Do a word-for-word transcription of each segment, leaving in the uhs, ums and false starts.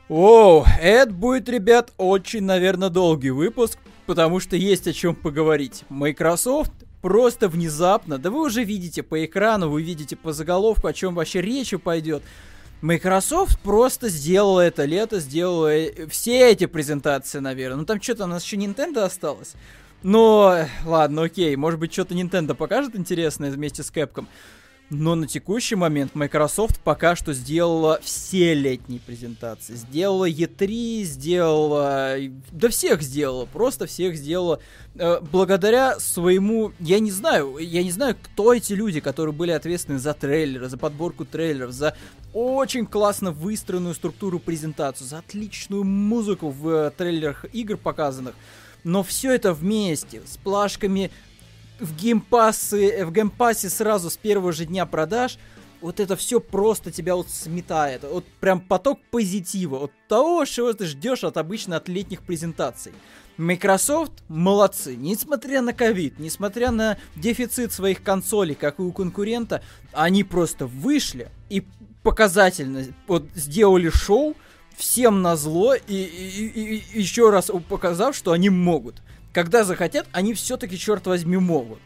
Оу, это будет, ребят, очень, наверное, долгий выпуск, потому что есть о чем поговорить. Microsoft просто внезапно, да вы уже видите по экрану, вы видите по заголовку, о чем вообще речь пойдет. Microsoft просто сделала это лето, сделала все эти презентации, наверное. Ну там что-то у нас еще Nintendo осталось. Но, ладно, окей, может быть, что-то Nintendo покажет интересное вместе с Capcom. Но на текущий момент Microsoft пока что сделала все летние презентации. Сделала и три, сделала... Да всех сделала, просто всех сделала. Э, благодаря своему... Я не знаю, я не знаю, кто эти люди, которые были ответственны за трейлеры, за подборку трейлеров, за очень классно выстроенную структуру презентацию, за отличную музыку в э, трейлерах игр показанных. Но все это вместе, с плашками... В геймпассе, в геймпассе сразу с первого же дня продаж, вот это все просто тебя вот сметает. Вот прям поток позитива, от того, чего ты ждешь от обычно от летних презентаций. Microsoft молодцы, несмотря на ковид, несмотря на дефицит своих консолей, как и у конкурента, они просто вышли и показательно вот сделали шоу, всем назло, и, и, и, и еще раз показав, что они могут. Когда захотят, они все-таки, черт возьми, могут.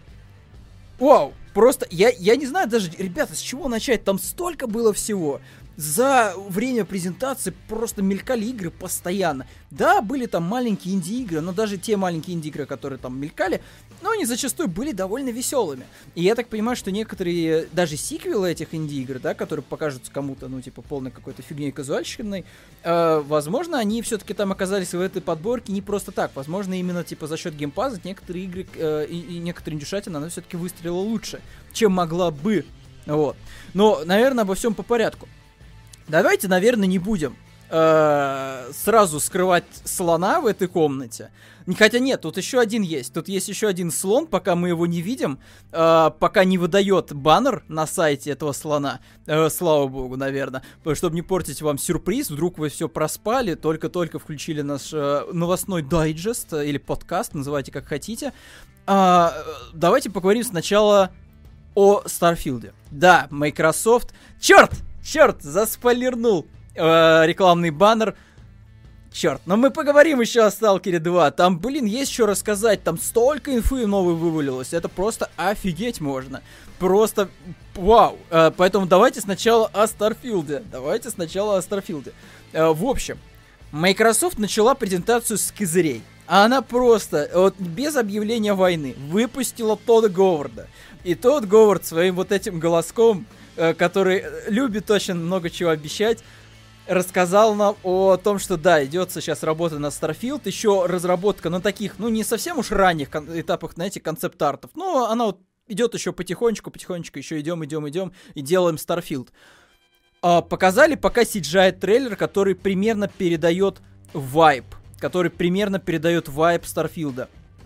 Вау, просто, я, я не знаю даже, ребята, с чего начать, там столько было всего. За время презентации просто мелькали игры постоянно. Да, были там маленькие инди-игры, но даже те маленькие инди-игры, которые там мелькали, но они зачастую были довольно веселыми. И я так понимаю, что некоторые, даже сиквелы этих инди-игр, да, которые покажутся кому-то, ну, типа, полной какой-то фигней казуальщиной, э, возможно, они все-таки там оказались в этой подборке не просто так. Возможно, именно, типа, за счет геймпаса некоторые игры э, и, и некоторые индюшатины, она все-таки выстрелила лучше, чем могла бы. Вот. Но, наверное, обо всем по порядку. Давайте, наверное, не будем э, сразу скрывать слона в этой комнате. Хотя нет, тут еще один есть. Тут есть еще один слон, пока мы его не видим, э, пока не выдает баннер на сайте этого слона. Э, слава богу, наверное. Чтобы не портить вам сюрприз, вдруг вы все проспали, только-только включили наш э, новостной дайджест или подкаст, называйте как хотите. Э, давайте поговорим сначала о Старфилде. Да, Microsoft... Черт! Черт, заспойлернул э, рекламный баннер. Черт, но мы поговорим еще о Сталкере два. Там, блин, есть что рассказать. Там столько инфы новой вывалилось. Это просто офигеть можно. Просто вау. Э, поэтому давайте сначала о Старфилде. Давайте сначала о Старфилде. Э, в общем, Microsoft начала презентацию с козырей. А она просто, вот без объявления войны, выпустила Тодда Говарда. И Тодд Говард своим вот этим голоском, который любит очень много чего обещать, рассказал нам о том, что да, идет сейчас работа на Starfield, еще разработка на таких, ну, не совсем уж ранних кон- этапах, знаете, концепт-артов, но она вот идет еще потихонечку, потихонечку, еще идем, идем, идем и делаем Starfield. А, показали пока си джи ай-трейлер, который примерно передает вайб, который примерно передает вайб Старфилда.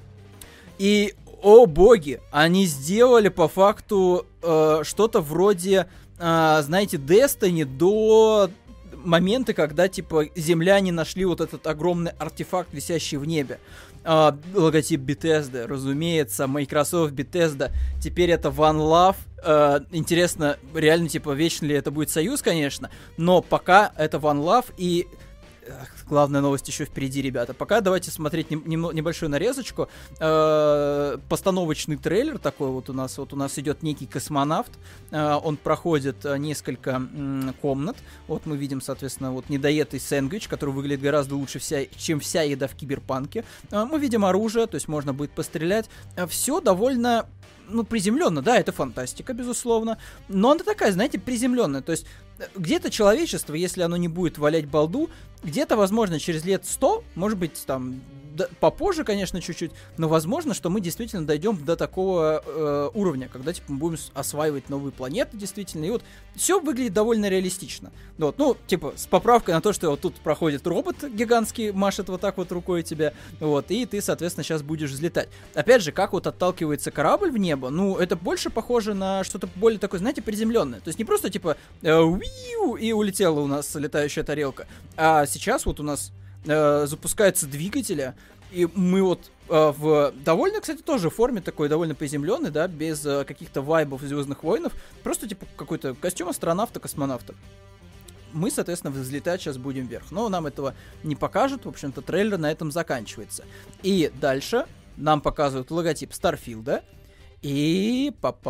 И о боги, они сделали по факту э, что-то вроде, э, знаете, Destiny до момента, когда, типа, земляне нашли вот этот огромный артефакт, висящий в небе. Э, логотип Bethesda, разумеется, Microsoft Bethesda. Теперь это One Love. Э, интересно, реально, типа, вечно ли это будет союз, конечно, но пока это One Love и... Главная новость еще впереди, ребята. Пока давайте смотреть нем- нем- небольшую нарезочку. Э-э- постановочный трейлер такой вот у нас. Вот у нас идет некий космонавт. Э-э- он проходит э- несколько м- комнат. Вот мы видим, соответственно, вот недоедый сэндвич, который выглядит гораздо лучше, вся, чем вся еда в Киберпанке. Э-э- мы видим оружие, то есть можно будет пострелять. Э- все довольно... Ну, приземленно, да, это фантастика, безусловно. Но она такая, знаете, приземленная. То есть где-то человечество, если оно не будет валять балду, где-то, возможно, через лет сто, может быть, там, да, попозже, конечно, чуть-чуть, но возможно, что мы действительно дойдем до такого э, уровня, когда, типа, мы будем осваивать новые планеты, действительно, и вот все выглядит довольно реалистично. Вот, ну, типа, с поправкой на то, что вот тут проходит робот гигантский, машет вот так вот рукой тебя, вот, и ты, соответственно, сейчас будешь взлетать. Опять же, как вот отталкивается корабль в небо, ну, это больше похоже на что-то более такое, знаете, приземленное. То есть не просто, типа, э, уиу, и улетела у нас летающая тарелка, а сейчас вот у нас э, запускаются двигатели, и мы вот э, в довольно, кстати, тоже форме такой, довольно приземленной, да, без э, каких-то вайбов Звездных войнов, просто типа какой-то костюм астронавта, космонавта. мы, соответственно, взлетать сейчас будем вверх. Но нам этого не покажут, в общем-то, трейлер на этом заканчивается. И дальше нам показывают логотип Старфилда. И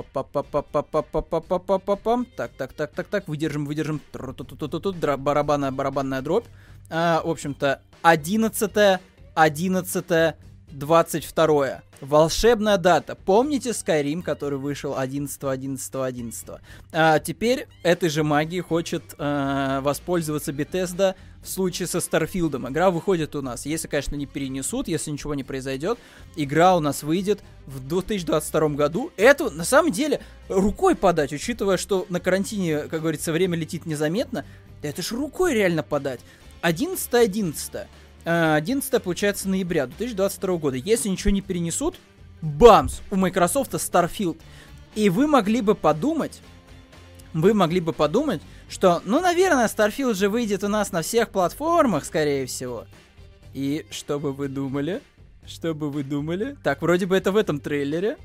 па-па-па-па-па-па-па-па-па-па-па-пам. Так, так, так, так, так, выдержим, выдержим. Тру-ту-ту-ту-ту, барабанная, барабанная дробь. А, в общем-то, одиннадцатое, одиннадцатое, двадцать второе. Волшебная дата. Помните Skyrim, который вышел одиннадцатого, одиннадцатого, одиннадцатого? А теперь этой же магией хочет а, воспользоваться Bethesda в случае со Старфилдом. Игра выходит у нас, если, конечно, не перенесут, если ничего не произойдет, игра у нас выйдет в две тысячи двадцать втором году. Это, на самом деле, рукой подать, учитывая, что на карантине, как говорится, время летит незаметно, это ж рукой реально подать. одиннадцатое, одиннадцатое. одиннадцатое, получается, ноября две тысячи двадцать второго года. Если ничего не перенесут, бамс, у Microsoft Starfield. И вы могли бы подумать, вы могли бы подумать, что, ну, наверное, Starfield же выйдет у нас на всех платформах, скорее всего. И что бы вы думали? Что бы вы думали? Так, вроде бы это в этом трейлере.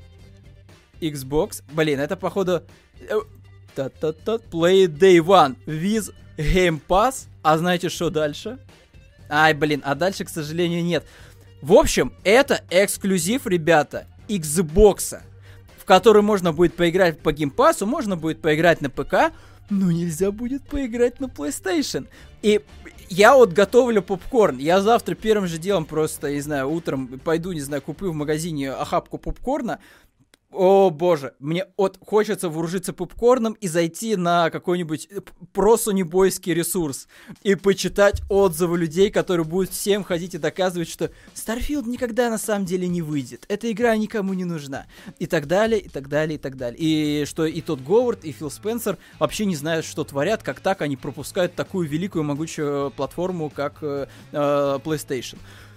Xbox. Блин, это, походу... Та-та-та. Play Day One with Game Pass. А знаете, что дальше? Ай, блин, а дальше, к сожалению, нет. В общем, это эксклюзив, ребята, Xbox, в который можно будет поиграть по Game Pass'у, можно будет поиграть на ПК, но нельзя будет поиграть на PlayStation. И я вот готовлю попкорн. Я завтра первым же делом просто, не знаю, утром пойду, не знаю, куплю в магазине охапку попкорна. О боже, мне вот хочется вооружиться попкорном и зайти на какой-нибудь просонебойский ресурс и почитать отзывы людей, которые будут всем ходить и доказывать, что Starfield никогда на самом деле не выйдет, эта игра никому не нужна, и так далее, и так далее, и так далее. И что и тот Говард, и Фил Спенсер вообще не знают, что творят, как так они пропускают такую великую могучую платформу, как э, э, PlayStation.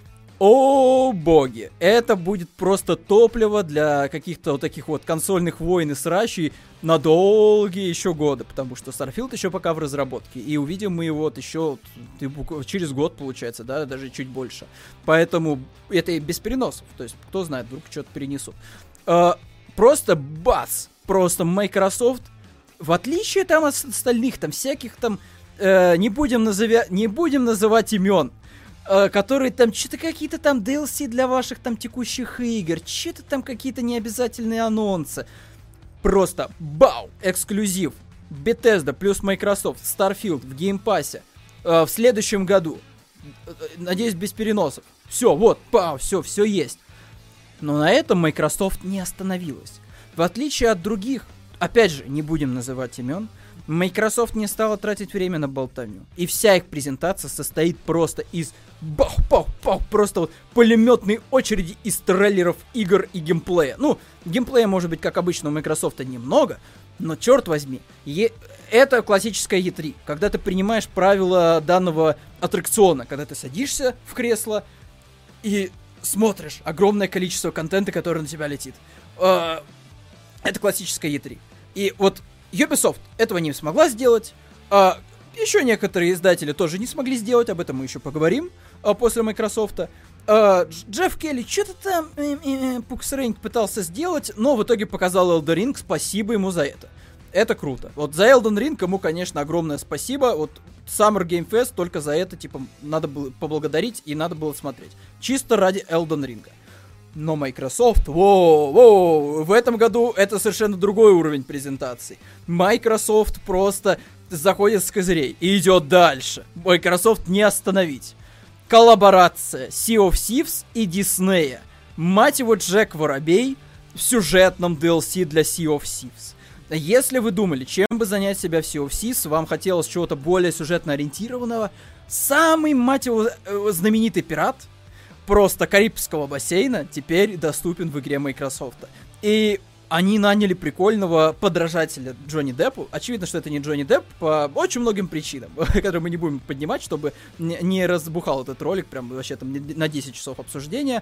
О, боги! Это будет просто топливо для каких-то вот таких вот консольных войн и срачей на долгие еще годы, потому что Starfield еще пока в разработке, и увидим мы его вот еще через год, получается, да, даже чуть больше. Поэтому это и без переносов, то есть кто знает, вдруг что-то перенесут. А, просто бац! Просто Microsoft, в отличие там от остальных, там всяких там, э, не будем назывя... не будем называть имен, которые там что-то какие-то там ди эл си для ваших там текущих игр, что-то там какие-то необязательные анонсы. Просто бау! Эксклюзив. Bethesda плюс Microsoft, Starfield в Game Pass'е э, в следующем году. Надеюсь, без переносов. Все, вот, пау, все, все есть. Но на этом Microsoft не остановилась. В отличие от других, опять же, не будем называть имен, Microsoft не стала тратить время на болтовню. И вся их презентация состоит просто из бах-бах-бах, просто вот пулеметной очереди из трейлеров игр и геймплея. Ну, геймплея, может быть, как обычно, у Microsoft немного, но, черт возьми, е- это классическая и три, когда ты принимаешь правила данного аттракциона, когда ты садишься в кресло и смотришь огромное количество контента, который на тебя летит. Это классическая и три. И вот Ubisoft этого не смогла сделать, а еще некоторые издатели тоже не смогли сделать, об этом мы еще поговорим а, после Microsoft. А, Джефф Келли что-то там э, э, Пуксрейнг пытался сделать, но в итоге показал Elden Ring, спасибо ему за это. Это круто. Вот за Elden Ring ему, конечно, огромное спасибо. Вот Summer Game Fest только за это, типа, надо было поблагодарить и надо было смотреть. Чисто ради Elden Ring. Но Microsoft, воу, воу, в этом году это совершенно другой уровень презентаций. Microsoft просто заходит с козырей и идет дальше. Microsoft не остановить. Коллаборация Sea of Thieves и Disney. Мать его, Джек Воробей в сюжетном ди эл си для Sea of Thieves. Если вы думали, чем бы занять себя в Sea of Thieves, вам хотелось чего-то более сюжетно ориентированного, самый, мать его, знаменитый пират просто Карибского бассейна теперь доступен в игре Microsoft. И они наняли прикольного подражателя Джонни Деппу. Очевидно, что это не Джонни Депп по очень многим причинам, которые мы не будем поднимать, чтобы не разбухал этот ролик, прям вообще там на десять часов обсуждения.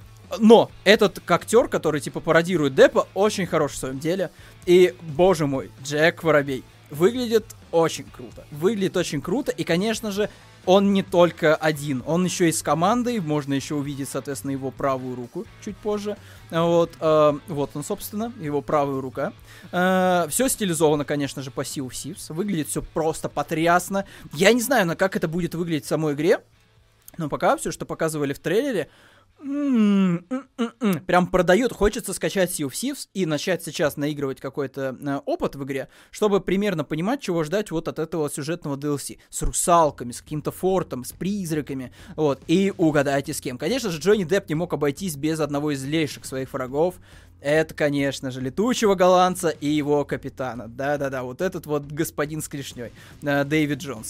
Но этот актер, который типа пародирует Деппа, очень хорош в своем деле. И, боже мой, Джек Воробей выглядит очень круто. Выглядит очень круто. И, конечно же, он не только один, он еще и с командой, можно еще увидеть, соответственно, его правую руку чуть позже. Вот, э, вот он, собственно, его правая рука. Э, все стилизовано, конечно же, по Sea of Thieves. Выглядит все просто потрясно. Я не знаю, на как это будет выглядеть в самой игре, но пока все, что показывали в трейлере, м-м, м-м-м, прям продает. Хочется скачать Sea of Thieves и начать сейчас наигрывать какой-то э, опыт в игре, чтобы примерно понимать, чего ждать вот от этого сюжетного ди эл си. С русалками, с каким-то фортом, с призраками. Вот. И угадайте с кем. Конечно же, Джонни Депп не мог обойтись без одного из злейших своих врагов. Это, конечно же, летучего голландца и его капитана. Да-да-да, вот этот вот господин с клешней, э, Дэвид Джонс.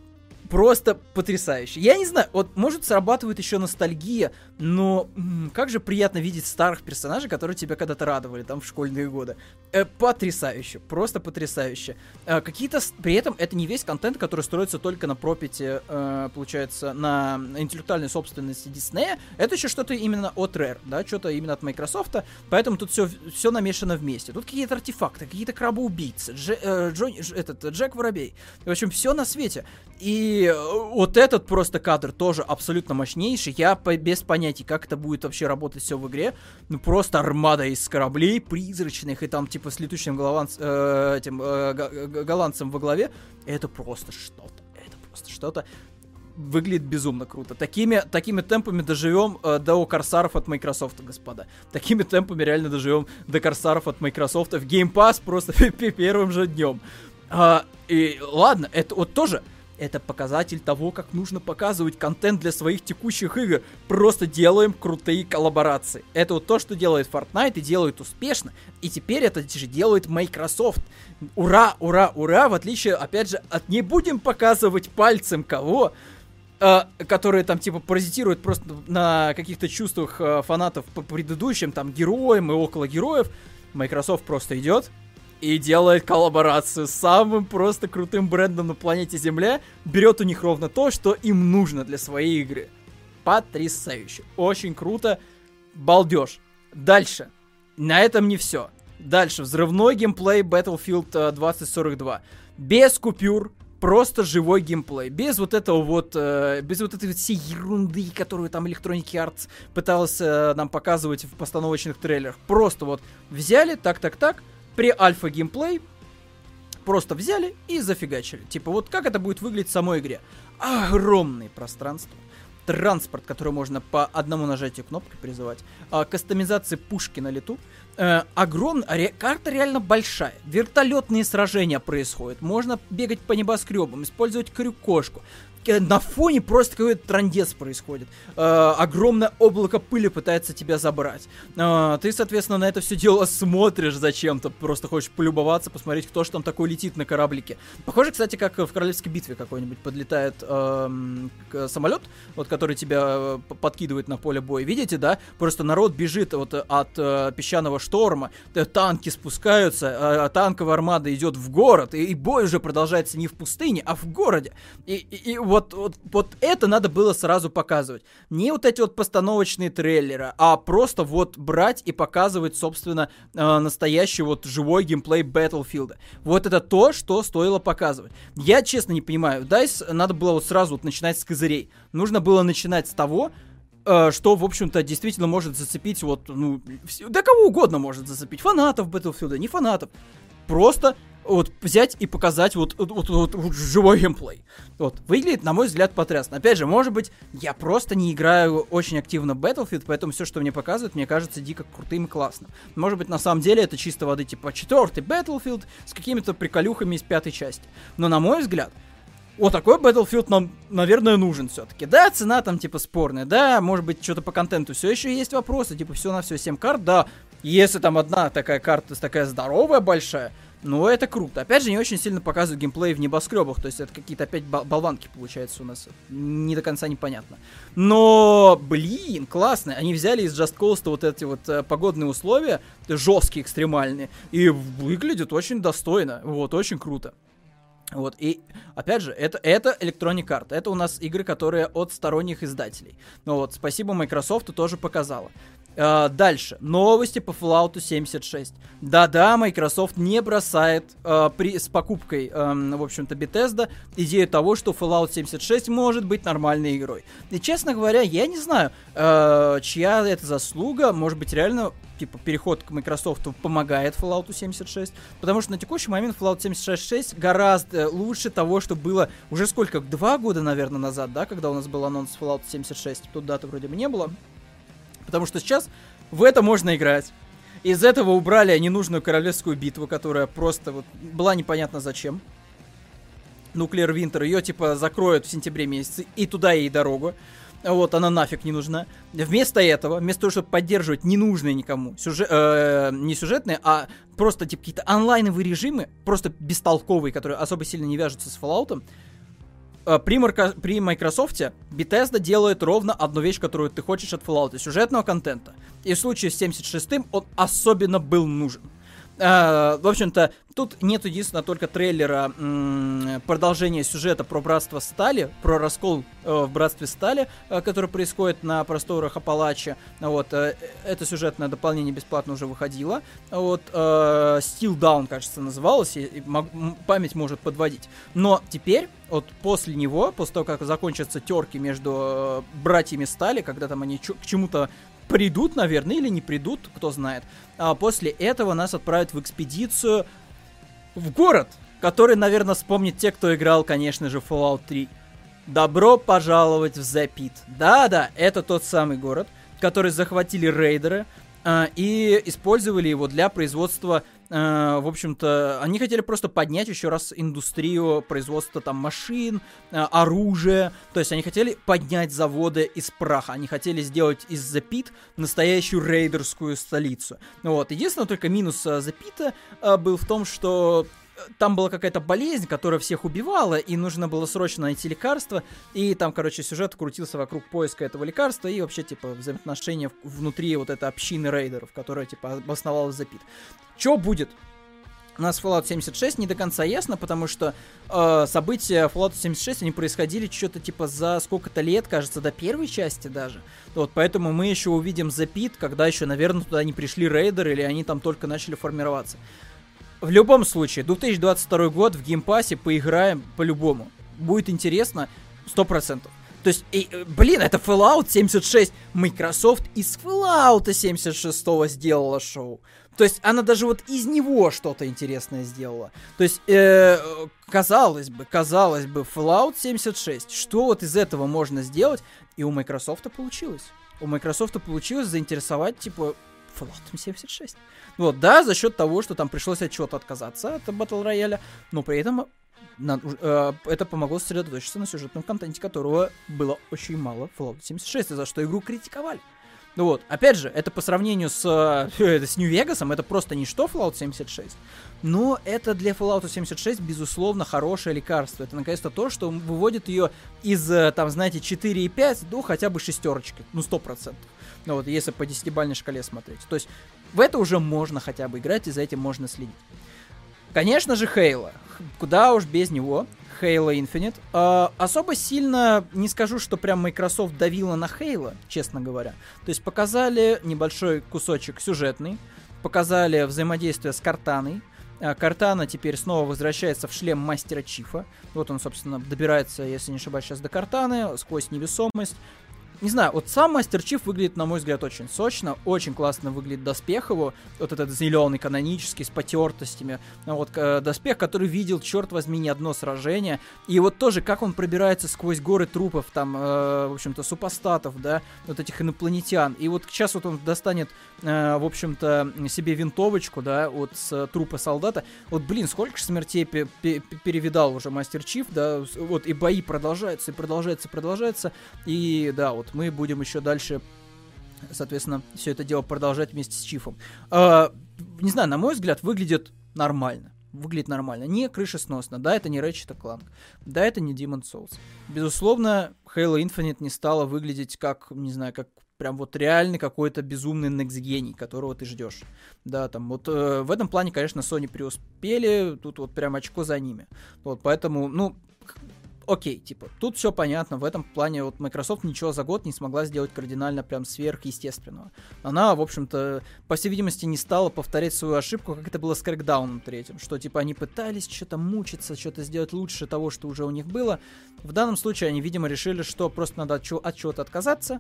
Просто потрясающе. Я не знаю, вот может срабатывает еще ностальгия, но м- как же приятно видеть старых персонажей, которые тебя когда-то радовали там в школьные годы. Э, потрясающе, просто потрясающе. Э, какие-то... При этом это не весь контент, который строится только на пропите, э, получается, на интеллектуальной собственности Диснея. Это еще что-то именно от Rare, да, что-то именно от Microsoft, поэтому тут все, все намешано вместе. Тут какие-то артефакты, какие-то крабоубийцы, Дж, э, Джон, этот, Джек Воробей. В общем, все на свете. И И вот этот просто кадр тоже абсолютно мощнейший. Я по- без понятия, как это будет вообще работать все в игре. Ну, просто армада из кораблей призрачных, и там типа с летучим голландц, э, этим, э, г- голландцем во главе. Это просто что-то. Это просто что-то. Выглядит безумно круто. Такими, такими темпами доживем э, до корсаров от Microsoft, господа. Такими темпами реально доживем до корсаров от Microsoft в Game Pass просто первым же днем. А, и ладно, это вот тоже... Это показатель того, как нужно показывать контент для своих текущих игр. Просто делаем крутые коллаборации. Это вот то, что делает Fortnite и делает успешно. И теперь это же делает Microsoft. Ура, ура, ура. В отличие, опять же, от не будем показывать пальцем кого, э, которые там типа паразитируют просто на каких-то чувствах э, фанатов по предыдущим там героям и около героев. Microsoft просто идет и делает коллаборацию с самым просто крутым брендом на планете Земля, берет у них ровно то, что им нужно для своей игры. Потрясающе. Очень круто. Балдеж. Дальше. На этом не все. Дальше. Взрывной геймплей Battlefield двадцать сорок два. Без купюр. Просто живой геймплей. Без вот этого вот... Э, без вот этой вот всей ерунды, которую там Electronic Arts пыталась э, нам показывать в постановочных трейлерах. Просто вот взяли, так-так-так, при альфа-геймплей просто взяли и зафигачили. Типа, вот как это будет выглядеть в самой игре. Огромные пространства. Транспорт, который можно по одному нажатию кнопки призывать. А, кастомизация пушки на лету. Э, огромная... Ре, карта реально большая. Вертолетные сражения происходят. Можно бегать по небоскребам, использовать крюкошку. На фоне просто какой-то трындец происходит. Э, огромное облако пыли пытается тебя забрать. Э, ты, соответственно, на это все дело смотришь зачем-то. Просто хочешь полюбоваться, посмотреть, кто же там такой летит на кораблике. Похоже, кстати, как в Королевской битве какой-нибудь подлетает э, самолет, вот, который тебя подкидывает на поле боя. Видите, да? Просто народ бежит вот от э, песчаного шторма. Танки спускаются, э, танковая армада идет в город. И, и бой уже продолжается не в пустыне, а в городе. И, и, и Вот, вот, вот это надо было сразу показывать. Не вот эти вот постановочные трейлеры, а просто вот брать и показывать, собственно, э, настоящий вот живой геймплей Battlefield. Вот это то, что стоило показывать. Я честно не понимаю, дайс надо было вот сразу вот начинать с козырей. Нужно было начинать с того, э, что, в общем-то, действительно может зацепить вот, ну, да кого угодно может зацепить. Фанатов Battlefield, не фанатов. Просто... Вот, взять и показать вот, вот, вот, вот, вот живой геймплей. Вот, выглядит, на мой взгляд, потрясно. Опять же, может быть, я просто не играю очень активно в Battlefield, поэтому все, что мне показывают, мне кажется дико крутым и классным. Может быть, на самом деле, это чисто воды, типа, четвертый Battlefield с какими-то приколюхами из пятой части. Но, на мой взгляд, вот такой Battlefield нам, наверное, нужен все-таки. Да, цена там, типа, спорная, да, может быть, что-то по контенту все еще есть вопросы, типа, все на все семь карт, да, если там одна такая карта, такая здоровая, большая, ну, это круто. Опять же, не очень сильно показывают геймплей в небоскребах. То есть это какие-то опять болванки, получается, у нас. Не до конца непонятно. Но, блин, классно. Они взяли из Just Cause вот эти вот э, погодные условия, жесткие, экстремальные, и выглядят очень достойно. Вот, очень круто. Вот, и, опять же, это, это Electronic Arts. Это у нас игры, которые от сторонних издателей. Ну вот, спасибо Microsoft тоже показала. Uh, дальше. Новости по Fallout семьдесят шесть. Да-да, Microsoft не бросает uh, при, с покупкой, uh, в общем-то, Bethesda идею того, что Fallout семьдесят шесть может быть нормальной игрой. И, честно говоря, я не знаю, uh, чья это заслуга. Может быть, реально, типа, переход к Microsoft помогает Fallout семьдесят шесть. Потому что на текущий момент Fallout семьдесят шесть гораздо лучше того, что было уже сколько? Два года, наверное, назад, да, когда у нас был анонс Fallout семьдесят шесть. Тут даты вроде бы не было. Потому что сейчас в это можно играть. Из этого убрали ненужную королевскую битву, которая просто вот была непонятно зачем. Nuclear Winter, ее типа закроют в сентябре месяце, и туда ей дорогу. Вот, она нафиг не нужна. Вместо этого, вместо того, чтобы поддерживать ненужные никому, сюжет, э, не сюжетные, а просто типа какие-то онлайновые режимы, просто бестолковые, которые особо сильно не вяжутся с Fallout, При, Марко... при Microsoft Bethesda делает ровно одну вещь, которую ты хочешь от Fallout, сюжетного контента. И в случае с семьдесят шестым он особенно был нужен. А, в общем-то, тут нет единственно только трейлера м- продолжения сюжета про Братство Стали, про раскол э, в Братстве Стали, э, который происходит на просторах Апалачи. Вот, э, это сюжетное дополнение бесплатно уже выходило. Вот, э, Steel Down, кажется, называлось, и, и мог, память может подводить. Но теперь, вот после него, после того, как закончатся терки между э, братьями Стали, когда там они ч- к чему-то придут, наверное, или не придут, кто знает. А после этого нас отправят в экспедицию в город, который, наверное, вспомнит те, кто играл, конечно же, в Fallout три. Добро пожаловать в The Pit. Да-да, это тот самый город, который захватили рейдеры э, и использовали его для производства, э, в общем-то, они хотели просто поднять еще раз индустрию производства там машин, э, оружия, то есть они хотели поднять заводы из праха, они хотели сделать из The Pit настоящую рейдерскую столицу. Вот, единственное только минус э, The Pit э, был в том, что там была какая-то болезнь, которая всех убивала, и нужно было срочно найти лекарство, и там, короче, сюжет крутился вокруг поиска этого лекарства, и вообще, типа, взаимоотношения внутри вот этой общины рейдеров, которая, типа, обосновалась The Pit. Чё будет? У нас Fallout семьдесят шесть не до конца ясно, потому что э, события Fallout семьдесят шесть, они происходили что-то типа за сколько-то лет, кажется, до первой части даже. Вот, поэтому мы еще увидим The Pit, когда еще, наверное, туда не пришли рейдеры, или они там только начали формироваться. В любом случае, две тысячи двадцать второй год в геймпассе поиграем по-любому. Будет интересно сто процентов. То есть, и, блин, это Fallout семьдесят шесть. Microsoft из Fallout семьдесят шесть сделала шоу. То есть, она даже вот из него что-то интересное сделала. То есть, э, казалось бы, казалось бы, Fallout семьдесят шесть. Что вот из этого можно сделать? И у Microsoft получилось. У Microsoft получилось заинтересовать, типа, Fallout семьдесят шесть. Вот, да, за счет того, что там пришлось от чего-то отказаться, от Battle Royale, но при этом на, э, это помогло сосредоточиться на сюжетном контенте, которого было очень мало в Fallout семьдесят шесть, за что игру критиковали. Ну вот, опять же, это по сравнению с, э, с Нью-Вегасом, это просто ничто Fallout семьдесят шесть, но это для Fallout семьдесят шесть, безусловно, хорошее лекарство. Это, наконец-то, то, что выводит ее из, там, знаете, четыре и пять до хотя бы шестерочки, ну, сто процентов. Ну вот, если по десятибалльной шкале смотреть. То есть, в это уже можно хотя бы играть, и за этим можно следить. Конечно же, Halo. Куда уж без него. Halo Infinite. Э, особо сильно не скажу, что прям Microsoft давила на Halo, честно говоря. То есть, показали небольшой кусочек сюжетный, показали взаимодействие с Картаной. Картана теперь снова возвращается в шлем Мастера Чифа. Вот он, собственно, добирается, если не ошибаюсь, сейчас до Картаны, сквозь невесомость. Не знаю, вот сам Мастер Чиф выглядит, на мой взгляд, очень сочно, очень классно выглядит доспех его, вот этот зеленый, канонический, с потертостями, вот э, доспех, который видел, черт возьми, не одно сражение, и вот тоже, как он пробирается сквозь горы трупов, там, э, в общем-то, супостатов, да, вот этих инопланетян, и вот сейчас вот он достанет, э, в общем-то, себе винтовочку, да, вот с трупа солдата, вот, блин, сколько же смертей пе- пе- перевидал уже Мастер Чиф, да, вот, и бои продолжаются, и продолжаются, и продолжаются, и, да, вот, мы будем еще дальше, соответственно, все это дело продолжать вместе с Чифом. Э, не знаю, на мой взгляд, выглядит нормально. Выглядит нормально. Не крышесносно. Да, это не Ratchet Clank. Да, это не Demon's Souls. Безусловно, Halo Infinite не стала выглядеть как, не знаю, как прям вот реальный какой-то безумный next-гений, которого ты ждешь. Да, там вот э, в этом плане, конечно, Sony преуспели. Тут вот прям очко за ними. Вот, поэтому, ну... окей, типа, тут все понятно, в этом плане вот Microsoft ничего за год не смогла сделать кардинально прям сверхъестественного. Она, в общем-то, по всей видимости, не стала повторять свою ошибку, как это было с Crackdown третьим, что, типа, они пытались что-то мучиться, что-то сделать лучше того, что уже у них было. В данном случае они, видимо, решили, что просто надо от, чего- от чего-то отказаться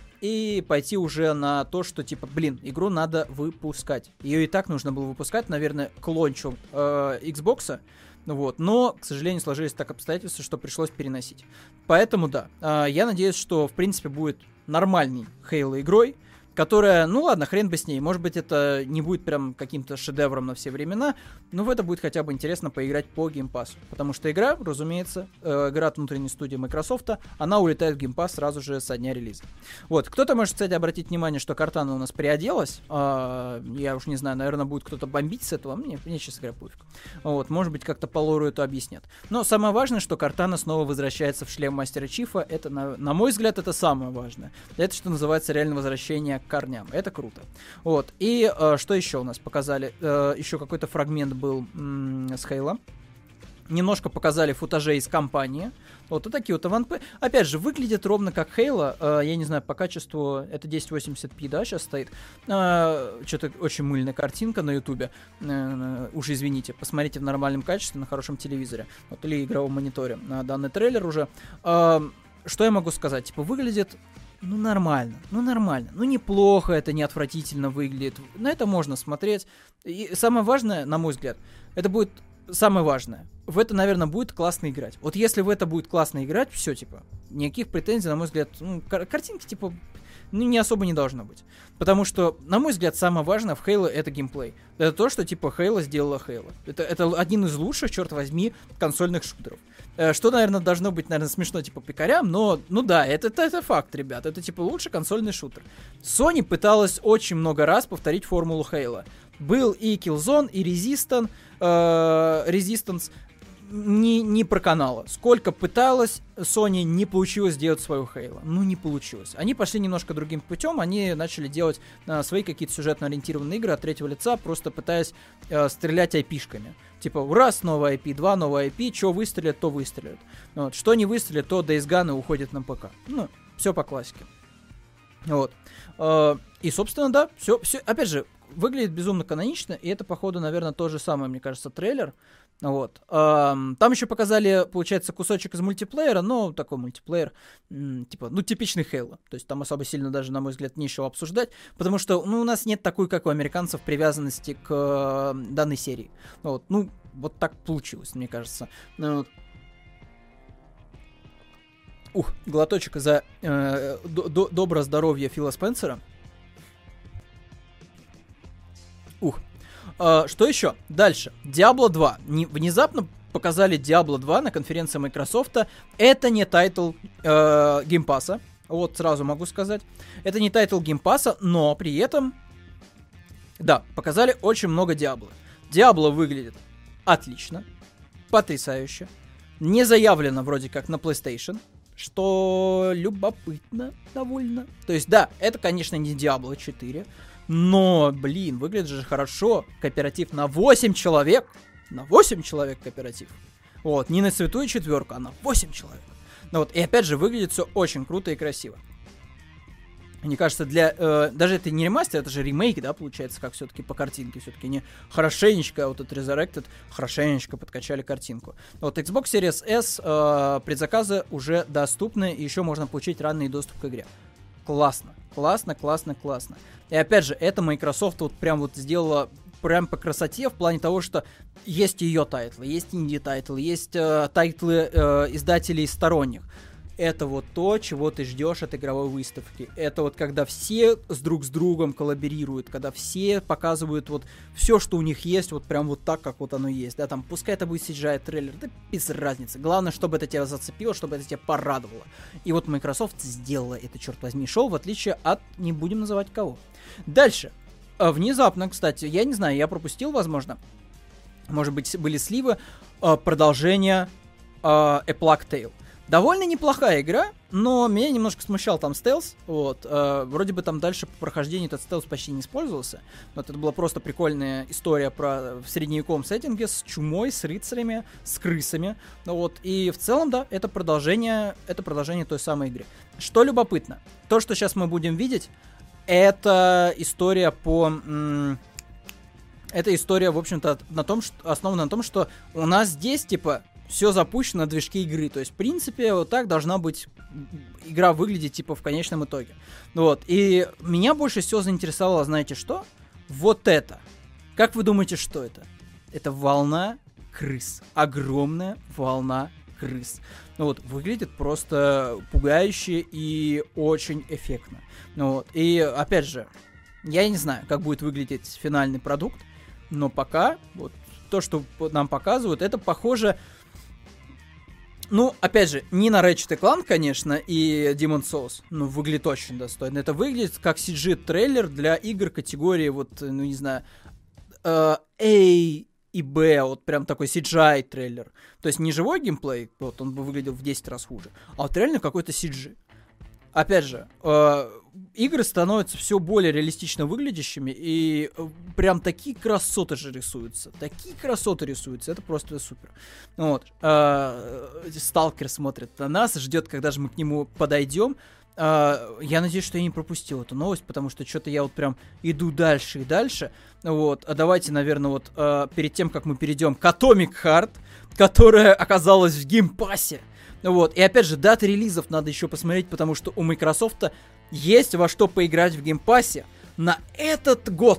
и пойти уже на то, что, типа, блин, игру надо выпускать. Ее и так нужно было выпускать, наверное, к лончу э, Xbox. Вот, но, к сожалению, сложились так обстоятельства, что пришлось переносить. Поэтому, да, э, я надеюсь, что, в принципе, будет нормальной Halo игрой, которая, ну ладно, хрен бы с ней, может быть, это не будет прям каким-то шедевром на все времена, но в это будет хотя бы интересно поиграть по геймпассу, потому что игра, разумеется, э, игра от внутренней студии Microsoft, она улетает в геймпасс сразу же со дня релиза. Вот, кто-то может, кстати, обратить внимание, что Картана у нас приоделась, э, я уж не знаю, наверное, будет кто-то бомбить с этого, мне, мне честно говоря, пофиг. Вот, может быть, как-то по лору это объяснят. Но самое важное, что Картана снова возвращается в шлем Мастера Чифа, это, на, на мой взгляд, это самое важное. Это, что называется, реально возвращение к корням. Это круто. Вот. И э, что еще у нас показали? Э, еще какой-то фрагмент был м- с Halo. Немножко показали футажей из кампании. Вот, и такие вот аванпы. Опять же, выглядит ровно как Halo. Э, я не знаю, по качеству это тысяча восемьдесят пи, да, сейчас стоит. Э, что-то очень мыльная картинка на ютубе. Э, уж извините, посмотрите в нормальном качестве на хорошем телевизоре. Вот, или игровом мониторе. На данный трейлер уже. Э, что я могу сказать? Типа, выглядит... Ну, нормально, ну, нормально. Ну, неплохо это, не отвратительно выглядит. На это можно смотреть. И самое важное, на мой взгляд, это будет самое важное. В это, наверное, будет классно играть. Вот если в это будет классно играть, все, типа, никаких претензий, на мой взгляд, ну, кар- картинки, типа, ну, не особо не должно быть. Потому что, на мой взгляд, самое важное в Halo — это геймплей. Это то, что, типа, Halo сделала Halo. Это, это один из лучших, черт возьми, консольных шутеров. Что, наверное, должно быть, наверное, смешно, типа, пикарям, но, ну да, это, это, это факт, ребят. Это, типа, лучший консольный шутер. Sony пыталась очень много раз повторить формулу Halo. Был и Killzone, и Resistance, э, Resistance. Не, не проканала. Сколько пыталась, Sony не получилось сделать свою Halo. Ну, не получилось. Они пошли немножко другим путем, они начали делать э, свои какие-то сюжетно-ориентированные игры от третьего лица, просто пытаясь э, стрелять ай пи-шками. Типа, раз, новая ай пи, два, новая ай пи, что выстрелит, то выстрелит. Вот. Что не выстрелит, то Days Gone уходит на ПК. Ну, все по классике. Вот. Э, и, собственно, да, все, все, опять же, выглядит безумно канонично, и это, походу, наверное, то же самое, мне кажется, трейлер. Вот. Эм, там еще показали, получается, кусочек из мультиплеера, но такой мультиплеер, м, типа, ну, типичный Halo. То есть там особо сильно даже, на мой взгляд, нечего обсуждать, потому что, ну, у нас нет такой, как у американцев, привязанности к э, данной серии. Вот. Ну, вот так получилось, мне кажется. Вот. Ух, глоточек за э, до- доброе здоровье Фила Спенсера. Ух. Uh, что еще? Дальше. Diablo два. Не, внезапно показали Diablo два на конференции Microsoft. Это не тайтл uh, геймпасса. Вот сразу могу сказать. Это не тайтл геймпасса, но при этом... Да, показали очень много Diablo. Diablo выглядит отлично. Потрясающе. Не заявлено вроде как на PlayStation. Что любопытно довольно. То есть, да, это, конечно, не Diablo четыре. Но, блин, выглядит же хорошо. Кооператив на восемь человек. На восемь человек кооператив. Вот, не на святую четверку, а на восемь человек. Ну вот, и опять же, выглядит все очень круто и красиво. Мне кажется, для... Э, даже это не ремастер, это же ремейк, да, получается, как все-таки по картинке. Все-таки не хорошенечко, вот этот Resurrected, хорошенечко подкачали картинку. Вот, Xbox Series S, э, предзаказы уже доступны, и еще можно получить ранний доступ к игре. Классно, классно, классно, классно. И опять же, это Microsoft вот прям вот сделала прям по красоте в плане того, что есть ее тайтлы, есть инди-тайтлы, есть э, тайтлы э, издателей сторонних. Это вот то, чего ты ждешь от игровой выставки. Это вот когда все с друг с другом коллаборируют, когда все показывают вот все, что у них есть, вот прям вот так, как вот оно есть. Да, там, пускай это будет си джи ай-трейлер, да без разницы. Главное, чтобы это тебя зацепило, чтобы это тебя порадовало. И вот Microsoft сделала это, черт возьми, шоу, в отличие от, не будем называть кого. Дальше. Внезапно, кстати, я не знаю, я пропустил, возможно, может быть, были сливы, продолжение A Plague Tale. Довольно неплохая игра, но меня немножко смущал там стелс. Вот. Э, вроде бы там дальше по прохождению этот стелс почти не использовался. Вот это была просто прикольная история про в средневековом сеттинге с чумой, с рыцарями, с крысами. Вот. И в целом, да, это продолжение, это продолжение той самой игры. Что любопытно, то, что сейчас мы будем видеть, это история по... М- это история, в общем-то, на том, что, основана на том, что у нас здесь, типа, все запущено на движке игры. То есть, в принципе, вот так должна быть игра выглядеть, типа, в конечном итоге. Вот. И меня больше всего заинтересовало, знаете что? Вот это. Как вы думаете, что это? Это волна крыс. Огромная волна крыс. Ну вот, выглядит просто пугающе и очень эффектно. Ну вот. И, опять же, я не знаю, как будет выглядеть финальный продукт, но пока вот то, что нам показывают, это похоже... Ну, опять же, не на Ratchet энд Clank, конечно, и Demon's Souls, но выглядит очень достойно. Это выглядит как си джи-трейлер для игр категории, вот, ну, не знаю, э, A и B, вот прям такой си джи ай-трейлер. То есть не живой геймплей, вот он бы выглядел в десять раз хуже, а вот реально какой-то си джи. Опять же, э, игры становятся все более реалистично выглядящими, и э, прям такие красоты же рисуются. Такие красоты рисуются, это просто супер. Вот. Э, Сталкер смотрит на нас, ждет, когда же мы к нему подойдем. Э, я надеюсь, что я не пропустил эту новость, потому что что-то я вот прям иду дальше и дальше. Вот. А давайте, наверное, вот э, перед тем, как мы перейдем к Atomic Heart, которая оказалась в геймпассе. Вот, и опять же, даты релизов надо еще посмотреть, потому что у Microsoft есть во что поиграть в геймпассе на этот год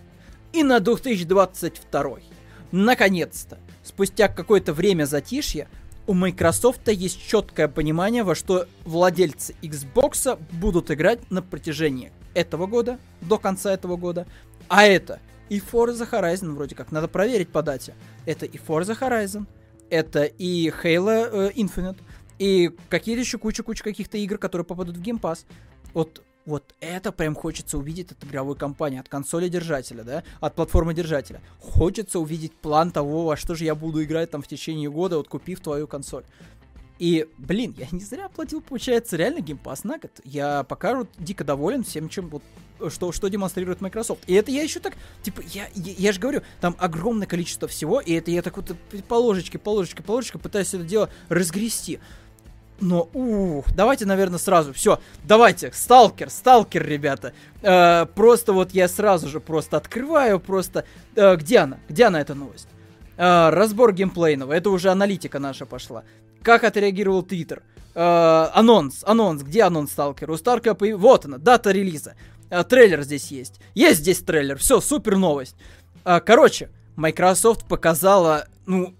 и на две тысячи двадцать второй. Наконец-то, спустя какое-то время затишья, у Microsoft есть четкое понимание, во что владельцы Xbox будут играть на протяжении этого года, до конца этого года, а это и Forza Horizon, вроде как, надо проверить по дате, это и Forza Horizon, это и Halo э, Infinite, и какие-то еще куча-куча каких-то игр, которые попадут в Game Pass. Вот, вот это прям хочется увидеть от игровой компании, от консоли-держателя, да, от платформы-держателя. Хочется увидеть план того, во что же я буду играть там в течение года, вот купив твою консоль. И, блин, я не зря оплатил, получается, реально Game Pass на год. Я пока вот дико доволен всем, чем вот, что, что демонстрирует Microsoft. И это я еще так, типа, я, я, я же говорю, там огромное количество всего, и это я так вот по ложечке, по ложечке, по ложечке пытаюсь это дело разгрести. Но, ух, давайте, наверное, сразу, все, давайте, Сталкер, Сталкер, ребята. Э, просто вот я сразу же просто открываю, просто, э, где она, где она, эта новость? Э, разбор геймплейного, это уже аналитика наша пошла. Как отреагировал Твиттер? Э, анонс, анонс, где анонс Сталкера? У Сталкера появ... Вот она, дата релиза. Э, трейлер здесь есть. Есть здесь трейлер, все, супер новость. Э, короче, Microsoft показала, ну,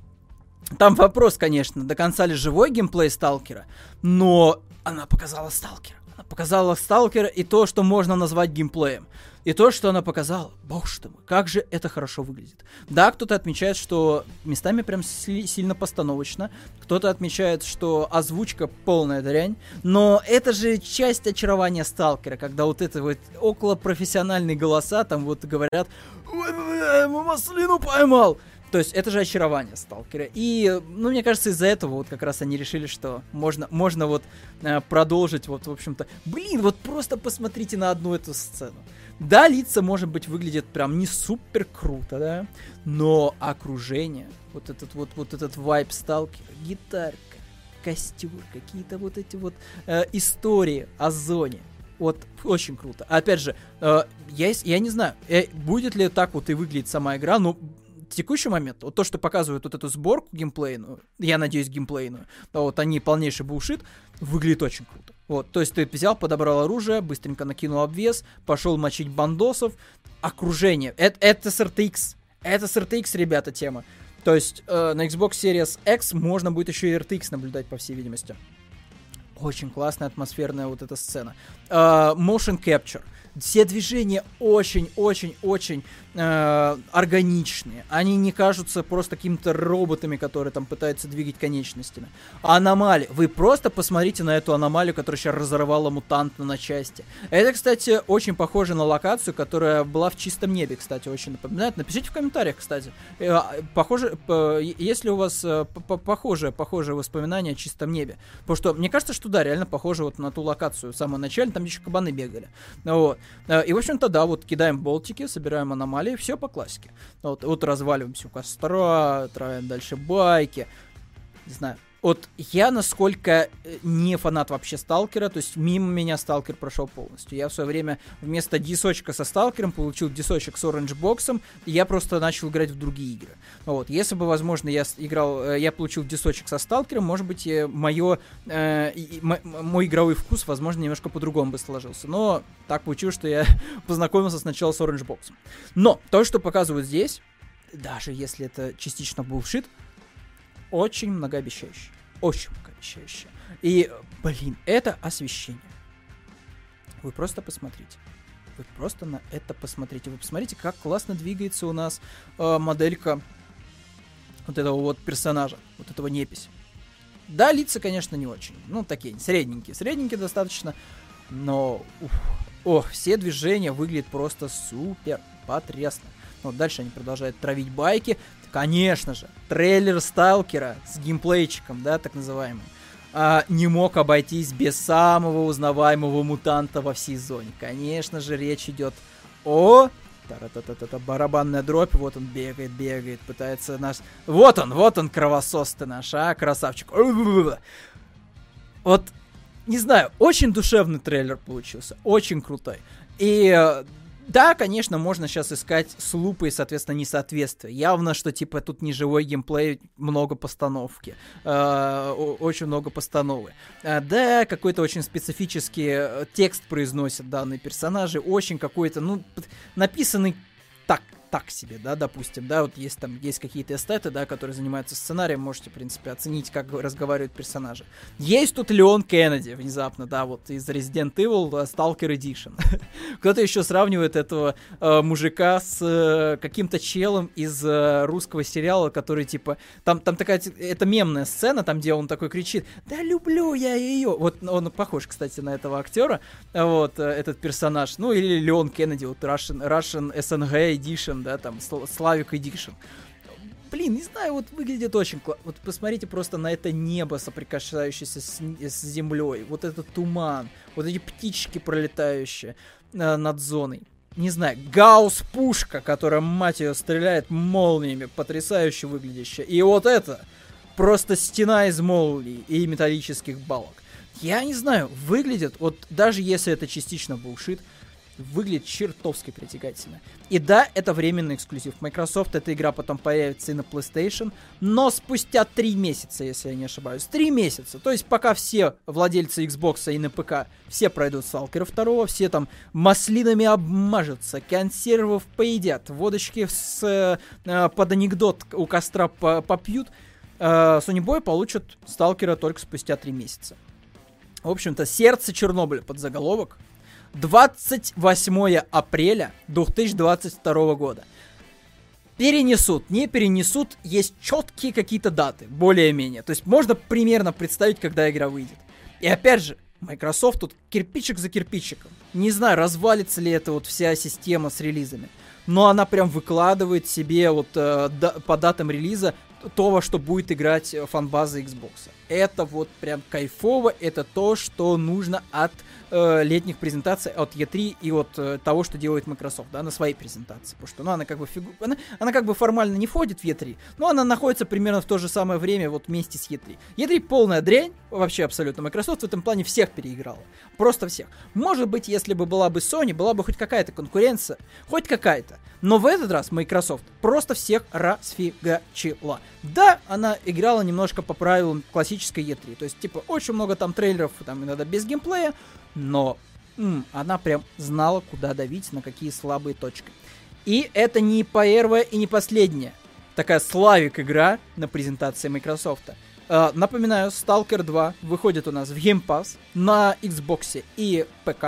там вопрос, конечно, до конца ли живой геймплей Сталкера, но она показала Сталкера. Она показала Сталкера и то, что можно назвать геймплеем. И то, что она показала, боже ты мой, как же это хорошо выглядит. Да, кто-то отмечает, что местами прям сли- сильно постановочно, кто-то отмечает, что озвучка полная дрянь, но это же часть очарования Сталкера, когда вот это вот околопрофессиональные голоса там вот говорят «Ой, маслину поймал!» То есть это же очарование Сталкера. И, ну, мне кажется, из-за этого вот как раз они решили, что можно, можно вот э, продолжить вот, в общем-то... Блин, вот просто посмотрите на одну эту сцену. Да, лица, может быть, выглядят прям не супер круто, да? Но окружение, вот этот вот, вот этот вайб Сталкера, гитарка, костюр, какие-то вот эти вот э, истории о зоне. Вот, очень круто. Опять же, э, я, я не знаю, э, будет ли так вот и выглядеть сама игра, но... В текущий момент, вот то, что показывают вот эту сборку геймплейную, я надеюсь, геймплейную, да, вот они полнейший булшит, выглядит очень круто. Вот, то есть ты взял, подобрал оружие, быстренько накинул обвес, пошел мочить бандосов, окружение, это, это с эр ти экс, это с эр ти экс, ребята, тема. То есть э, на Xbox Series X можно будет еще и эр ти экс наблюдать, по всей видимости. Очень классная атмосферная вот эта сцена. Uh, motion Capture. Все движения очень-очень-очень э, органичные. Они не кажутся просто какими-то роботами, которые там пытаются двигать конечностями. Аномалия. Вы просто посмотрите на эту аномалию, которая сейчас разорвала мутанта на части. Это, кстати, очень похоже на локацию, которая была в Чистом небе, кстати, очень напоминает. Напишите в комментариях, кстати. Э, похоже, э, если у вас э, похожее, похожее воспоминание о Чистом небе. Потому что мне кажется, что да, реально похоже вот на ту локацию в самом начале, там еще кабаны бегали. Вот. И, в общем-то, да, вот кидаем болтики, собираем аномалии, все по классике. Вот, вот разваливаемся у костра, травим дальше байки. Не знаю. Вот я, насколько не фанат вообще Сталкера, то есть мимо меня Сталкер прошел полностью. Я в свое время вместо дисочка со Сталкером получил дисочек с Orange Box'ом, и я просто начал играть в другие игры. Вот. Если бы, возможно, я играл, я получил дисочек со Сталкером, может быть, моё, э, мой игровой вкус, возможно, немножко по-другому бы сложился. Но так получилось, что я познакомился сначала с Orange Box'ом. Но то, что показывают здесь, даже если это частично булшит, очень многообещающее. Очень многообещающее. И, блин, это освещение. Вы просто посмотрите. Вы просто на это посмотрите. Вы посмотрите, как классно двигается у нас э, моделька вот этого вот персонажа. Вот этого неписи. Да, лица, конечно, не очень. Ну, такие, средненькие. Средненькие достаточно. Но, ух, о, все движения выглядят просто супер потрясно. Вот дальше они продолжают травить байки. Конечно же, трейлер Сталкера с геймплейчиком, да, так называемый, а, не мог обойтись без самого узнаваемого мутанта во всей зоне. Конечно же, речь идет о... Та-та-та-та-та, барабанная дробь, вот он бегает, бегает, пытается нас... Вот он, вот он, кровосос ты наш, а, красавчик. Вот, не знаю, очень душевный трейлер получился, очень крутой. И... Да, конечно, можно сейчас искать с лупой, соответственно, несоответствие. Явно, что, типа, тут не живой геймплей, много постановки. Э, очень много постановы. Э, да, какой-то очень специфический текст произносят данные персонажи. Очень какой-то, ну, написанный так, так себе, да, допустим, да, вот есть там, есть какие-то эстеты, да, которые занимаются сценарием, можете, в принципе, оценить, как разговаривают персонажи. Есть тут Леон Кеннеди, внезапно, да, вот из Resident Evil Stalker Edition. Кто-то еще сравнивает этого э, мужика с э, каким-то челом из э, русского сериала, который, типа, там, там такая, это мемная сцена, там, где он такой кричит, да люблю я ее, вот он похож, кстати, на этого актера, вот, э, этот персонаж, ну, или Леон Кеннеди, вот, Russian, Russian эс эн джи Edition, да, там, Slavic Edition. Блин, не знаю, вот выглядит очень классно. Вот посмотрите просто на это небо, соприкасающееся с, с землей. Вот этот туман, вот эти птички, пролетающие э, над зоной. Не знаю, гаусс-пушка, которая, мать ее, стреляет молниями, потрясающе выглядящая. И вот это просто стена из молний и металлических балок. Я не знаю, выглядит, вот даже если это частично булшит, выглядит чертовски притягательно. И да, это временный эксклюзив. Microsoft, эта игра потом появится и на PlayStation, но спустя три месяца, если я не ошибаюсь. Три месяца. То есть пока все владельцы Xbox и на ПК все пройдут Stalker два, все там маслинами обмажутся, консервов поедят, водочки с, э, под анекдот у костра попьют, э, Sony Boy получат Stalker только спустя три месяца. В общем-то, сердце Чернобыля под заголовок. двадцать восьмое апреля две тысячи двадцать второго года. Перенесут, не перенесут, есть четкие какие-то даты, более-менее. То есть можно примерно представить, когда игра выйдет. И опять же, Microsoft тут кирпичик за кирпичиком. Не знаю, развалится ли эта вот вся система с релизами. Но она прям выкладывает себе вот э, да, по датам релиза то, во что будет играть фан-база Xbox. Это вот прям кайфово, это то, что нужно от э, летних презентаций, от и три и от э, того, что делает Microsoft, да, на своей презентации. Потому что, ну, она как бы фигу... она, она как бы формально не входит в и три, но она находится примерно в то же самое время вот вместе с и три. и три полная дрянь, вообще абсолютно. Microsoft в этом плане всех переиграла. Просто всех. Может быть, если бы была бы Sony, была бы хоть какая-то конкуренция, хоть какая-то. Но в этот раз Microsoft просто всех расфигачила. Да, она играла немножко по правилам классической и три. То есть, типа, очень много там трейлеров, там иногда без геймплея, но м, она прям знала, куда давить, на какие слабые точки. И это не первая и не последняя такая славик игра на презентации Microsoft. Uh, напоминаю, Stalker два выходит у нас в Game Pass на Xbox и ПК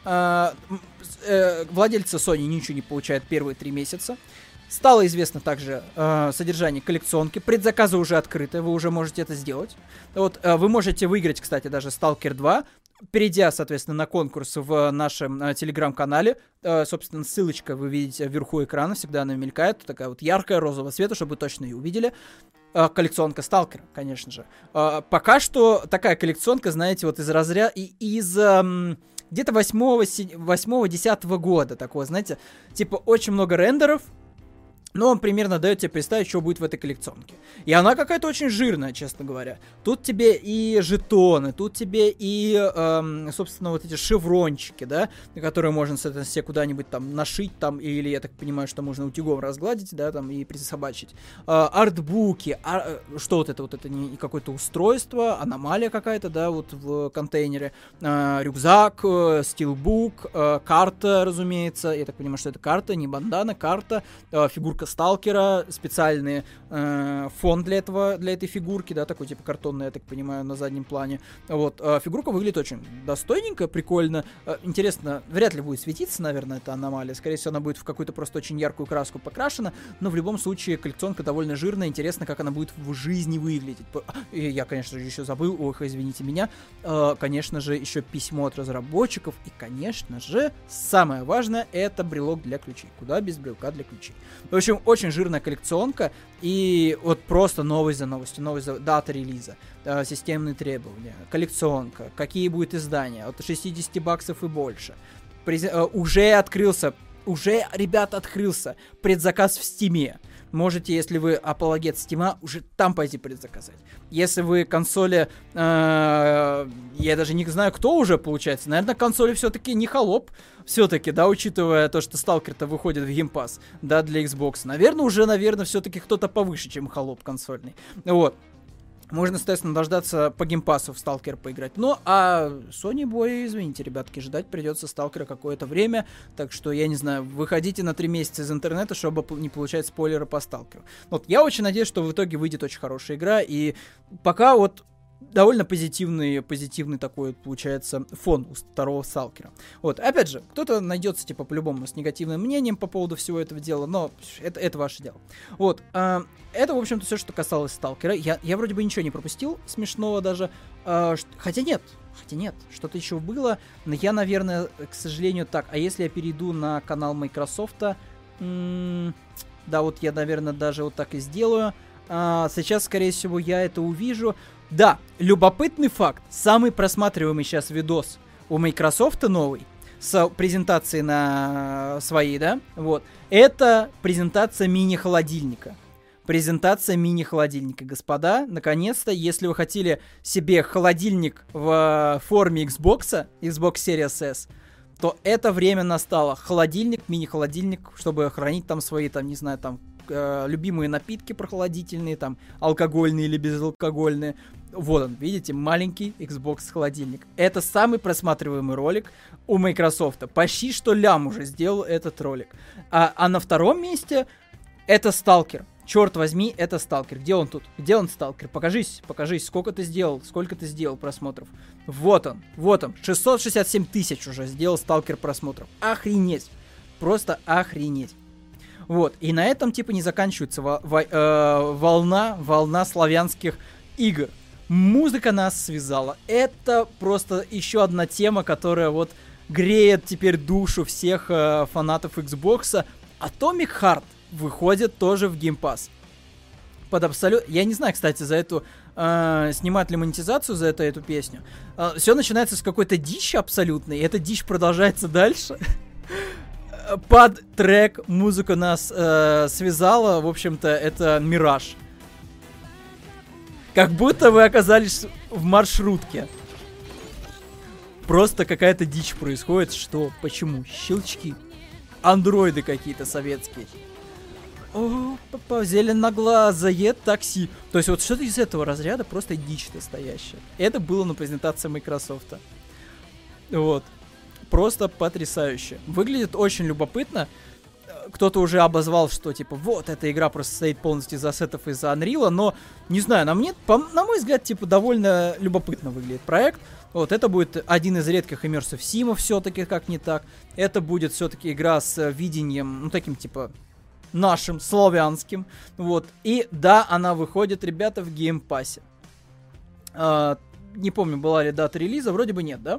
э, э, владельцы Sony ничего не получают первые три месяца. Стало известно также э, содержание коллекционки. Предзаказы уже открыты, вы уже можете это сделать. Вот, э, вы можете выиграть, кстати, даже Stalker два, перейдя, соответственно, на конкурс в нашем э, телеграм-канале. Э, собственно, ссылочка вы видите вверху экрана, всегда она мелькает. Такая вот яркая розового цвета, чтобы вы точно ее увидели. Э, коллекционка Сталкера, конечно же. Э, пока что такая коллекционка, знаете, вот из разряда... И, из... Э, где-то восьмого-десятого года такого, знаете, типа очень много рендеров. Но он примерно дает тебе представить, что будет в этой коллекционке. И она какая-то очень жирная, честно говоря. Тут тебе и жетоны, тут тебе и, эм, собственно, вот эти шеврончики, да, которые можно, соответственно, себе куда-нибудь там нашить, там, или, я так понимаю, что можно утюгом разгладить, да, там, и присобачить. Э, артбуки, ар... что вот это, вот это не какое-то устройство, аномалия какая-то, да, вот в контейнере. Э, рюкзак, э, стилбук, э, карта, разумеется. Я так понимаю, что это карта, не бандана, карта, э, фигурка Сталкера, специальный э, фон для этого, для этой фигурки, да, такой типа картонный, я так понимаю, на заднем плане. Вот, э, фигурка выглядит очень достойненько, прикольно. Э, интересно, вряд ли будет светиться, наверное, эта аномалия. Скорее всего, она будет в какую-то просто очень яркую краску покрашена, но в любом случае коллекционка довольно жирная. Интересно, как она будет в жизни выглядеть. И я, конечно же, еще забыл, ох, извините меня, э, конечно же, еще письмо от разработчиков, и, конечно же, самое важное, это брелок для ключей. Куда без брелка для ключей? В общем, очень жирная коллекционка, и вот просто новость за новостью, новость за дата релиза, э, системные требования, коллекционка, какие будут издания, от шестьдесят баксов и больше. През... Э, уже открылся, уже, ребят, открылся предзаказ в Стиме. Можете, если вы апологет Стима, уже там пойти предзаказать. Если вы консоли... Э, я даже не знаю, кто уже, получается. Наверное, консоли все-таки не холоп. Все-таки, да, учитывая то, что Сталкер-то выходит в Game Pass, да, для Xbox. Наверное, уже, наверное, все-таки кто-то повыше, чем холоп консольный. Вот. Можно, естественно, дождаться по геймпасу в Сталкер поиграть. Ну, а Sony Boy, извините, ребятки, ждать придется Сталкера какое-то время. Так что, я не знаю, выходите на три месяца из интернета, чтобы не получать спойлеры по Сталкеру. Вот, я очень надеюсь, что в итоге выйдет очень хорошая игра. И пока вот довольно позитивный, позитивный такой, получается, фон у второго Сталкера. Вот, опять же, кто-то найдется, типа, по-любому с негативным мнением по поводу всего этого дела, но это, это ваше дело. Вот, э, это, в общем-то, все, что касалось Сталкера. Я, я вроде бы ничего не пропустил, смешного даже, э, хотя нет, хотя нет, что-то еще было, но я, наверное, к сожалению, так, а если я перейду на канал Microsoft, м- да, вот я, наверное, даже вот так и сделаю. Uh, сейчас, скорее всего, я это увижу. Да, любопытный факт. Самый просматриваемый сейчас видос у Microsoft новый, с презентацией на своей, да, вот, это презентация мини-холодильника. Презентация мини-холодильника, господа. Наконец-то, если вы хотели себе холодильник в форме Xbox, Xbox Series S, то это время настало. Холодильник, мини-холодильник, чтобы хранить там свои, там, не знаю, там, любимые напитки прохладительные, там, алкогольные или безалкогольные. Вот он, видите, маленький Xbox холодильник. Это самый просматриваемый ролик у Microsoft. Почти что лям уже сделал этот ролик. А, а на втором месте это Сталкер. Черт возьми, это Сталкер. Где он тут? Где он, Сталкер? Покажись, покажись, сколько ты сделал, сколько ты сделал просмотров. Вот он, вот он. шестьсот шестьдесят семь тысяч уже сделал Сталкер просмотров. Охренеть. Просто охренеть. Вот, и на этом, типа, не заканчивается во- во- э, волна, волна славянских игр. Музыка нас связала. Это просто еще одна тема, которая вот греет теперь душу всех э, фанатов Xbox. Atomic Heart выходит тоже в Game Pass. Под абсолют... Я не знаю, кстати, за эту... Э, снимать ли монетизацию за это, эту песню. Э, все начинается с какой-то дичи абсолютной, и эта дичь продолжается дальше. Под трек музыка нас э, связала, в общем-то, это Мираж. Как будто вы оказались в маршрутке. Просто какая-то дичь происходит. Что? Почему? Щелчки. Андроиды какие-то советские. О, папа, зеленоглазое такси. То есть вот что-то из этого разряда, просто дичь настоящая. Это было на презентации Microsoft. Вот. Просто потрясающе. Выглядит очень любопытно. кто-то уже обозвал, что типа вот эта игра просто состоит полностью из ассетов из Unreal, но не знаю, на мне, по, на мой взгляд, типа довольно любопытно выглядит проект. Вот это будет один из редких immersive симов все-таки, как не так. Это будет все-таки игра с видением, ну таким типа нашим, славянским. Вот. И да, она выходит, ребята, в геймпассе. А, не помню, была ли дата релиза, вроде бы нет, да?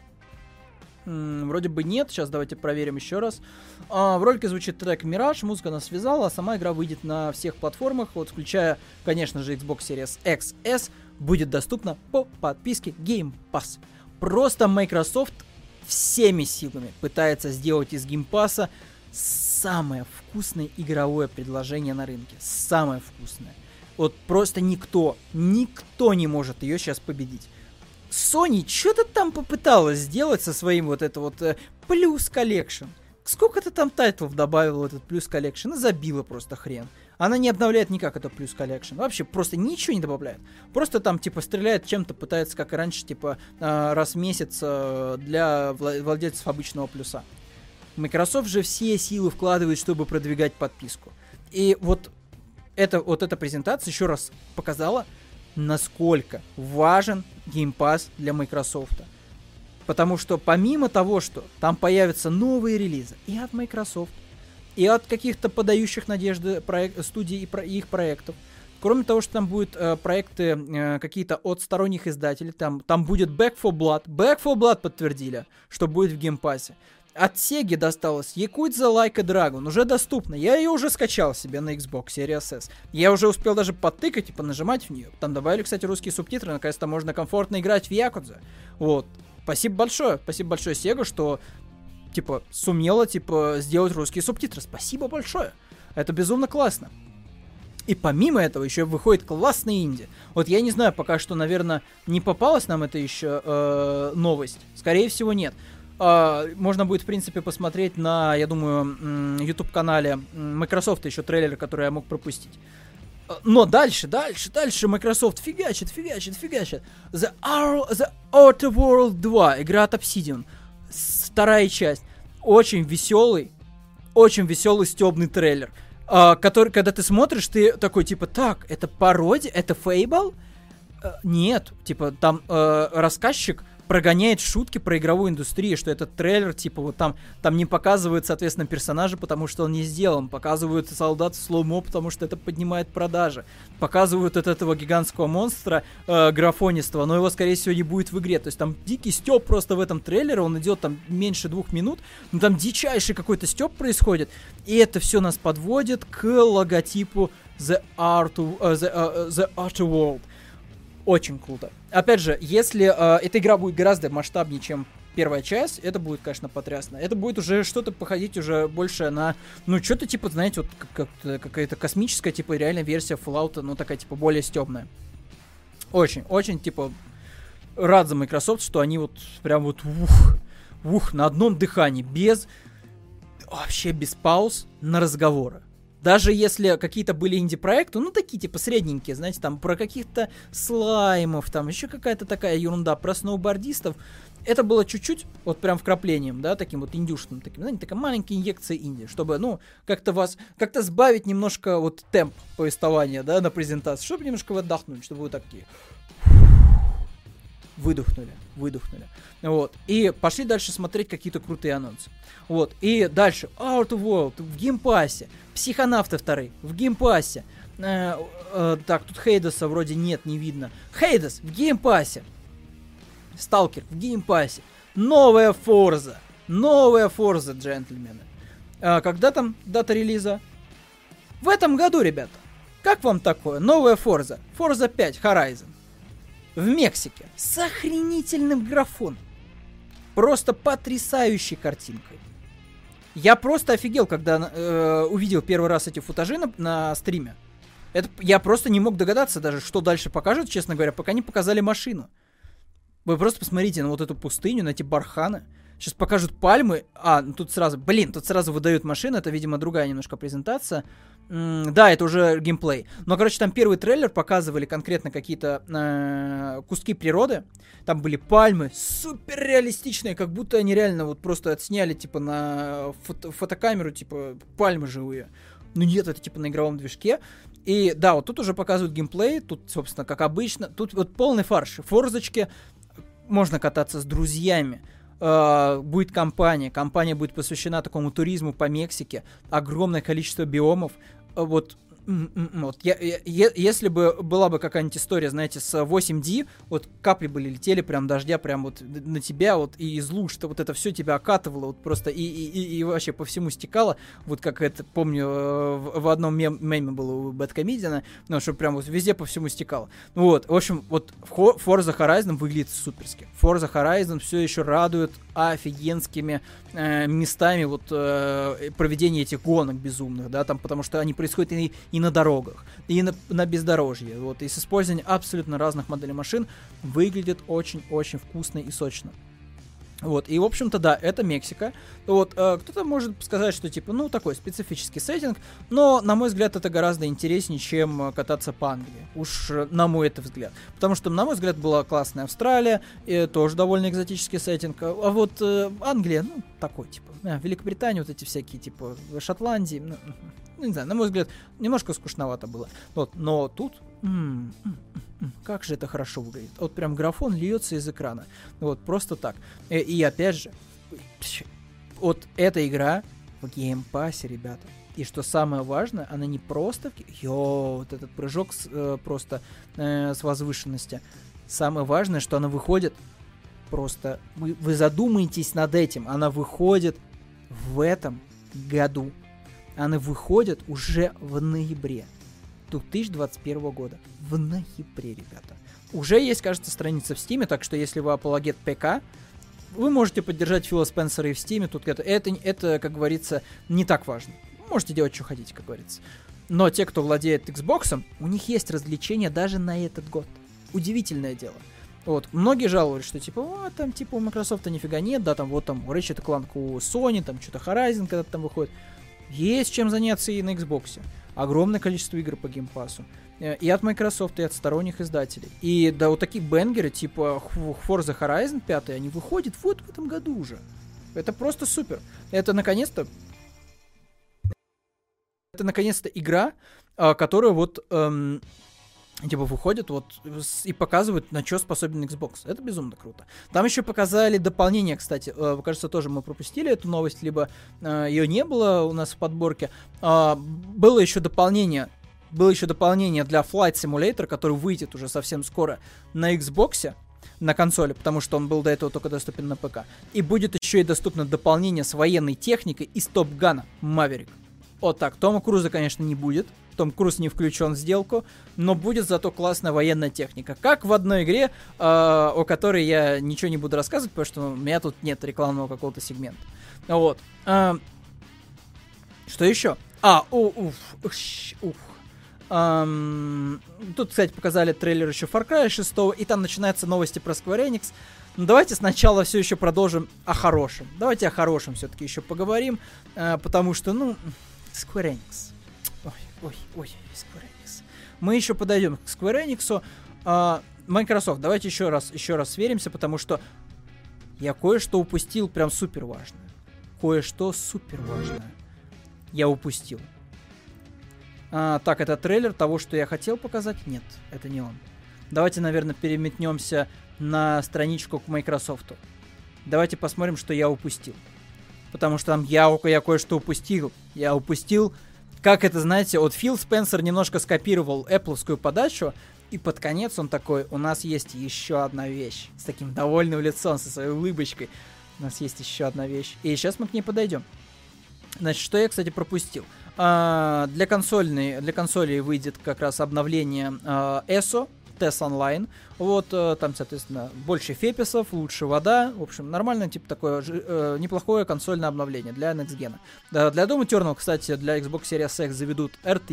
М-м, вроде бы нет, сейчас давайте проверим еще раз. А, в ролике звучит трек Mirage, музыка она связала, а сама игра выйдет на всех платформах, вот включая, конечно же, Xbox Series X S, будет доступна по подписке Game Pass. Просто Microsoft всеми силами пытается сделать из Game Pass'а самое вкусное игровое предложение на рынке. Самое вкусное. Вот просто никто, никто не может ее сейчас победить. Sony что-то там попыталась сделать со своим вот это вот э, плюс коллекшн. Сколько ты там тайтлов добавила в этот плюс коллекшн? Она забила просто хрен. Она не обновляет никак это плюс коллекшн. Вообще просто ничего не добавляет. Просто там типа стреляет чем-то, пытается, как и раньше, типа э, раз в месяц э, для вла- владельцев обычного плюса. Microsoft же все силы вкладывает, чтобы продвигать подписку. И вот, это, вот эта презентация еще раз показала, насколько важен Game Pass для Microsoft. Потому что помимо того, что там появятся новые релизы и от Microsoft, и от каких-то подающих надежды проек- студий и, про- и их проектов, кроме того, что там будут э, проекты э, какие-то от сторонних издателей, там, там будет Back four Blood. Back four Blood подтвердили, что будет в Game Pass'е. От Sega досталось Yakuza Like a Dragon, уже доступно. Я ее уже скачал себе на Xbox Series S. Я уже успел даже потыкать и понажимать в нее. Там добавили, кстати, русские субтитры, наконец-то можно комфортно играть в Yakuza. Вот. Спасибо большое, спасибо большое Sega, что, типа, сумела, типа, сделать русские субтитры. Спасибо большое. Это безумно классно. И помимо этого еще выходит классный инди. Вот я не знаю, пока что, наверное, не попалась нам это еще э, новость. Скорее всего, нет. Uh, можно будет, в принципе, посмотреть на, я думаю, YouTube-канале Microsoft еще трейлер, который я мог пропустить. Uh, но дальше, дальше, дальше Microsoft фигачит, фигачит, фигачит. The, Ar- The Outer World два, игра от Obsidian. Вторая часть. Очень веселый, очень веселый стебный трейлер. Uh, который, когда ты смотришь, ты такой, типа, так, это пародия, это Fable? Uh, нет, типа, там uh, рассказчик прогоняет шутки про игровую индустрию, что этот трейлер, типа, вот там, там не показывают, соответственно, персонажа, потому что он не сделан, показывают солдат в слоумо, потому что это поднимает продажи, показывают от этого гигантского монстра э, графонистого, но его, скорее всего, не будет в игре, то есть там дикий стёб просто в этом трейлере, он идет там меньше двух минут, но там дичайший какой-то стёб происходит, и это все нас подводит к логотипу The Art of, uh, the, uh, the Outer World. Очень круто. Опять же, если э, эта игра будет гораздо масштабнее, чем первая часть, это будет, конечно, потрясно. Это будет уже что-то походить уже больше на, ну, что-то типа, знаете, вот как- как- какая-то космическая, типа, реальная версия Fallout, ну, такая, типа, более стёбная. Очень, очень, типа, рад за Microsoft, что они вот прям вот ух, ух, на одном дыхании, без, вообще без пауз на разговоры. Даже если какие-то были инди-проекты, ну, такие, типа, средненькие, знаете, там, про каких-то слаймов, там, еще какая-то такая ерунда, про сноубордистов, это было чуть-чуть, вот прям вкраплением, да, таким вот индюшным, таким, знаете, такая маленькая инъекция инди, чтобы, ну, как-то вас, как-то сбавить немножко вот темп повествования, да, на презентации, чтобы немножко вы отдохнули, чтобы вы такие выдохнули, выдохнули, вот, и пошли дальше смотреть какие-то крутые анонсы, вот, и дальше, Outer World в геймпассе, Психонавты вторые в геймпассе, э, э, так, тут Хейдеса вроде нет, не видно, Хейдес в геймпассе, Сталкер в геймпассе, новая Форза, новая Форза, джентльмены, а когда там дата релиза? В этом году, ребята, как вам такое, новая Форза, Форза пять Horizon, в Мексике, с охренительным графоном, просто потрясающей картинкой. Я просто офигел, когда э, увидел первый раз эти футажи на, на стриме. Это, я просто не мог догадаться даже, что дальше покажут, честно говоря, пока не показали машину. Вы просто посмотрите на вот эту пустыню, на эти барханы. Сейчас покажут пальмы. А, ну тут сразу, блин, тут сразу выдают машины. Это, видимо, другая немножко презентация. М- да, это уже геймплей. Но, короче, там первый трейлер показывали конкретно какие-то э- куски природы. Там были пальмы, супер реалистичные, как будто они реально вот просто отсняли, типа, на фото- фотокамеру, типа, пальмы живые. Ну нет, это типа на игровом движке. И да, вот тут уже показывают геймплей. Тут, собственно, как обычно. Тут вот полный фарш. Форзочки. Можно кататься с друзьями. Uh, будет компания, компания будет посвящена такому туризму по Мексике, огромное количество биомов, uh, вот, mm-mm, вот я, я, если бы была бы какая-нибудь история, знаете, с восемь ди, вот капли были летели прям дождя, прям вот на тебя, вот, и из луж, что вот это все тебя окатывало, вот просто, и, и, и, и вообще по всему стекало, вот как это, помню, в, в одном мем, меме было у Бэткомедиана, ну, что прям вот везде по всему стекало. Вот, в общем, вот Forza Horizon выглядит суперски. Forza Horizon все еще радует офигенскими э, местами вот э, проведения этих гонок безумных, да, там, потому что они происходят и, и на дорогах, и на, на бездорожье, вот, и с использованием абсолютно разных моделей машин выглядит очень-очень вкусно и сочно. Вот, и, в общем-то, да, это Мексика. Вот, э, кто-то может сказать, что, типа, ну, такой специфический сеттинг, но, на мой взгляд, это гораздо интереснее, чем кататься по Англии. Уж на мой это взгляд. Потому что, на мой взгляд, была классная Австралия, и тоже довольно экзотический сеттинг. А вот э, Англия, ну, такой, типа, э, Великобритания, вот эти всякие, типа, Шотландии, ну, ну, не знаю, на мой взгляд, немножко скучновато было. Вот, но тут... М-м, м-м, как же это хорошо выглядит. Вот прям графон льется из экрана. Вот, просто так. И, и опять же, вот эта игра в геймпассе, ребята. И что самое важное, она не просто... Йо, вот этот прыжок с, э, просто э, с возвышенности. Самое важное, что она выходит просто... Вы, вы задумаетесь над этим. Она выходит в этом году. Она выходит уже в ноябре две тысячи двадцать первого года. В ноябре, ребята. Уже есть, кажется, страница в Стиме, так что если вы апологет ПК, вы можете поддержать Фила Спенсера и в Стиме. Тут это, это, это, как говорится, не так важно. Можете делать, что хотите, как говорится. Но те, кто владеет Xbox, у них есть развлечения даже на этот год. Удивительное дело. Вот, многие жаловались, что типа, о, там, типа, у Microsoft никогда нет, да, там, вот, там, у Ratchet and Clank у Sony, там, что-то Horizon когда-то там выходит. Есть чем заняться и на Xbox. Огромное количество игр по геймпассу. И от Microsoft, и от сторонних издателей. И да, вот такие бенгеры, типа Forza Horizon пять, они выходят вот в этом году уже. Это просто супер. Это наконец-то... Это наконец-то игра, которая вот... Эм, типа выходит вот и показывает, на что способен Xbox. Это безумно круто. Там еще показали дополнение, кстати. Э, кажется, тоже мы пропустили эту новость, либо э, ее не было у нас в подборке. Э, было еще дополнение. Было еще дополнение для Flight Simulator, который выйдет уже совсем скоро на Xbox, на консоли, потому что он был до этого только доступен на ПК. И будет еще и доступно дополнение с военной техникой из Топ Гана Maverick. Вот так. Тома Круза, конечно, не будет. Том Круз не включен в сделку, но будет зато классная военная техника. Как в одной игре, э, о которой я ничего не буду рассказывать, потому что у меня тут нет рекламного какого-то сегмента. Вот. Э, что еще? А, уф, уф, уф. Эм, тут, кстати, показали трейлер еще Far Cry шесть, и там начинаются новости про Square Enix. Но давайте сначала все еще продолжим о хорошем. Давайте о хорошем все-таки еще поговорим, э, потому что, ну, Square Enix. Ой, ой, ой, Square Enix. Мы еще подойдем к Square Enix. А, Microsoft, давайте еще раз, еще раз сверимся, потому что я кое-что упустил прям супер важное. Кое-что супер важное. Я упустил. А, так, это трейлер того, что я хотел показать? Нет, это не он. Давайте, наверное, переметнемся на страничку к Microsoft. Давайте посмотрим, что я упустил. Потому что там я, я кое-что упустил. Я упустил... Как это, знаете, вот Фил Спенсер немножко скопировал Apple'овскую подачу, и под конец он такой, у нас есть еще одна вещь. С таким довольным лицом, со своей улыбочкой. У нас есть еще одна вещь. И сейчас мы к ней подойдем. Значит, что я, кстати, пропустил? А, для консольной, для консолей выйдет как раз обновление а, и эс о, Тес Онлайн. Вот, там, соответственно, больше феписов, лучше вода. В общем, нормальное, типа, такое э, неплохое консольное обновление для Next Gen. Да, для Doom Eternal, кстати, для Xbox Series X заведут эр ти экс.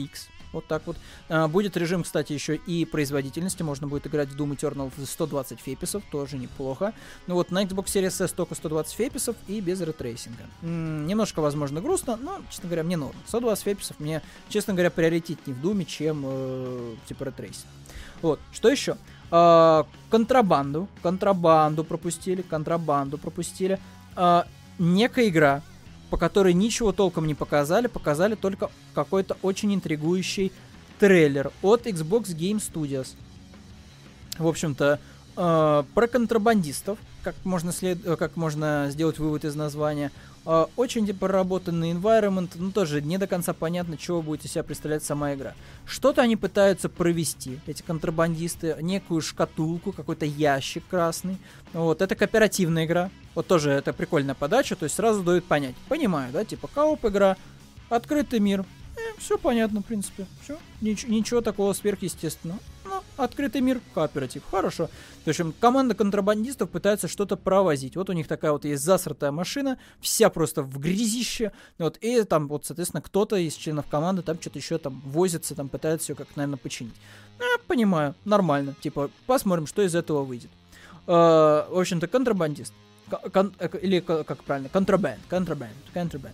Вот так вот. А, будет режим, кстати, еще и производительности. Можно будет играть в Doom Eternal в сто двадцать фпс, тоже неплохо. Ну вот на Xbox Series S только сто двадцать фпс и без ретрейсинга. М-м, немножко, возможно, грустно, но, честно говоря, мне норм. сто двадцать фпс мне, честно говоря, приоритетнее в Doom, чем э, типа ретрейсинг. Вот, что еще? А, контрабанду. Контрабанду пропустили, контрабанду пропустили. А, некая игра, по которой ничего толком не показали, показали только какой-то очень интригующий трейлер от Xbox Game Studios. В общем-то, э, про контрабандистов, как можно, след... как можно сделать вывод из названия. Э, очень проработанный environment, но тоже не до конца понятно, чего будет из себя представлять сама игра. Что-то они пытаются провести, эти контрабандисты, некую шкатулку, какой-то ящик красный. Вот, это кооперативная игра. Вот тоже это прикольная подача, то есть сразу дают понять. Понимаю, да, типа кооп игра, открытый мир. Э, все понятно, в принципе. Все. Нич- ничего такого сверхъестественного. Ну, открытый мир, кооператив. Хорошо. В общем, команда контрабандистов пытается что-то провозить. Вот у них такая вот есть засратая машина, вся просто в грязище. Вот, и там вот, соответственно, кто-то из членов команды там что-то еще там возится, там пытается ее как, наверное, починить. Ну, я понимаю, нормально. Типа, посмотрим, что из этого выйдет. Э, в общем-то, контрабандист. Кон- или как правильно, контрабанд, контрабанд, контрабанд.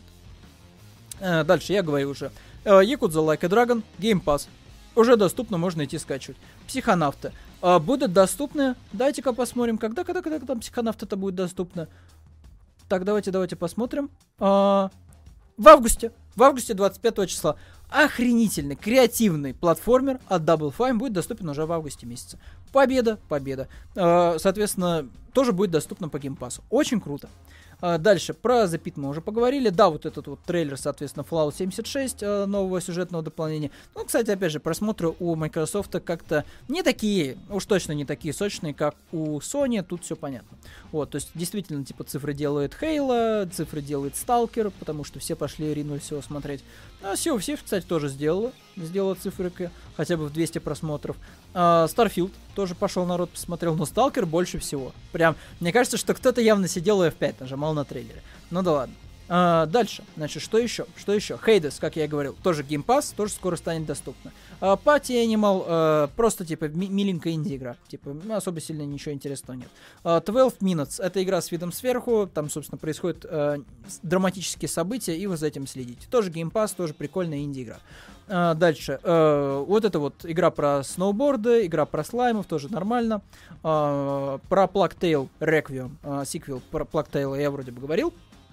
Э, дальше я говорю уже. Э, Yakuza Like a Dragon, Game Pass. Уже доступно, можно идти скачивать. Психонавты. Э, будут доступны. Дайте-ка посмотрим, когда, когда, когда там психонавты-то будет доступно. Так, давайте, давайте посмотрим. Э, в августе. В августе двадцать пятого числа. Охренительный, креативный платформер от Double Fine будет доступен уже в августе месяце. Победа, победа. Э, соответственно, тоже будет доступно по Game Pass. Очень круто. Э, дальше, про The Pit мы уже поговорили. Да, вот этот вот трейлер, соответственно, Fallout семьдесят шесть, э, нового сюжетного дополнения. Ну, кстати, опять же, просмотры у Microsoft как-то не такие, уж точно не такие сочные, как у Sony. Тут все понятно. Вот, то есть, действительно, типа, цифры делает Halo, цифры делает Stalker, потому что все пошли и ринулись его смотреть. А Sea of Thieves, кстати, тоже сделала. Сделала цифры хотя бы в двести просмотров. А, Starfield тоже пошел народ, посмотрел. Но Stalker больше всего. Прям, мне кажется, что кто-то явно сидел и эф пять нажимал на трейлере. Ну да ладно. А, дальше, значит, что еще? Что еще? Hades, как я и говорил, тоже Game Pass, тоже скоро станет доступно. А, Party Animal, а, просто, типа, ми- миленькая инди-игра. Типа, особо сильно ничего интересного нет. А, двенадцать Minutes, это игра с видом сверху, там, собственно, происходят а, драматические события, и вы за этим следите. Тоже Game Pass, тоже прикольная инди-игра. А, дальше, а, вот это вот игра про сноуборды, игра про слаймов, тоже нормально. А, про Plague Tale Requiem, а, сиквел про Plague Tale я вроде бы говорил.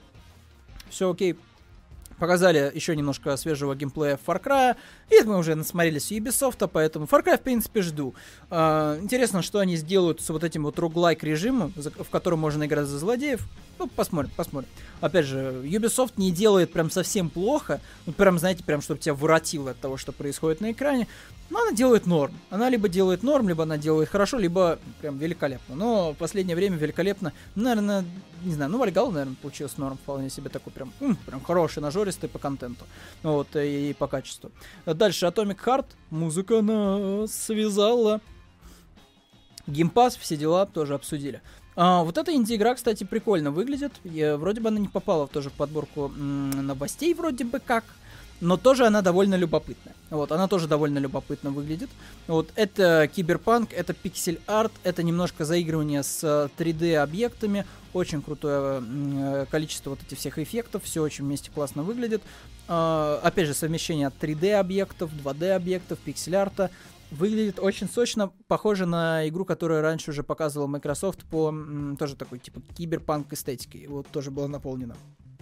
Все окей. Показали еще немножко свежего геймплея Far Cry. И мы уже насмотрелись у Ubisoft, поэтому Far Cry, в принципе, жду. А, интересно, что они сделают с вот этим вот roguelike режимом, в котором можно играть за злодеев. Ну, посмотрим, посмотрим. Опять же, Ubisoft не делает прям совсем плохо. Ну, прям, знаете, прям, чтобы тебя воротило от того, что происходит на экране. Но она делает норм. Она либо делает норм, либо она делает хорошо, либо прям великолепно. Но в последнее время великолепно, наверное, не знаю, ну, Вальгалла, наверное, получилось норм. Вполне себе такой прям, м, прям хороший, нажористый по контенту. Вот, и по качеству. Дальше, Atomic Heart. Музыка нас связала. Геймпас, все дела тоже обсудили. А, вот эта инди-игра, кстати, прикольно выглядит. Я, вроде бы она не попала тоже в подборку м- новостей, вроде бы как. Но тоже она довольно любопытная. Вот, она тоже довольно любопытно выглядит. Вот, это киберпанк, это пиксель-арт, это немножко заигрывание с три дэ-объектами. Очень крутое э, количество вот этих всех эффектов, все очень вместе классно выглядит. Э, опять же, совмещение от три дэ-объектов, два дэ-объектов, пиксель-арта. Выглядит очень сочно, похоже на игру, которую раньше уже показывал Microsoft по м, тоже такой типа киберпанк эстетике. Вот тоже была наполнена.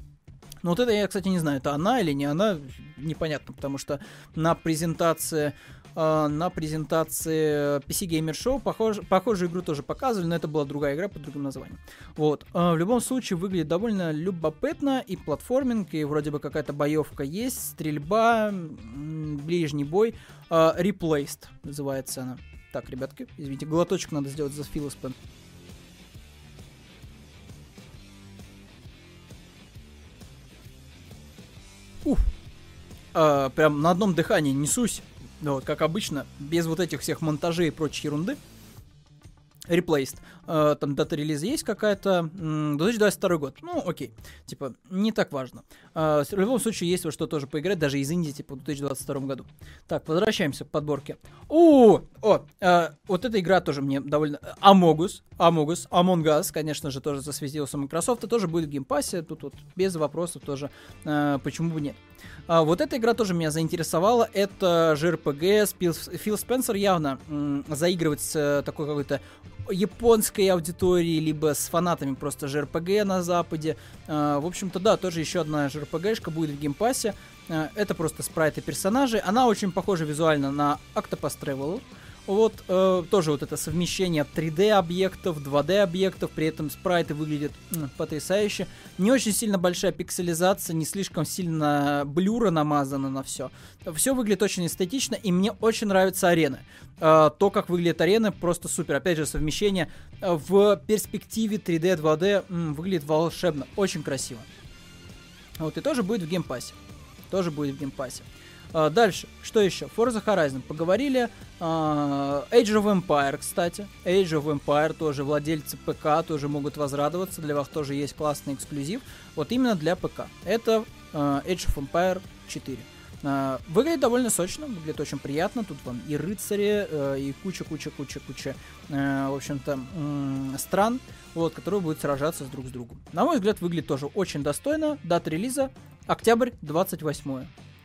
Ну вот это я, кстати, не знаю, это она или не она, непонятно, потому что на презентации, э, на презентации пи си Gamer Show похож, похожую игру тоже показывали, но это была другая игра под другим названием. Вот. Э, в любом случае выглядит довольно любопытно, и платформинг, и вроде бы какая-то боевка есть, стрельба, м- ближний бой. Э, Replaced называется она. Так, ребятки, извините, глоточек надо сделать за Филоспен. Уф. А, прям на одном дыхании несусь, вот, как обычно, без вот этих всех монтажей и прочей ерунды. Replaced. Uh, там дата релиза есть какая-то. две тысячи двадцать второй год. Ну, окей. Типа, не так важно. Uh, в любом случае, есть во что тоже поиграть, даже из Индии, типа, в две тысячи двадцать втором году. Так, возвращаемся к подборке. У, О! Uh, вот эта игра тоже мне довольно... Among Us. Among Us. Among Us, конечно же, тоже засветился у Microsoft. Тоже будет в геймпассе. Тут вот без вопросов тоже. Uh, почему бы нет? Uh, вот эта игра тоже меня заинтересовала. Это жэ эр пэ гэ. Фил, Фил Спенсер явно м- заигрывает с uh, такой какой-то японской аудитории, либо с фанатами просто жэ эр пэ гэ на Западе. Uh, в общем-то, да, тоже еще одна жэ эр пэ гэшка будет в геймпассе. Uh, это просто спрайты персонажей. Она очень похожа визуально на Octopus Traveler. Вот, э, тоже вот это совмещение три дэ объектов, два дэ объектов, при этом спрайты выглядят м, потрясающе. Не очень сильно большая пикселизация, не слишком сильно блюра намазана на все. Все выглядит очень эстетично, и мне очень нравятся арены. Э, то, как выглядят арены, просто супер. Опять же, совмещение в перспективе три дэ, два дэ м, выглядит волшебно, очень красиво. Вот, и тоже будет в геймпассе. Тоже будет в геймпассе. Uh, дальше, что еще? Forza Horizon поговорили. Uh, Age of Empire, кстати. Age of Empire тоже владельцы ПК тоже могут возрадоваться. Для вас тоже есть классный эксклюзив. Вот именно для ПК. Это uh, Age of Empire четыре. Uh, выглядит довольно сочно, выглядит очень приятно. Тут вам и рыцари, uh, и куча-куча-куча-куча, uh, в общем-то, um, стран, вот, которые будут сражаться с друг с другом. На мой взгляд, выглядит тоже очень достойно. Дата релиза октябрь двадцать восьмой.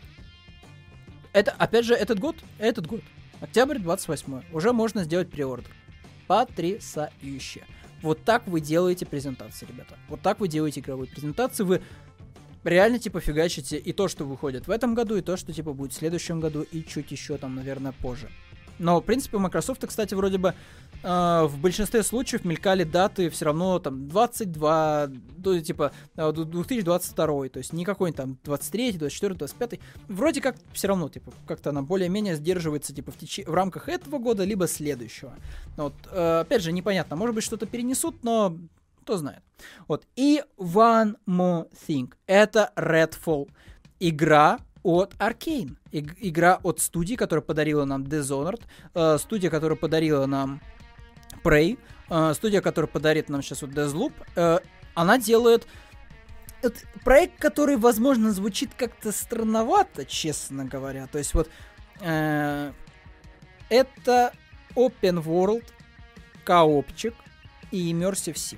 Это, опять же, этот год, этот год, октябрь двадцать восьмой, уже можно сделать преордер. Потрясающе. Вот так вы делаете презентации, ребята. Вот так вы делаете игровые презентации. Вы реально, типа, фигачите и то, что выходит в этом году, и то, что, типа, будет в следующем году, и чуть еще там, наверное, позже. Но, в принципе, у Microsoft, кстати, вроде бы э, в большинстве случаев мелькали даты все равно там двадцать два, то, типа две тысячи двадцать второй, то есть не какой-нибудь там двадцать третий, двадцать четвёртый, двадцать пятый. Вроде как все равно, типа, как-то она более-менее сдерживается, типа, в, теч... в рамках этого года, либо следующего. Вот, э, опять же, непонятно, может быть, что-то перенесут, но кто знает. Вот, и One More Thing. Это Redfall. Игра от Arkane. И- игра от студии, которая подарила нам Dishonored, э, студия, которая подарила нам Prey, э, студия, которая подарит нам сейчас вот Deathloop. Э, она делает это проект, который, возможно, звучит как-то странновато, честно говоря. То есть вот э, это Open World, коопчик и Immersive Sim.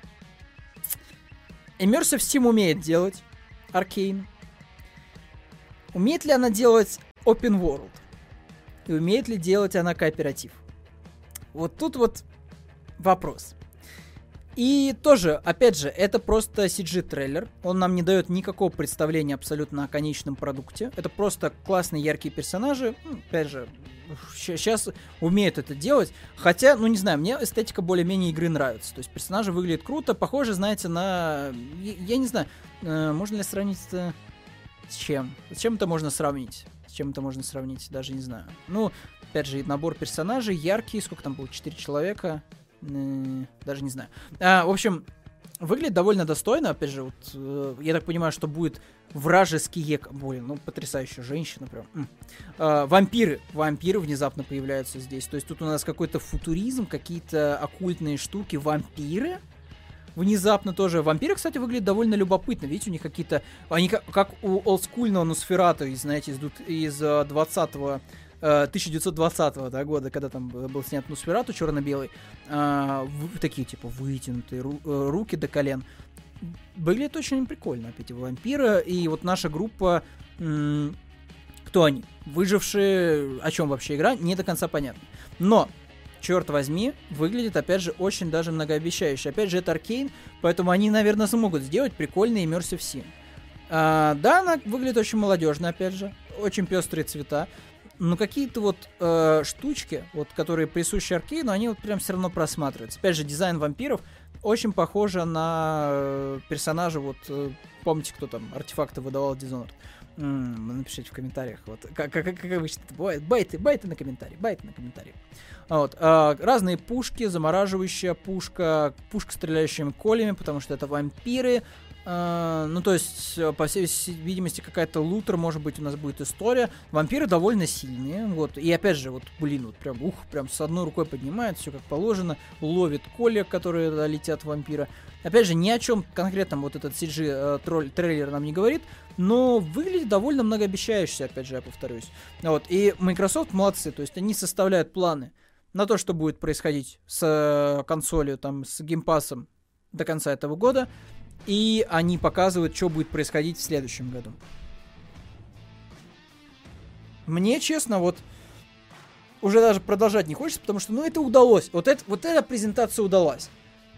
Immersive Sim умеет делать Arkane. Умеет ли она делать open world? И умеет ли делать она кооператив? Вот тут вот вопрос. И тоже, опять же, это просто си джи-трейлер. Он нам не дает никакого представления абсолютно о конечном продукте. Это просто классные, яркие персонажи. Ну, опять же, сейчас умеют это делать. Хотя, ну не знаю, мне эстетика более-менее игры нравится. То есть персонажи выглядят круто. Похоже, знаете, на... Я, я не знаю, можно ли сравнить это... С чем? С чем это можно сравнить? С чем это можно сравнить? Даже не знаю. Ну, опять же, набор персонажей яркий. Сколько там было? Четыре человека? М-м, даже не знаю. А, в общем, выглядит довольно достойно. Опять же, вот, э, я так понимаю, что будет вражеские... Блин, ну, потрясающая женщина прям. М. А, вампиры. Вампиры внезапно появляются здесь. То есть тут у нас какой-то футуризм, какие-то оккультные штуки. Вампиры? Внезапно тоже. Вампиры, кстати, выглядят довольно любопытно. Видите, у них какие-то... Они как, как у олдскульного Носферату, знаете, из, из двадцатого... тысяча девятьсот двадцатого да, года, когда там был снят Носферату черно-белый. А, в, такие, типа, вытянутые ру, руки до колен. Выглядит очень прикольно, опять, вампиры. И вот наша группа... М- кто они? Выжившие... О чем вообще игра? Не до конца понятно. Но... Черт возьми, выглядит, опять же, очень даже многообещающе. Опять же, это Arkane, поэтому они, наверное, смогут сделать прикольный Immersive Sim. А, да, она выглядит очень молодежно, опять же. Очень пестрые цвета. Но какие-то вот э, штучки, вот, которые присущи Arkane, они вот прям все равно просматриваются. Опять же, дизайн вампиров очень похоже на э, персонажа, вот, э, помните, кто там артефакты выдавал Dishonored? М-м, напишите в комментариях, вот, как, как, как обычно это бывает. Байты, байты на комментарии, байты на комментарии. Вот, а, разные пушки, замораживающая пушка, пушка с стреляющими колями, потому что это вампиры, Uh, ну, то есть, по всей видимости, какая-то лутер, может быть, у нас будет история. Вампиры довольно сильные, вот. И опять же, вот, блин, вот прям, ух, прям с одной рукой поднимает, все как положено, ловит колек, которые да, летят в вампира. Опять же, ни о чем конкретном вот этот си джи uh, тролль, трейлер нам не говорит, но выглядит довольно многообещающе, опять же, я повторюсь. Вот. И Microsoft молодцы, то есть они составляют планы на то, что будет происходить с uh, консолью, там, с геймпассом до конца этого года. И они показывают, что будет происходить в следующем году. Мне, честно, вот уже даже продолжать не хочется, потому что, ну, это удалось. Вот, это, вот эта презентация удалась.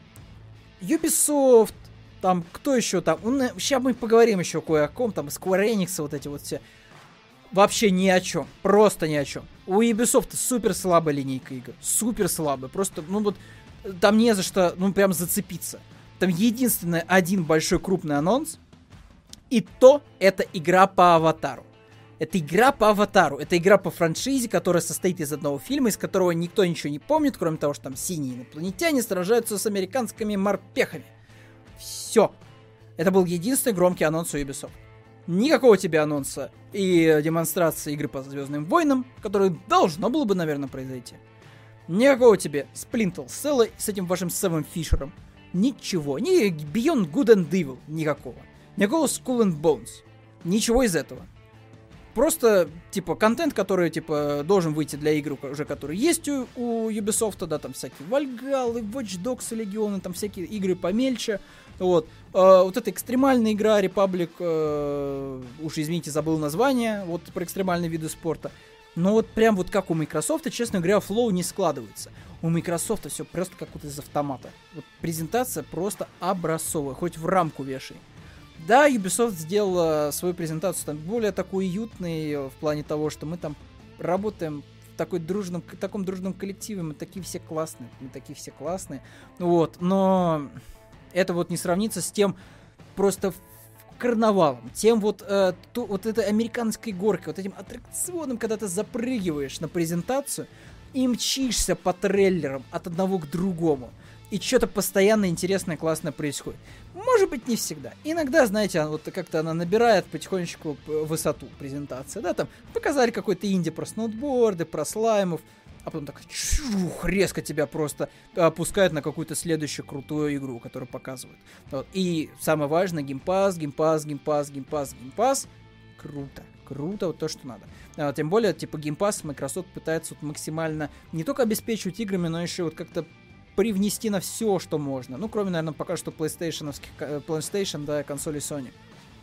Ubisoft, там, кто еще там? Ну, сейчас мы поговорим еще кое о ком, там, Square Enix, вот эти вот все. Вообще ни о чем. Просто ни о чем. У Ubisoft супер слабая линейка игр. Супер слабая. Просто, ну, вот, там не за что, ну, прям зацепиться. Там единственный один большой крупный анонс, и то это игра по Аватару. Это игра по Аватару, это игра по франшизе, которая состоит из одного фильма, из которого никто ничего не помнит, кроме того, что там синие инопланетяне сражаются с американскими морпехами. Все. Это был единственный громкий анонс у Ubisoft. Никакого тебе анонса и демонстрации игры по Звездным войнам, которая должно было бы, наверное, произойти. Никакого тебе Splinter Cell с этим вашим Сэвом Фишером. Ничего. Ни Beyond Good and Evil. Никакого. Никакого Skull and Bones. Ничего из этого. Просто, типа, контент, который, типа, должен выйти для игр, уже которые есть у, у Ubisoft, да, там всякие Valhalla, Watch Dogs, Легионы, там всякие игры помельче. Вот. Э, вот эта экстремальная игра Republic, э, уж извините, забыл название, вот про экстремальные виды спорта. Но вот прям вот как у Microsoft, честно говоря, флоу не складывается. У Microsoft все просто как вот из автомата. Вот презентация просто образцовая, хоть в рамку вешай. Да, Ubisoft сделала свою презентацию там более такой уютной, в плане того, что мы там работаем в такой дружном, таком дружном коллективе, мы такие все классные, мы такие все классные. Вот, но это вот не сравнится с тем просто карнавалом, тем вот, э, то, вот этой американской горкой, вот этим аттракционом, когда ты запрыгиваешь на презентацию и мчишься по трейлерам от одного к другому. И что-то постоянно интересное, классное происходит. Может быть, не всегда. Иногда, знаете, вот как-то она набирает потихонечку высоту презентации. Да, там показали какой-то инди про сноуборды, про слаймов, а потом так чух, резко тебя просто опускают на какую-то следующую крутую игру, которую показывают. Вот. И самое важное, геймпасс, геймпасс, геймпасс, геймпасс, геймпасс. Круто. Круто, вот то, что надо. А, тем более, типа, геймпасс Microsoft пытается вот максимально не только обеспечивать играми, но еще вот как-то привнести на все, что можно. Ну, кроме, наверное, пока что PlayStation, PlayStation, да, консоли Sony.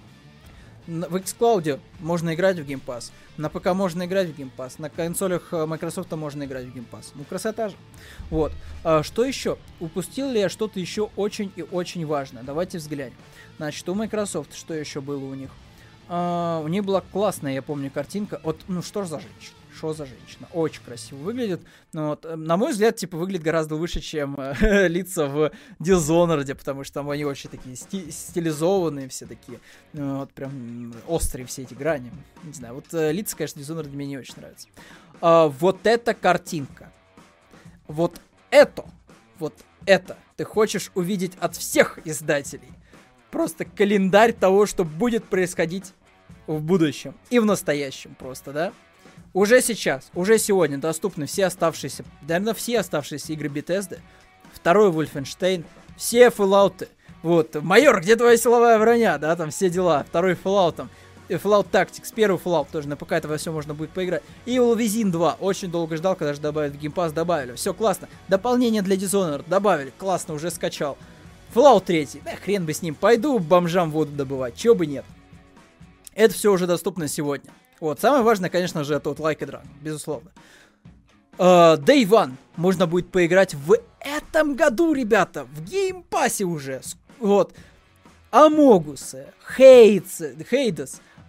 В xCloud можно играть в Game Pass, на ПК можно играть в Game Pass, на консолях Microsoft можно играть в Game Pass. Ну, красота же. Вот. А, что еще? Упустил ли я что-то еще очень и очень важное? Давайте взглянем. Значит, у Microsoft что еще было у них? А, у них была классная, я помню, картинка. Вот, ну, что ж за женщина? Что за женщина? Очень красиво выглядит. Ну, вот, на мой взгляд, типа, выглядит гораздо выше, чем э, лица в Dishonored, потому что там они очень такие сти- стилизованные, все такие, ну, вот прям острые все эти грани. Не знаю, вот э, лица, конечно, Dishonored мне не очень нравятся. А, вот эта картинка. Вот это. Вот это. Ты хочешь увидеть от всех издателей. Просто календарь того, что будет происходить в будущем и в настоящем просто, да? Уже сейчас, уже сегодня доступны все оставшиеся, наверное, все оставшиеся игры Bethesda, второй Wolfenstein, все Fallout, вот, Майор, где твоя силовая броня, да, там все дела, второй Fallout, там, Fallout Tactics, первый Fallout тоже, на ПК это во все можно будет поиграть, и Evil Within два, очень долго ждал, когда же добавят в Game Pass, добавили, все классно, дополнение для Dishonored добавили, классно, уже скачал, Fallout три, да хрен бы с ним, пойду бомжам воду добывать, чё бы нет, это все уже доступно сегодня. Вот, самое важное, конечно же, это вот Like a Dragon, безусловно. Uh, Day One можно будет поиграть в этом году, ребята, в геймпассе уже. Вот. Амогусы, Хейтс, Хейдес,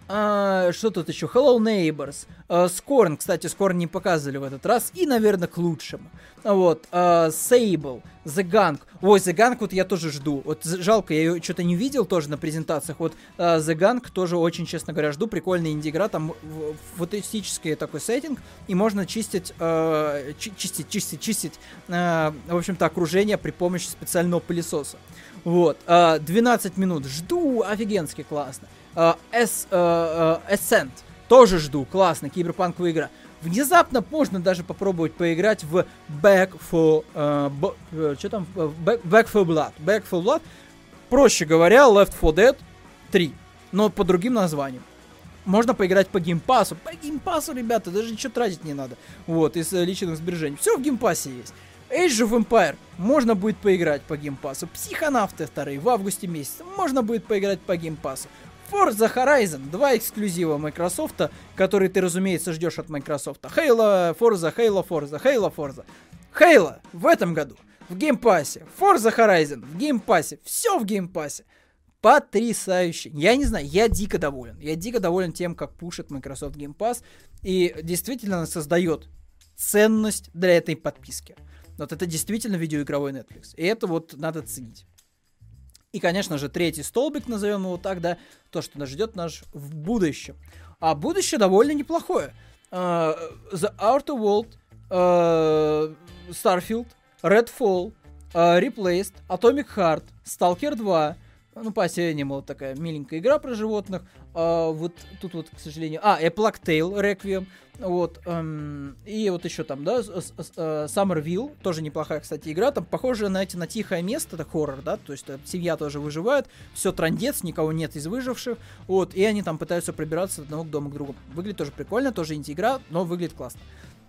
А, что тут еще? Hello Neighbors. А, Scorn, кстати, Scorn не показывали в этот раз. И, наверное, к лучшему. Вот. А, Sable. The Gang. Ой, The Gang вот я тоже жду. Вот жалко, я ее что-то не видел тоже на презентациях. Вот а, The Gang тоже очень, честно говоря, жду. Прикольная инди-игра. Там футуристический такой сеттинг. И можно чистить, а, чи- чистить, чистить, чистить, а, в общем-то, окружение при помощи специального пылесоса. Вот. А, двенадцать минут. Жду. Офигенски классно. Uh, S, uh, uh, Ascent. Тоже жду. Классно. Киберпанковая игра. Внезапно можно даже попробовать поиграть в Back for... Uh, bo- uh, что там? Back, Back for Blood. Back for Blood. Проще говоря, Left four Dead три. Но по другим названиям. Можно поиграть по геймпасу. По геймпасу, ребята, даже ничего тратить не надо. Вот, из uh, личных сбережений. Все в геймпассе есть. Age of Empire. Можно будет поиграть по геймпасу. Психонавты вторые в августе месяце. Можно будет поиграть по геймпасу. Forza Horizon, два эксклюзива Microsoft, которые ты, разумеется, ждешь от Microsoft. Halo, Forza, Halo, Forza, Halo, Forza. Halo в этом году в геймпассе. Forza Horizon в геймпассе. Все в геймпассе. Потрясающе. Я не знаю, я дико доволен. Я дико доволен тем, как пушит Microsoft Game Pass. И действительно создает ценность для этой подписки. Вот это действительно видеоигровой Netflix. И это вот надо ценить. И, конечно же, третий столбик, назовем его так, да, то, что нас ждет наш в будущем. А будущее довольно неплохое. Uh, The Outer World, uh, Starfield, Redfall, uh, Replaced, Atomic Heart, Stalker два. Ну, по Animal такая миленькая игра про животных. Uh, вот тут вот, к сожалению... А, A Plague Tale, Requiem. Вот. Um, и вот еще там, да, Summerville. Тоже неплохая, кстати, игра. Там похоже на эти, на тихое место. Это хоррор, да? То есть семья тоже выживает. Все трындец, никого нет из выживших. Вот. И они там пытаются пробираться от одного к дому к другу. Выглядит тоже прикольно, тоже инди-игра, но выглядит классно.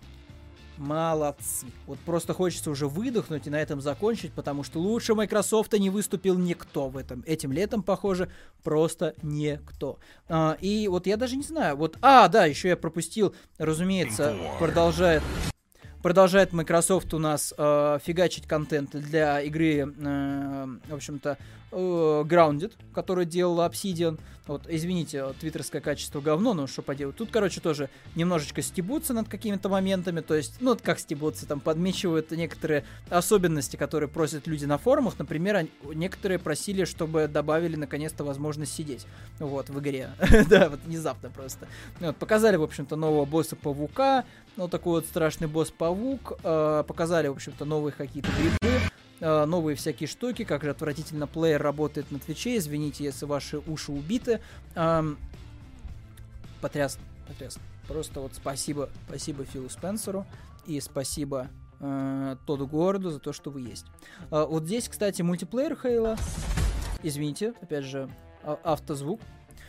Молодцы. Вот просто хочется уже выдохнуть и на этом закончить, потому что лучше Microsoft не выступил никто в этом. Этим летом, похоже, просто никто. А, и вот я даже не знаю. Вот, а, да, еще я пропустил, разумеется, продолжает... Продолжает Microsoft у нас э, фигачить контент для игры, э, в общем-то, э, Grounded, которую делала Obsidian. Вот, извините, твиттерское качество говно, но что поделать. Тут, короче, тоже немножечко стебутся над какими-то моментами, то есть, ну, как стебутся, там подмечивают некоторые особенности, которые просят люди на форумах. Например, они, некоторые просили, чтобы добавили, наконец-то, возможность сидеть, вот, в игре. Да, вот внезапно просто. Показали, в общем-то, нового босса-павука, ну, такой вот страшный босс-павук. Э, показали, в общем-то, новые какие-то грибы, э, новые всякие штуки, как же отвратительно плеер работает на Твиче. Извините, если ваши уши убиты. Э, потрясно, потрясно. Просто вот спасибо, спасибо Филу Спенсеру и спасибо э, Тодду Говарду за то, что вы есть. Э, вот здесь, кстати, мультиплеер Хейла. Извините, опять же, а- автозвук.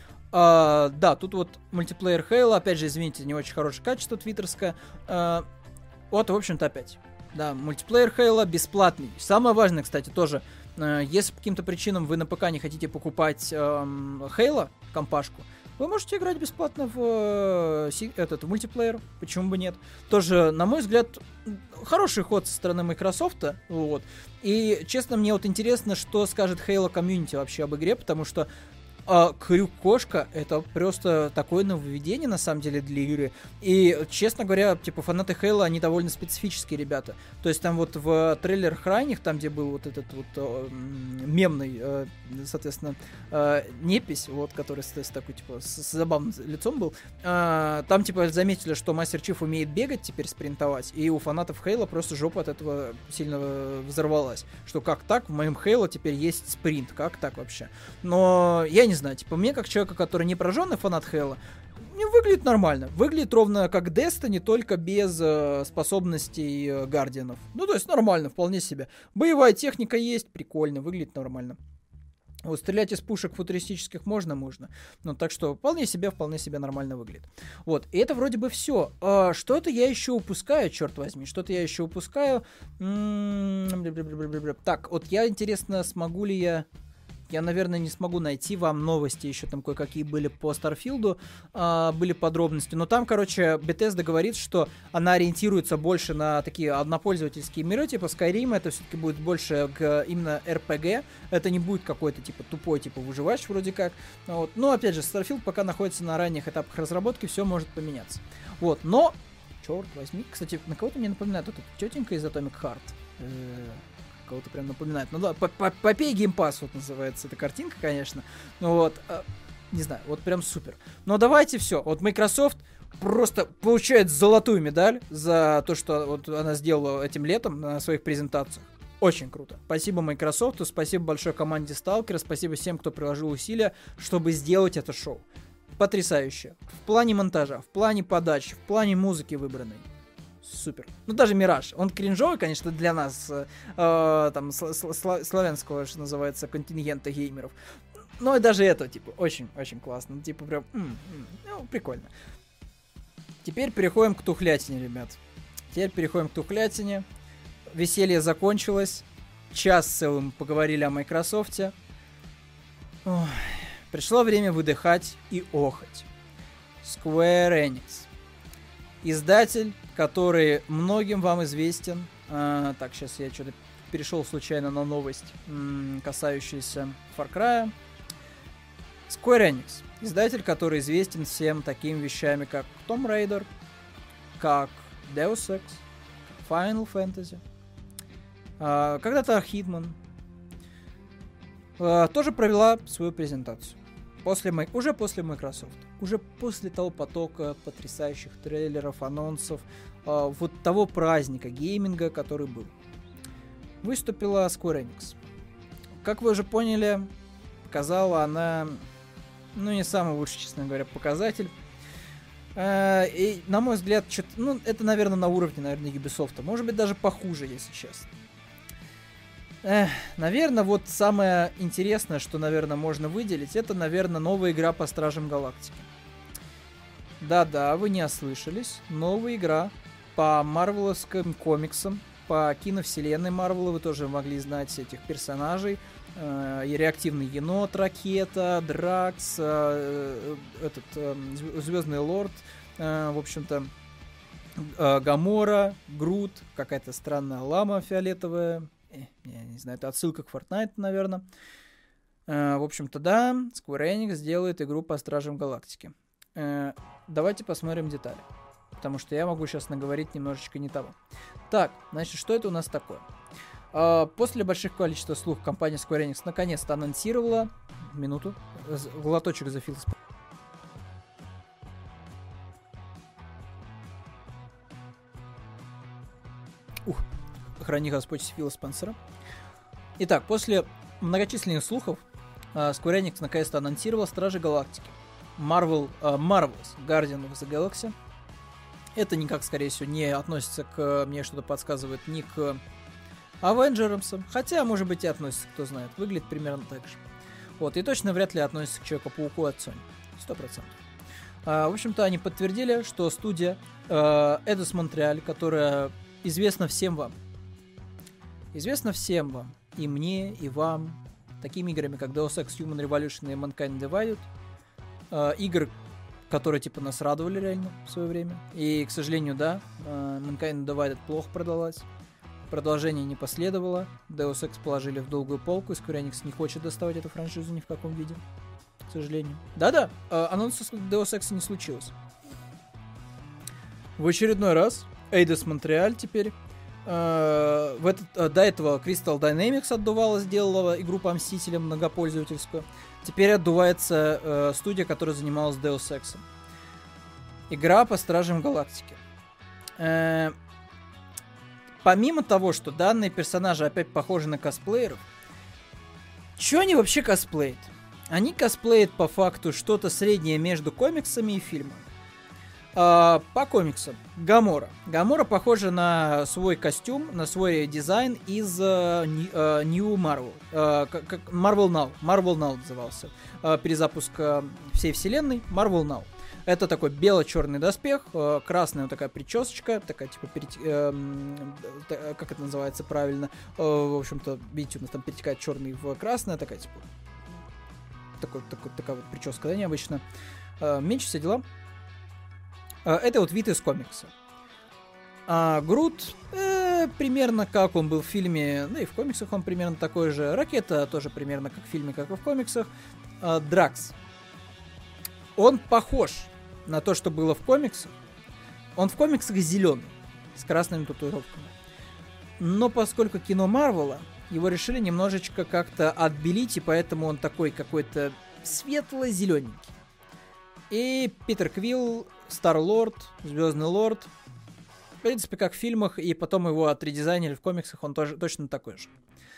Uh, да, тут вот мультиплеер Halo, опять же, извините, не очень хорошее качество твиттерское. Uh, вот, в общем-то, опять. Да, мультиплеер Halo бесплатный. Самое важное, кстати, тоже, uh, если по каким-то причинам вы на ПК не хотите покупать um, Halo, компашку, вы можете играть бесплатно в uh, си- этот в мультиплеер, почему бы нет. Тоже, на мой взгляд, хороший ход со стороны Microsoft, вот. И, честно, мне вот интересно, что скажет Halo комьюнити вообще об игре, потому что А Крюк-кошка — это просто такое нововведение, на самом деле, для игры. И, честно говоря, типа, фанаты Хейла, они довольно специфические ребята. То есть там вот в трейлерах ранних, там, где был вот этот вот э, мемный, э, соответственно, э, непись, вот, который, соответственно, такой, типа, с, с забавным лицом был, э, там, типа, заметили, что Мастер Чиф умеет бегать, теперь спринтовать, и у фанатов Хейла просто жопа от этого сильно взорвалась. Что как так? В моем Хейло теперь есть спринт. Как так вообще? Но я не Не знаю, типа, мне, как человека, который не прожженный фанат Halo, не выглядит нормально. Выглядит ровно как Destiny, только без э, способностей э, Гардианов. Ну, то есть нормально, вполне себе. Боевая техника есть, прикольно, выглядит нормально. Вот, стрелять из пушек футуристических можно, можно. Ну, так что вполне себе, вполне себе нормально выглядит. Вот, и это вроде бы все. А, что-то я еще упускаю, черт возьми, что-то я еще упускаю. М-м-м, так, вот я, интересно, смогу ли я... Я, наверное, не смогу найти вам новости, еще там кое-какие были по Старфилду, э, были подробности, но там, короче, Bethesda говорит, что она ориентируется больше на такие однопользовательские миры, типа Skyrim, это все-таки будет больше к именно эр пи джи, это не будет какой-то, типа, тупой, типа, выживач вроде как, вот. Но, опять же, Starfield пока находится на ранних этапах разработки, все может поменяться, вот, но, черт возьми, кстати, на кого-то мне напоминает эта тетенька из Atomic Heart, кого-то прям напоминает. Ну да, Попей геймпас вот называется эта картинка, конечно. Ну вот, э, не знаю, вот прям супер. Но давайте все. Вот Microsoft просто получает золотую медаль за то, что вот она сделала этим летом на своих презентациях. Очень круто. Спасибо Microsoft, спасибо большой команде Stalker, спасибо всем, кто приложил усилия, чтобы сделать это шоу. Потрясающе. В плане монтажа, в плане подачи, в плане музыки выбранной. Супер. Ну, даже Мираж. Он кринжовый, конечно, для нас, э, там, сл- славянского, что называется, контингента геймеров. Но и даже это, типа, очень-очень классно. Типа, прям, м-м, ну, прикольно. Теперь переходим к тухлятине, ребят. Теперь переходим к тухлятине. Веселье закончилось. Час целым поговорили о Microsoft. Ой. Пришло время выдыхать и охать. Square Enix. Издатель, который многим вам известен. А, так, сейчас я что-то перешел случайно на новость, м- касающуюся Far Cry. Square Enix. Издатель, который известен всем такими вещами, как Tomb Raider, как Deus Ex, как Final Fantasy, а, когда-то Hitman. А, тоже провела свою презентацию. После, уже после Microsoft. Уже после того потока потрясающих трейлеров, анонсов, э, вот того праздника гейминга, который был. Выступила Square Enix. Как вы уже поняли, показала она, ну, не самый лучший, честно говоря, показатель. Э, и, на мой взгляд, ну, это, наверное, на уровне, наверное, Ubisoft. Может быть, даже похуже, если честно. Эх, наверное, вот самое интересное, что, наверное, можно выделить, это, наверное, новая игра по Стражам Галактики. Да-да, вы не ослышались. Новая игра по марвеловским комиксам, по киновселенной Марвела. Вы тоже могли знать этих персонажей. Э, и реактивный енот, Ракета, Дракс, э, этот э, Звездный Лорд, э, в общем-то, э, Гамора, Грут, какая-то странная лама фиолетовая. Я не знаю, это отсылка к Fortnite, наверное. Э, в общем-то, да, Square Enix делает игру по Стражам Галактики. Э, давайте посмотрим детали. Потому что я могу сейчас наговорить немножечко не того. Так, значит, что это у нас такое? Э, после больших количества слухов компания Square Enix наконец-то анонсировала... Минуту. Глоточек зафил. Ух. Храни Господь Фила Спенсера. Итак, после многочисленных слухов Square Enix наконец-то анонсировала Стражи Галактики. Marvel, uh, Marvel's Guardians of the Galaxy. Это никак, скорее всего, не относится к... Мне что-то подсказывает ни к Авенджерсам. Хотя, может быть, и относится, кто знает. Выглядит примерно так же. Вот, и точно вряд ли относится к Человеку-пауку от Sony. Сто процентов. Uh, в общем-то, они подтвердили, что студия uh, Eidos Montreal, которая известна всем вам, известно всем вам, и мне, и вам, такими играми, как Deus Ex Human Revolution и Mankind Divided, э, игр, которые, типа, нас радовали реально в свое время. И, к сожалению, да, э, Mankind Divided плохо продалась, продолжение не последовало, Deus Ex положили в долгую полку, и Square Enix не хочет доставать эту франшизу ни в каком виде, к сожалению. Да-да, э, анонса Deus Ex не случилось. В очередной раз Eidos Montreal теперь... Uh, в этот, uh, до этого Crystal Dynamics отдувала, сделала игру по Мстителям многопользовательскую. Теперь отдувается uh, студия, которая занималась Deus Ex. Игра по Стражам Галактики. Uh, помимо того, что данные персонажи опять похожи на косплееров, что они вообще косплеят? Они косплеят по факту что-то среднее между комиксами и фильмами. Uh, по комиксам. Гамора. Гамора похожа на свой костюм, на свой дизайн из uh, uh, New Marvel. Uh, как, как Marvel Now. Marvel Now назывался. Uh, перезапуск uh, всей вселенной. Marvel Now. Это такой бело-черный доспех, uh, красная вот такая причесочка, такая типа, перет... uh, как это называется правильно? Uh, в общем-то, видите, у нас там перетекает черный в красное, такая типа такой, такой, такая вот прическа, да, необычно. Э, меч, все дела. Э, это вот вид из комикса. А Грут, э, примерно как он был в фильме, да и в комиксах он примерно такой же. Ракета тоже примерно как в фильме, как и в комиксах. Э, Дракс. Он похож на то, что было в комиксах. Он в комиксах зеленый, с красными татуировками. Но поскольку кино Марвела, его решили немножечко как-то отбелить, и поэтому он такой какой-то светло-зелененький. И Питер Квилл, Стар-Лорд, Звездный Лорд, в принципе, как в фильмах, и потом его отредизайнили в комиксах, он тоже точно такой же.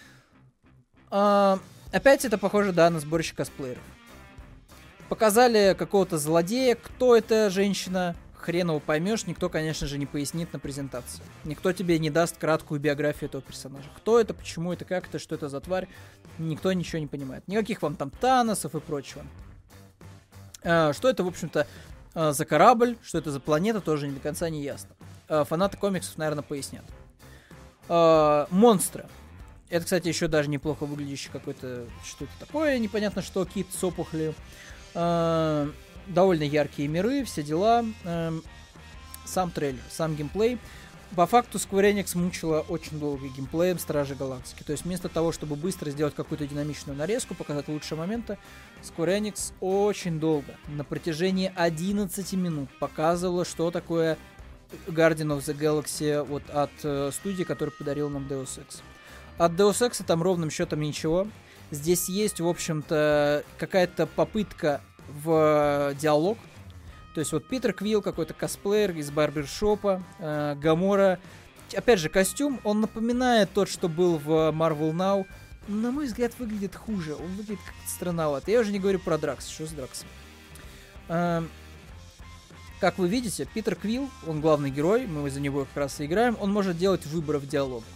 А, опять это похоже, да, на сборище косплееров. Показали какого-то злодея, кто эта женщина, хрен его поймешь, никто, конечно же, не пояснит на презентации. Никто тебе не даст краткую биографию этого персонажа. Кто это, почему это, как это, что это за тварь, никто ничего не понимает. Никаких вам там Таносов и прочего. А, что это, в общем-то, за корабль, что это за планета, тоже не до конца не ясно. А, фанаты комиксов, наверное, пояснят. А, монстры. Это, кстати, еще даже неплохо выглядящий какой-то, что-то такое, непонятно что, кит с опухолью. Uh, довольно яркие миры, все дела. Uh, сам трейлер, сам геймплей. По факту Square Enix мучила очень долго геймплеем Стражи Галактики. То есть вместо того, чтобы быстро сделать какую-то динамичную нарезку, показать лучшие моменты, Square Enix очень долго, на протяжении одиннадцати минут, показывала, что такое Guardian of the Galaxy вот, от uh, студии, которая подарила нам Deus Ex. От Deus Ex там ровным счетом ничего. Здесь есть, в общем-то, какая-то попытка в диалог. То есть вот Питер Квилл, какой-то косплеер из барбершопа, э, Гамора. Опять же, костюм, он напоминает тот, что был в Marvel Now. На мой взгляд, выглядит хуже. Он выглядит как-то странновато. Я уже не говорю про Дракс. Что с Драксом? Э, как вы видите, Питер Квилл, он главный герой, мы за него как раз и играем. Он может делать выборы в диалогах.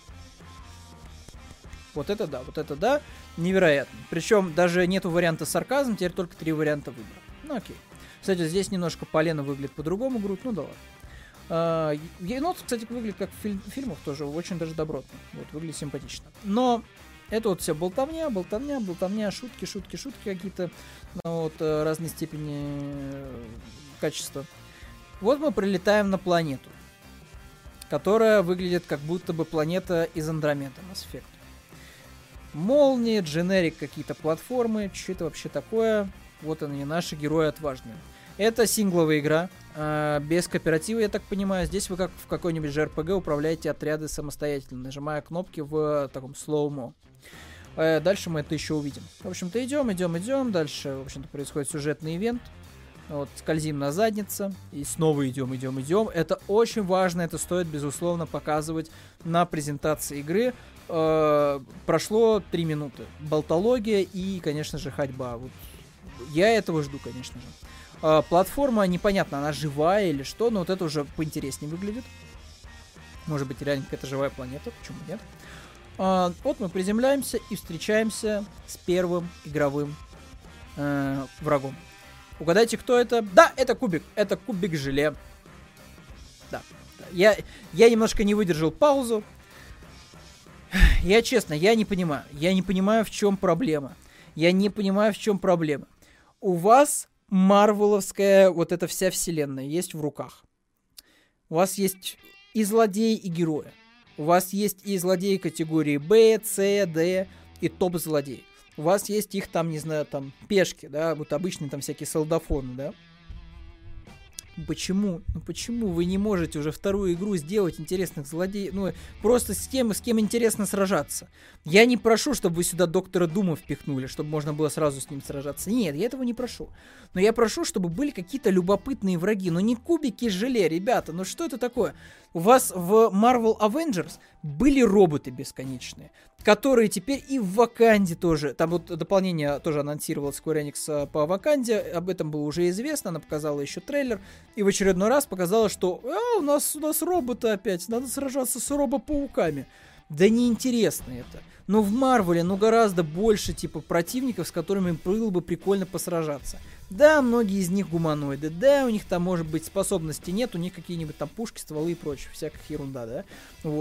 Вот это да, вот это да, невероятно. Причем даже нету варианта сарказм, теперь только три варианта выбора. Ну окей. Кстати, здесь немножко полено выглядит по-другому, Грут, ну да ладно. А, енот, кстати, выглядит как в фильм, фильмах тоже, очень даже добротно. Вот, выглядит симпатично. Но это вот все болтовня, болтовня, болтовня, шутки, шутки, шутки какие-то, ну, вот, разной степени качества. Вот мы прилетаем на планету, которая выглядит как будто бы планета из Андромеды, Mass Effect. Молнии, дженерик, какие-то платформы, что это вообще такое? Вот они, наши герои отважные. Это сингловая игра, э, без кооператива, я так понимаю. Здесь вы как в какой-нибудь же эр пи джи управляете отряды самостоятельно, нажимая кнопки в таком слоумо. Э, дальше мы это еще увидим. В общем-то, идем, идем, идем. Дальше, в общем-то, происходит сюжетный ивент. Вот, скользим на заднице. И снова идем, идем, идем. Это очень важно, это стоит, безусловно, показывать на презентации игры. Э, прошло три минуты. Болтология и, конечно же, ходьба. Вот. Я этого жду, конечно же. Э, платформа, непонятно, она живая или что, но вот это уже поинтереснее выглядит. Может быть, реально какая-то живая планета, почему нет? Э, вот мы приземляемся и встречаемся с первым игровым э, врагом. Угадайте, кто это? Да, это кубик. Это кубик желе. Да. Я, я немножко не выдержал паузу. Я честно, я не понимаю. Я не понимаю, в чем проблема. Я не понимаю, в чем проблема. У вас марвеловская вот эта вся вселенная есть в руках. У вас есть и злодеи, и герои. У вас есть и злодеи категории Б, С, Д, и топ-злодеи. У вас есть их там, не знаю, там, пешки, да, вот обычные там всякие солдафоны, да. Почему? Ну почему вы не можете уже вторую игру сделать интересных злодеев? Ну, просто с кем, с кем интересно сражаться. Я не прошу, чтобы вы сюда доктора Дума впихнули, чтобы можно было сразу с ним сражаться. Нет, я этого не прошу. Но я прошу, чтобы были какие-то любопытные враги. Ну не кубики желе, ребята, ну что это такое? У вас в Marvel Avengers были роботы бесконечные, которые теперь и в Ваканде тоже. Там вот дополнение тоже анонсировал Square Enix по Ваканде. Об этом было уже известно. Она показала еще трейлер. И в очередной раз показала, что а, у нас, у нас роботы опять. Надо сражаться с робопауками. Да неинтересно это. Но в Марвеле, ну, гораздо больше, типа, противников, с которыми было бы прикольно посражаться. Да, многие из них гуманоиды, да, у них там, может быть, способностей нет, у них какие-нибудь там пушки, стволы и прочее, всякая ерунда, да, вот.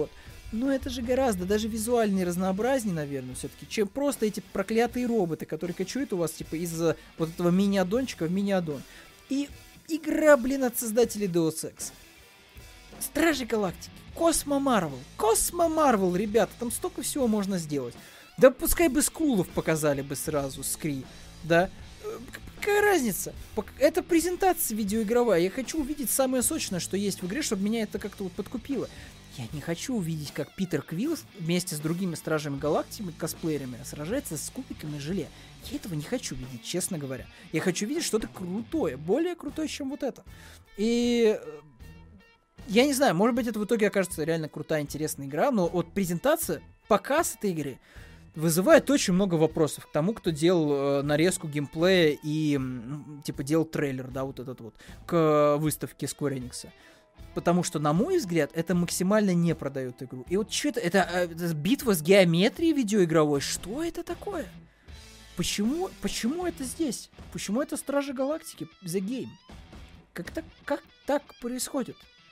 Но это же гораздо даже визуальнее разнообразнее, наверное, все-таки, чем просто эти проклятые роботы, которые кочуют у вас, типа, из вот этого мини-аддончика в мини-аддон. И игра, блин, от создателей Deus Ex. Стражи Галактики, Космо Марвел, Космо Марвел, ребята, там столько всего можно сделать. Да пускай бы скулов показали бы сразу, скри, да. Какая разница? Это презентация видеоигровая. Я хочу увидеть самое сочное, что есть в игре, чтобы меня это как-то вот подкупило. Я не хочу увидеть, как Питер Квилл вместе с другими Стражами Галактики, косплеерами, сражается с кубиками желе. Я этого не хочу видеть, честно говоря. Я хочу видеть что-то крутое, более крутое, чем вот это. И я не знаю, может быть, это в итоге окажется реально крутая, интересная игра, но вот презентация, показ этой игры вызывает очень много вопросов к тому, кто делал э, нарезку геймплея и, м, типа, делал трейлер, да, вот этот вот, к выставке Square Enix. Потому что, на мой взгляд, это максимально не продает игру. И вот что это, это, это битва с геометрией видеоигровой, что это такое? Почему, почему это здесь? Почему это Стражи Галактики, The Game? Как так, как так происходит?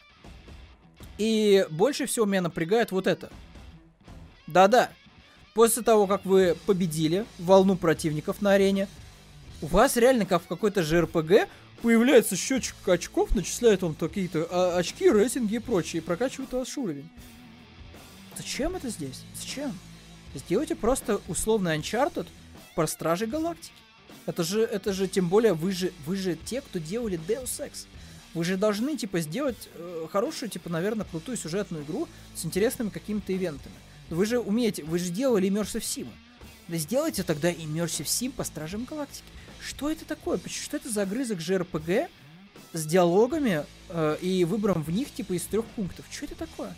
И больше всего меня напрягает вот это. Да-да. После того, как вы победили волну противников на арене, у вас реально, как в какой-то же эр пи джи, появляется счетчик очков, начисляет вам какие-то а, очки, рейтинги и прочее, и прокачивает ваш уровень. Зачем это здесь? Зачем? Сделайте просто условный Uncharted про Стражи Галактики. Это же, это же, тем более, вы же, вы же те, кто делали Deus Ex. Вы же должны, типа, сделать э, хорошую, типа, наверное, крутую сюжетную игру с интересными какими-то ивентами. Вы же умеете, вы же делали Immersive Sim. Да сделайте тогда Immersive Sim по Стражам Галактики. Что это такое? Что это за огрызок же эр пи джи с диалогами э, и выбором в них, типа, из трех пунктов? Что это такое?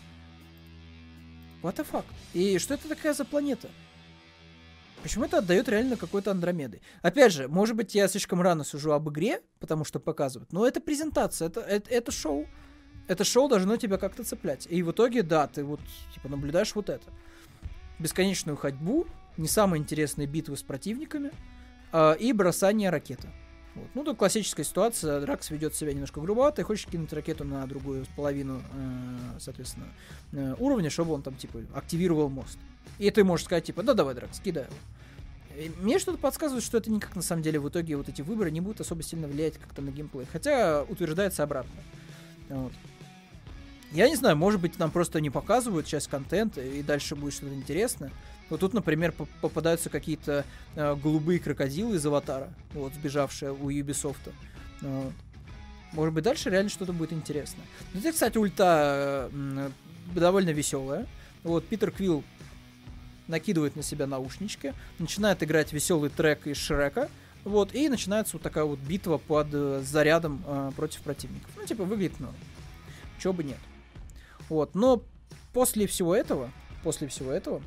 What the fuck? И что это такая за планета? Почему это отдает реально какой-то Андромедой? Опять же, может быть, я слишком рано сужу об игре, потому что показывают, но это презентация, это, это, это шоу. Это шоу должно тебя как-то цеплять. И в итоге, да, ты вот, типа, наблюдаешь вот это. Бесконечную ходьбу, не самые интересные битвы с противниками э, и бросание ракеты. Вот. Ну, тут классическая ситуация. Дракс ведет себя немножко грубовато и хочет кинуть ракету на другую половину, э, соответственно, э, уровня, чтобы он там, типа, активировал мост. И ты можешь сказать, типа, да давай, Дракс, кидай его. И мне что-то подсказывает, что это никак, на самом деле, в итоге вот эти выборы не будут особо сильно влиять как-то на геймплей. Хотя утверждается обратно. Вот. Я не знаю, может быть, нам просто не показывают часть контента, и дальше будет что-то интересное. Вот тут, например, попадаются какие-то э, голубые крокодилы из Аватара, вот, сбежавшие у Ubisoft. Вот. Может быть, дальше реально что-то будет интересное. Ну, это, кстати, ульта э, довольно веселая. Вот, Питер Квилл накидывает на себя наушнички, начинает играть веселый трек из Шрека, вот, и начинается вот такая вот битва под э, зарядом э, против противников. Ну, типа, выглядит норм. Чего бы нет. Вот, но после всего этого, после всего этого,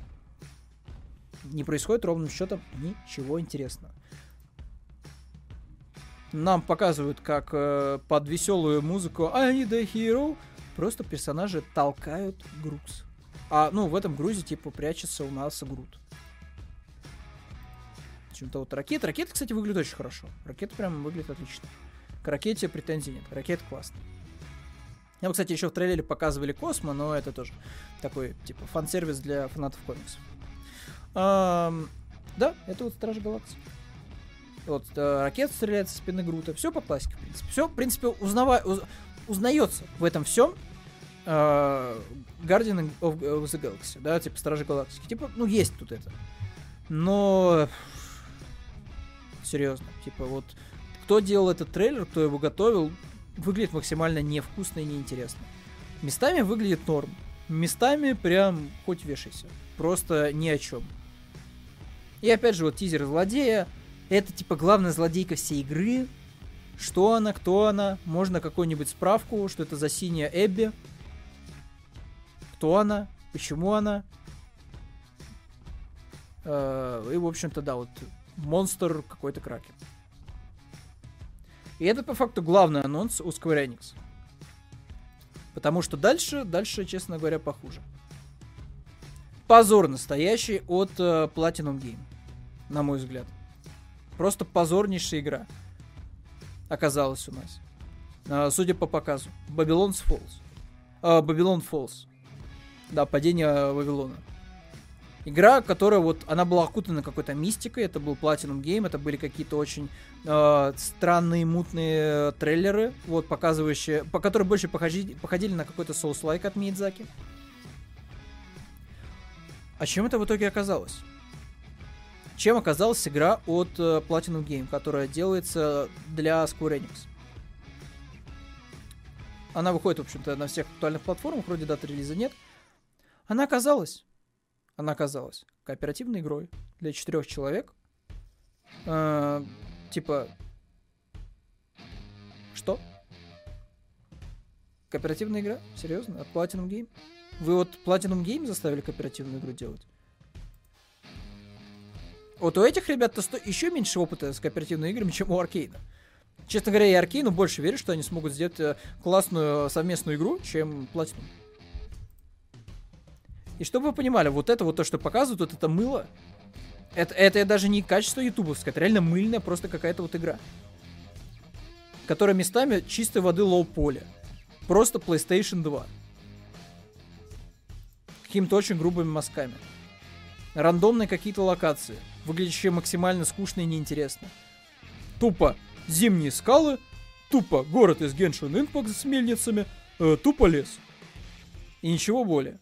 не происходит ровным счетом ничего интересного. Нам показывают, как э, под веселую музыку I need a hero просто персонажи толкают груз. А, ну, в этом грузе, типа, прячется у нас Грут. Чем-то вот ракета. Ракета, кстати, выглядит очень хорошо. Ракета прям выглядит отлично. К ракете претензий нет. Ракета классная. Я, кстати, еще в трейлере показывали Космо, но это тоже такой, типа, фан-сервис для фанатов комиксов. Эм, да, это вот Стражи Галактики. Вот, э, ракета стреляет со спины Грута. Все по классике, в принципе. Все, в принципе, узнава... уз... узнается в этом всем э, Guardian of, of the Galaxy, да, типа Стражи Галактики. Типа, ну, есть тут это. Но... Серьезно. Типа, вот, кто делал этот трейлер, кто его готовил, выглядит максимально невкусно и неинтересно. Местами выглядит норм. Местами прям хоть вешайся. Просто ни о чем. И опять же, вот тизер злодея. Это типа главная злодейка всей игры. Что она, кто она? Можно какую-нибудь справку, что это за синяя Эбби? Кто она? Почему она? И, в общем-то, да, вот монстр какой-то кракен. И это, по факту, главный анонс у Square Enix. Потому что дальше, дальше, честно говоря, похуже. Позор настоящий от uh, Platinum Game, на мой взгляд. Просто позорнейшая игра оказалась у нас. Uh, судя по показу. Babylon's Falls. Uh, Babylon Falls. Да, «Падение Вавилона». Игра, которая вот, она была окутана какой-то мистикой, это был Platinum Game, это были какие-то очень э, странные, мутные трейлеры, вот, показывающие, по которые больше походили, походили на какой-то Souls-like от Миядзаки. А чем это в итоге оказалось? Чем оказалась игра от э, Platinum Game, которая делается для Square Enix? Она выходит, в общем-то, на всех актуальных платформах, вроде даты релиза нет. Она оказалась, она оказалась кооперативной игрой для четырех человек. Э, типа... Что? Кооперативная игра? Серьезно? От Platinum Game? Вы вот Platinum Game заставили кооперативную игру делать? Вот у этих ребят-то сто... еще меньше опыта с кооперативными играми, чем у Аркейна. Честно говоря, я Аркейну больше верю, что они смогут сделать классную совместную игру, чем Platinum. И чтобы вы понимали, вот это вот то, что показывают, вот это мыло, это, это даже не качество ютубовское, это реально мыльная просто какая-то вот игра. Которая местами чистой воды лоу-поля. Просто PlayStation два. Какими-то очень грубыми мазками. Рандомные какие-то локации, выглядящие максимально скучно и неинтересно. Тупо зимние скалы, тупо город из Genshin Impact с мельницами, э, тупо лес. И ничего более.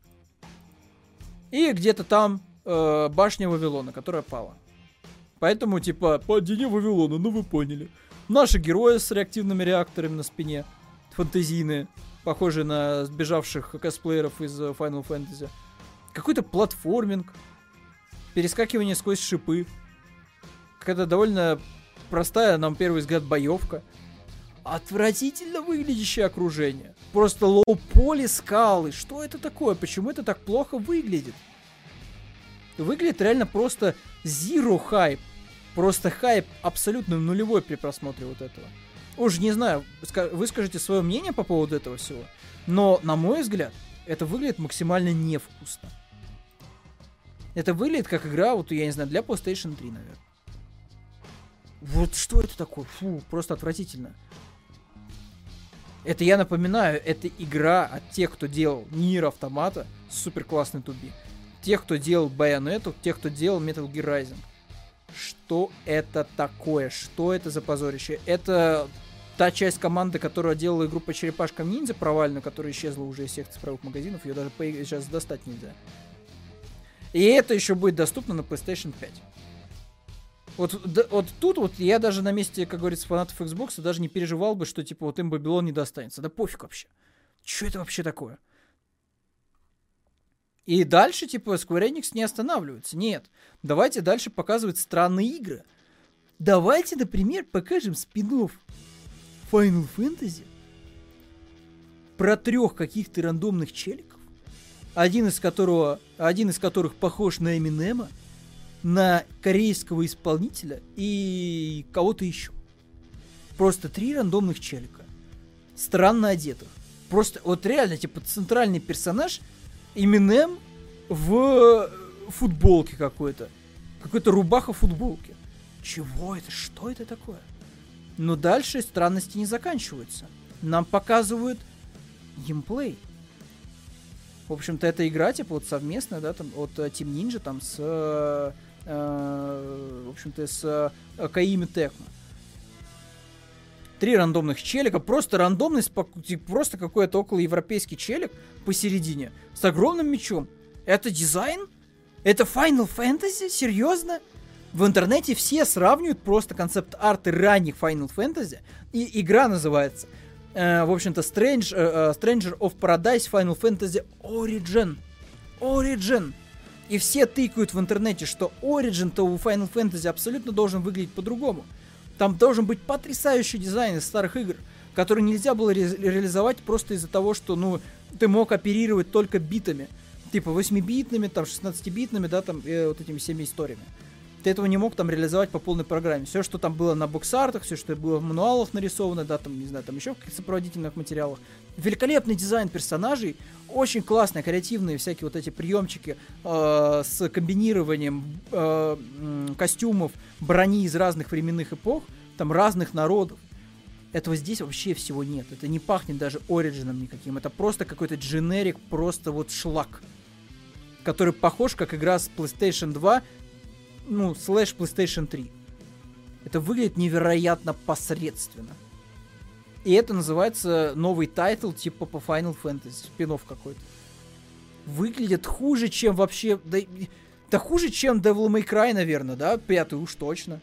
И где-то там э, башня Вавилона, которая пала. Поэтому, типа, падение Вавилона, ну вы поняли. Наши герои с реактивными реакторами на спине, фэнтезийные, похожие на сбежавших косплееров из Final Fantasy. Какой-то платформинг, перескакивание сквозь шипы. Какая-то довольно простая, на первый взгляд, боевка. Отвратительно выглядящее окружение. Просто лоу-поле скалы. Что это такое? Почему это так плохо выглядит? Выглядит реально просто zero хайп. Просто хайп абсолютно нулевой при просмотре вот этого. Уж не знаю, вы скажете свое мнение по поводу этого всего. Но, на мой взгляд, это выглядит максимально невкусно. Это выглядит как игра, вот я не знаю, для PlayStation три, наверное. Вот что это такое? Фу, просто отвратительно. Это, я напоминаю, это игра от тех, кто делал Nier Automata, супер классный туби. Тех, кто делал Bayonetta, тех, кто делал Metal Gear Rising. Что это такое? Что это за позорище? Это та часть команды, которая делала игру по черепашкам ниндзя провальную, которая исчезла уже из всех цифровых магазинов, ее даже сейчас достать нельзя. И это еще будет доступно на PlayStation пять. Вот, да, вот тут вот я даже на месте, как говорится, фанатов Xbox даже не переживал бы, что типа вот им Babylon не достанется. Да пофиг вообще. Что это вообще такое? И дальше, типа, Square Enix не останавливается. Нет. Давайте дальше показывать странные игры. Давайте, например, покажем спин-офф Final Fantasy про трех каких-то рандомных челиков, один из которого, один из которых похож на Эминема, на корейского исполнителя и кого-то еще. Просто три рандомных челика. Странно одетых. Просто вот реально, типа, центральный персонаж Эминем в футболке какой-то. Какой-то рубаха в футболке. Чего это? Что это такое? Но дальше странности не заканчиваются. Нам показывают геймплей. В общем-то, эта игра, типа, вот совместная, да, там, от Team Ninja, там, с, э, э, в общем-то, с э, Каими Техно. Три рандомных челика, просто рандомность, просто какой-то околоевропейский челик посередине, с огромным мечом. Это дизайн? Это Final Fantasy? Серьезно? В интернете все сравнивают просто концепт-арты ранних Final Fantasy, и игра называется, э, в общем-то, Strange, э, Stranger of Paradise Final Fantasy Origin. Origin. И все тыкают в интернете, что Origin-то у Final Fantasy абсолютно должен выглядеть по-другому. Там должен быть потрясающий дизайн из старых игр, который нельзя было ре- реализовать просто из-за того, что, ну, ты мог оперировать только битами. Типа восьмибитными, там, шестнадцатибитными, да, там, э, вот этими всеми историями. Ты этого не мог там реализовать по полной программе. Все, что там было на бокс-артах, все, что было в мануалах нарисовано, да, там, не знаю, там еще в каких-то сопроводительных материалах. Великолепный дизайн персонажей, очень классные, креативные всякие вот эти приемчики э, с комбинированием э, костюмов, брони из разных временных эпох, там, разных народов. Этого здесь вообще всего нет. Это не пахнет даже Ориджином никаким. Это просто какой-то дженерик, просто вот шлак. Который похож, как игра с PlayStation два, ну, слэш PlayStation три. Это выглядит невероятно посредственно. И это называется новый тайтл, типа по Final Fantasy, спин-офф какой-то. Выглядит хуже, чем вообще... Да, да хуже, чем Devil May Cry, наверное, да? Пятый уж точно.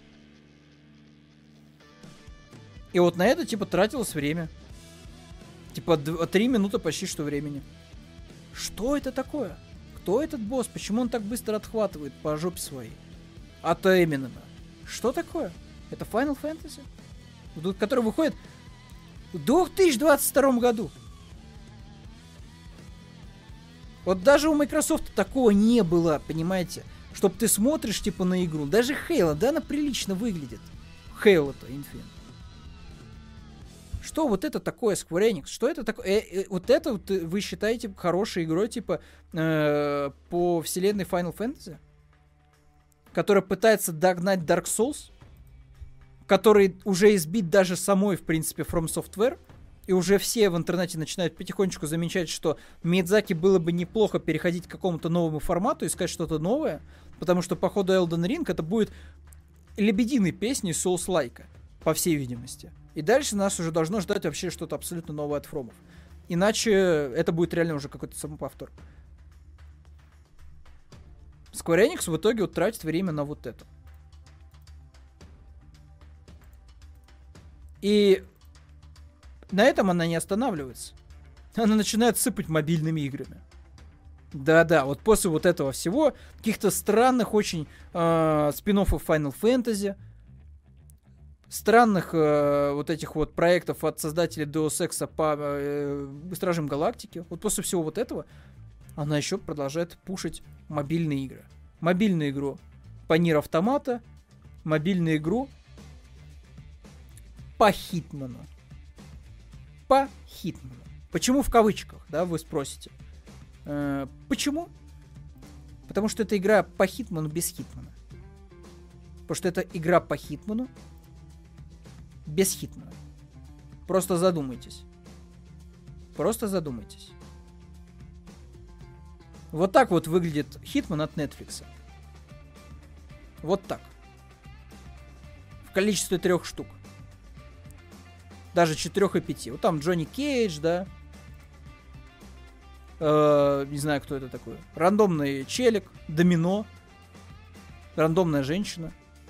И вот на это, типа, тратилось время. Типа, три минуты почти что времени. Что это такое? Кто этот босс? Почему он так быстро отхватывает по жопе своей? От Эминема. Что такое? Это Final Fantasy? Который выходит в две тысячи двадцать втором году. Вот даже у Microsoft такого не было, понимаете? Чтоб ты смотришь, типа, на игру. Даже Halo, да, она прилично выглядит. Halo-то, Infinite. Что вот это такое, Square Enix? Что это такое? Э, э, вот это вот вы считаете хорошей игрой, типа, э, по вселенной Final Fantasy? Которая пытается догнать Dark Souls? Который уже избит даже самой, в принципе, From Software? И уже все в интернете начинают потихонечку замечать, что Миядзаки было бы неплохо переходить к какому-то новому формату, искать что-то новое, потому что, по ходу Elden Ring это будет лебединой песней Souls-лайка, по всей видимости. И дальше нас уже должно ждать вообще что-то абсолютно новое от фромов. Иначе это будет реально уже какой-то самоповтор. Square Enix в итоге вот тратит время на вот это. И на этом она не останавливается. Она начинает сыпать мобильными играми. Да-да, вот после вот этого всего, каких-то странных очень э, спин-оффов Final Fantasy, странных э, вот этих вот проектов от создателей Deus Ex по э, Стражам Галактики, вот после всего вот этого, она еще продолжает пушить мобильные игры. Мобильную игру по Нир Автомата, мобильную игру по Хитману. По Хитману. Почему в кавычках, да, вы спросите? Э, почему? Потому что это игра по Хитману без Хитмана. Потому что это игра по Хитману без Хитмана. Просто задумайтесь. Просто задумайтесь. Вот так вот выглядит Хитман от Netflix. Вот так. В количестве трех штук. Даже четырех и пяти. Вот там Джонни Кейдж, да. Э, не знаю, кто это такой. Рандомный челик, домино. Рандомная женщина.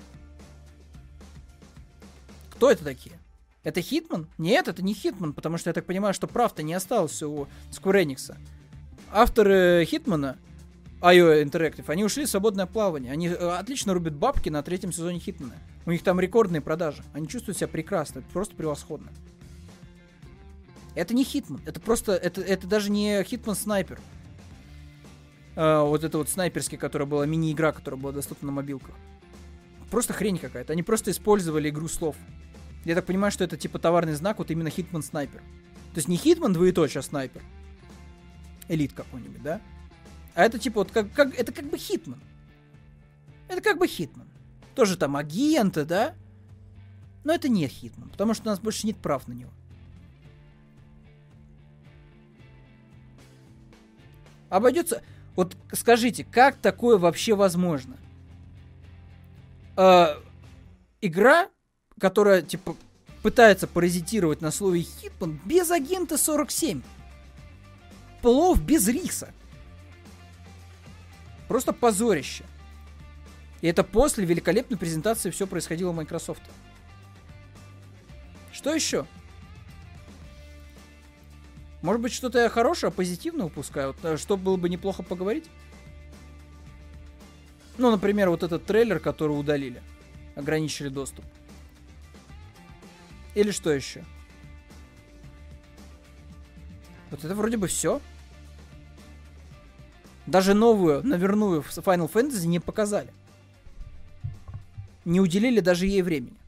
Кто это такие? Это Хитман? Нет, это не Хитман, потому что я так понимаю, что прав-то не осталось у Square Enix. Авторы Хитмана, ай о Interactive, они ушли в свободное плавание. Они отлично рубят бабки на третьем сезоне Хитмана. У них там рекордные продажи. Они чувствуют себя прекрасно, это просто превосходно. Это не Хитман, это просто, это, это даже не Хитман Снайпер. А, вот это вот снайперский, которая была мини-игра, которая была доступна на мобилках. Просто хрень какая-то. Они просто использовали игру слов. Я так понимаю, что это типа товарный знак, вот именно Хитман Снайпер. То есть не Хитман двоеточие, а Снайпер. Элит какой-нибудь, да? А это типа вот как, как это как бы Хитман. Это как бы Хитман. Тоже там агенты, да? Но это не Хитман, потому что у нас больше нет прав на него. Обойдется... Вот скажите, как такое вообще возможно? Э, игра, которая, типа, пытается паразитировать на слове Хитман без агента сорок семь. Плов без риса. Просто позорище. И это после великолепной презентации все происходило в Microsoft. Что еще? Может быть, что-то я хорошее, позитивное упускаю? Вот, что было бы неплохо поговорить? Ну, например, вот этот трейлер, который удалили. Ограничили доступ. Или что еще? Вот это вроде бы все. Даже новую, наверную Final Fantasy не показали. Не уделили даже ей времени.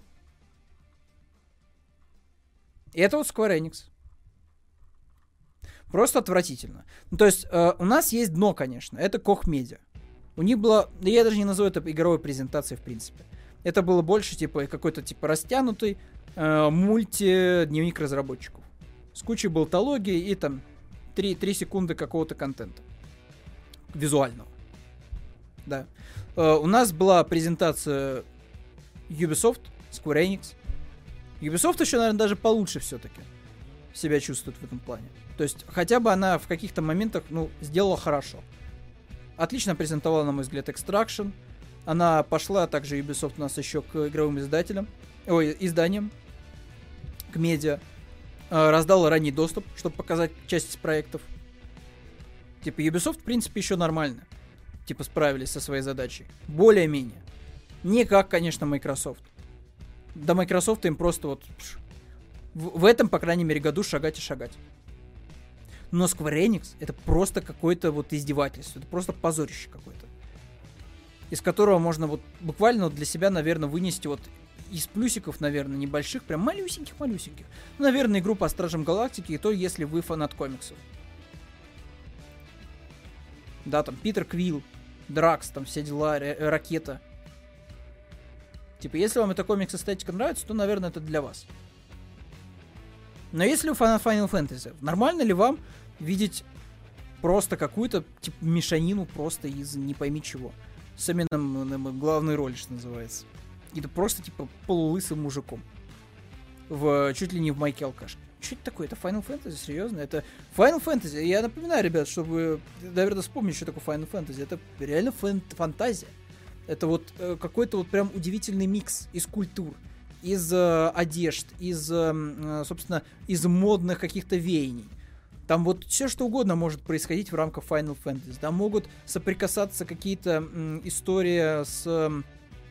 И это вот Square Enix. Просто отвратительно. Ну, то есть, э, у нас есть дно, конечно. Это Koch Media. У них было... Я даже не назову это игровой презентацией, в принципе. Это было больше, типа, какой-то, типа, растянутый э, мульти-дневник разработчиков. С кучей болтологии и там три, три секунды какого-то контента. Визуального. Да. Э, у нас была презентация Ubisoft, Square Enix. Ubisoft еще, наверное, даже получше все-таки себя чувствует в этом плане. То есть, хотя бы она в каких-то моментах, ну, сделала хорошо. Отлично презентовала, на мой взгляд, Extraction. Она пошла также, Ubisoft, у нас еще к игровым издателям, ой, изданиям, к медиа. Раздала ранний доступ, чтобы показать часть из проектов. Типа, Ubisoft, в принципе, еще нормально. Типа, справились со своей задачей. Более-менее. Не как, конечно, Microsoft. До Microsoft им просто вот... В, в этом, по крайней мере, году шагать и шагать. Но Square Enix это просто какое-то вот издевательство. Это просто позорище какое-то. Из которого можно вот буквально вот для себя, наверное, вынести вот из плюсиков, наверное, небольших, прям малюсеньких-малюсеньких. Ну, наверное, игру по Стражам Галактики, и то, если вы фанат комиксов. Да, там Питер Квилл, Дракс, там все дела, Ракета. Типа, если вам эта комикс-эстетика нравится, то, наверное, это для вас. Но если вы фанат Final Fantasy, нормально ли вам видеть просто какую-то типа мешанину просто из не пойми чего? С именем главной роли, что называется. И это просто типа полулысым мужиком. В, чуть ли не в майке алкашки. Что это такое? Это Final Fantasy? Серьезно? Это Final Fantasy. Я напоминаю, ребят, чтобы, наверное, вспомнить, что такое Final Fantasy. Это реально фэн- фантазия. Это вот э, какой-то вот прям удивительный микс из культур, из э, одежд, из, э, собственно, из модных каких-то веяний. Там вот все что угодно может происходить в рамках Final Fantasy. Там могут соприкасаться какие-то м, истории с, э,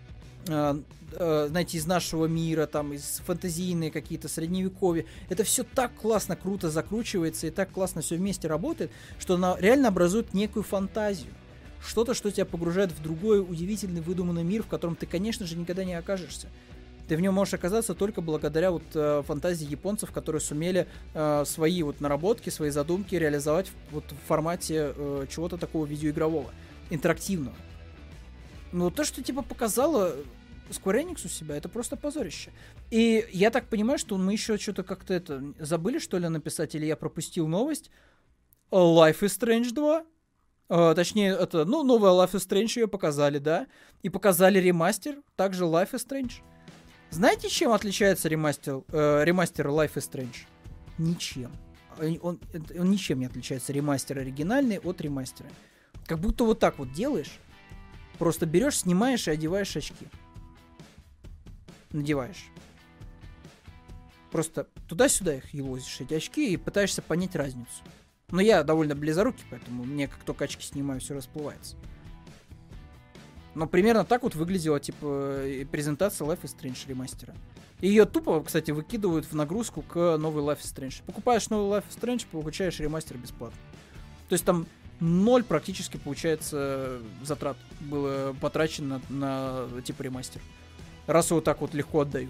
э, знаете, из нашего мира, там, из фэнтезийные какие-то, средневековья. Это все так классно, круто закручивается и так классно все вместе работает, что она реально образует некую фантазию. Что-то, что тебя погружает в другой удивительный выдуманный мир, в котором ты, конечно же, никогда не окажешься. Ты в нем можешь оказаться только благодаря вот э, фантазии японцев, которые сумели э, свои вот наработки, свои задумки реализовать в, вот, в формате э, чего-то такого видеоигрового, интерактивного. Но то, что типа показала Square Enix у себя, это просто позорище. И я так понимаю, что мы еще что-то как-то это забыли, что ли, написать, или я пропустил новость. Life is Strange два. Uh, точнее, это, ну, новая Life is Strange ее показали, да? И показали ремастер, также Life is Strange. Знаете, чем отличается ремастер, э, ремастер Life is Strange? Ничем. Он, он, он ничем не отличается, ремастер оригинальный от ремастера. Как будто вот так вот делаешь, просто берешь, снимаешь и одеваешь очки. Надеваешь. Просто туда-сюда их елозишь, эти очки, и пытаешься понять разницу. Но я довольно близорукий, поэтому мне как только очки снимаю, все расплывается. Но примерно так вот выглядела, типа, презентация Life is Strange ремастера. Ее тупо, кстати, выкидывают в нагрузку к новой Life is Strange. Покупаешь новый Life is Strange, получаешь ремастер бесплатно. То есть там ноль практически, получается, затрат было потрачено на, на типа, ремастер. Раз его так вот легко отдают.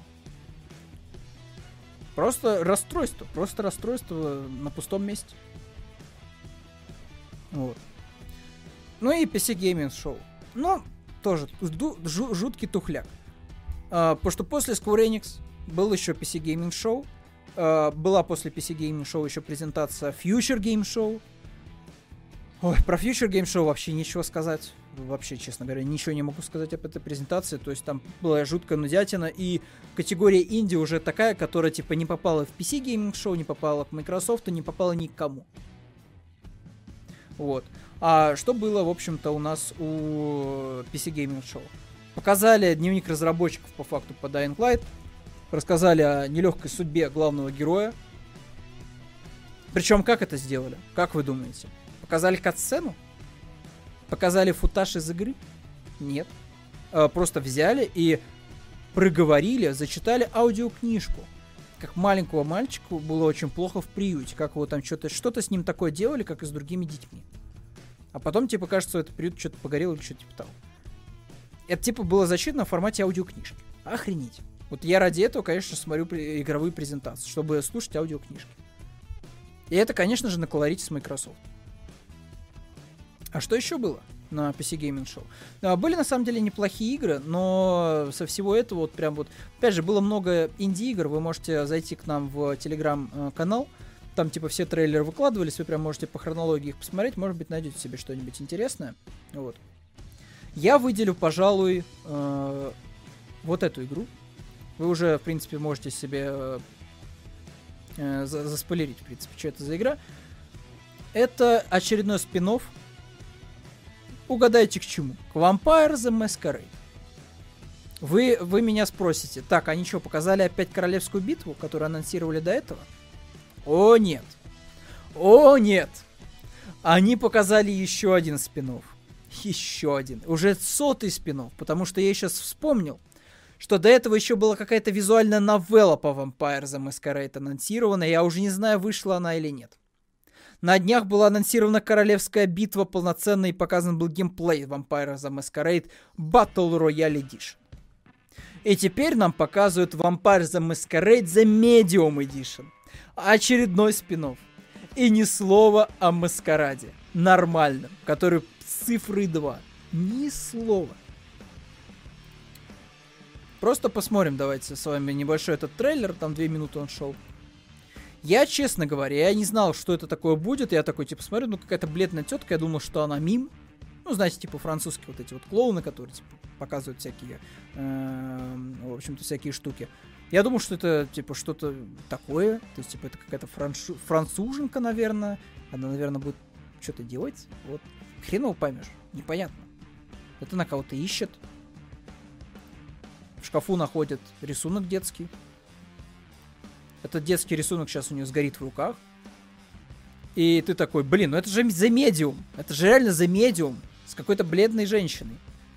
Просто расстройство. Просто расстройство на пустом месте. Вот. Ну и пи си Gaming Show. Ну, тоже жду, жу, жуткий тухляк. А, потому что после Square Enix был еще пи си Gaming Show. А, была после пи си Gaming Show еще презентация Future Game Show. Ой, про Future Game Show вообще нечего сказать. Вообще, честно говоря, ничего не могу сказать об этой презентации. То есть там была жуткая нудятина. И категория инди уже такая, которая типа не попала в пи си Gaming Show, не попала к Microsoft, не попала ни к кому. Вот. А что было, в общем-то, у нас у пи си Gaming Show? Показали дневник разработчиков по факту по Dying Light. Рассказали о нелегкой судьбе главного героя. Причем как это сделали? Как вы думаете? Показали кат-сцену? Показали футаж из игры? Нет. А, просто взяли и проговорили, зачитали аудиокнижку. Как маленького мальчику было очень плохо в приюте. Как его там что-то, что-то с ним такое делали, как и с другими детьми. А потом, типа, кажется, этот приют что-то погорел или что-то типа того. Это, типа, было зачитано в формате аудиокнижки. Охренеть. Вот я ради этого, конечно, смотрю игровые презентации, чтобы слушать аудиокнижки. И это, конечно же, на колорите с Microsoft. А что еще было? на пи си Gaming Show. А, были на самом деле неплохие игры, но со всего этого вот прям вот... Опять же, было много инди-игр, вы можете зайти к нам в телеграм-канал, там типа все трейлеры выкладывались, вы прям можете по хронологии их посмотреть, может быть, найдете себе что-нибудь интересное. Вот. Я выделю, пожалуй, э, вот эту игру. Вы уже, в принципе, можете себе э, заспойлерить, в принципе, что это за игра. Это очередной спин-офф. Угадайте к чему? К Vampire the Masquerade. Вы, вы меня спросите, так, они что, показали опять королевскую битву, которую анонсировали до этого? О, нет. О, нет. Они показали еще один спин-офф. Еще один. Уже сотый спин-офф, потому что я сейчас вспомнил, что до этого еще была какая-то визуальная новелла по Vampire the Masquerade анонсирована, я уже не знаю, вышла она или нет. На днях была анонсирована королевская битва полноценная и показан был геймплей Vampire the Masquerade Battle Royale Edition. И теперь нам показывают Vampire the Masquerade The Medium Edition. Очередной спин-офф. И ни слова о маскараде. Нормальном, который цифры два. Ни слова. Просто посмотрим, давайте с вами небольшой этот трейлер, там две минуты он шел. Я, честно говоря, я не знал, что это такое будет. Я такой, типа, смотрю, ну какая-то бледная тетка, я думал, что она мим. Ну, знаете, типа французские вот эти вот клоуны, которые, типа, показывают всякие, э, в общем-то, всякие штуки. Я думал, что это, типа, что-то такое. То есть, типа, это какая-то франшу... француженка, наверное. Она, наверное, будет что-то делать. Вот. Хреново поймешь. Непонятно. Это она кого-то ищет. В шкафу находит рисунок детский. Этот детский рисунок сейчас у нее сгорит в руках. И ты такой, блин, ну это же The Medium. Это же реально The Medium. С какой-то бледной женщиной.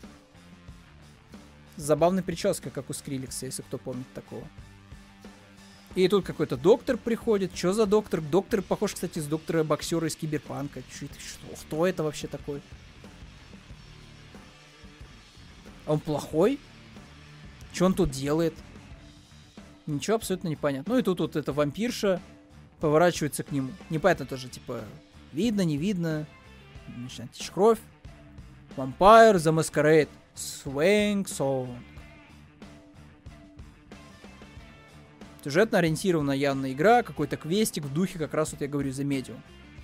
С забавной прической, как у Скриллекса, если кто помнит такого. И тут какой-то доктор приходит. Что за доктор? Доктор похож, кстати, с доктора-боксера из Киберпанка. Что, что, кто это вообще такой? Он плохой? Что он тут делает? Ничего абсолютно непонятно. Ну и тут вот эта вампирша поворачивается к нему. Непонятно тоже, типа, видно, не видно. Начинает течь кровь. Vampire the Masquerade. Swing Song. Сюжетно ориентированная явная игра, какой-то квестик в духе, как раз вот я говорю, The Medium.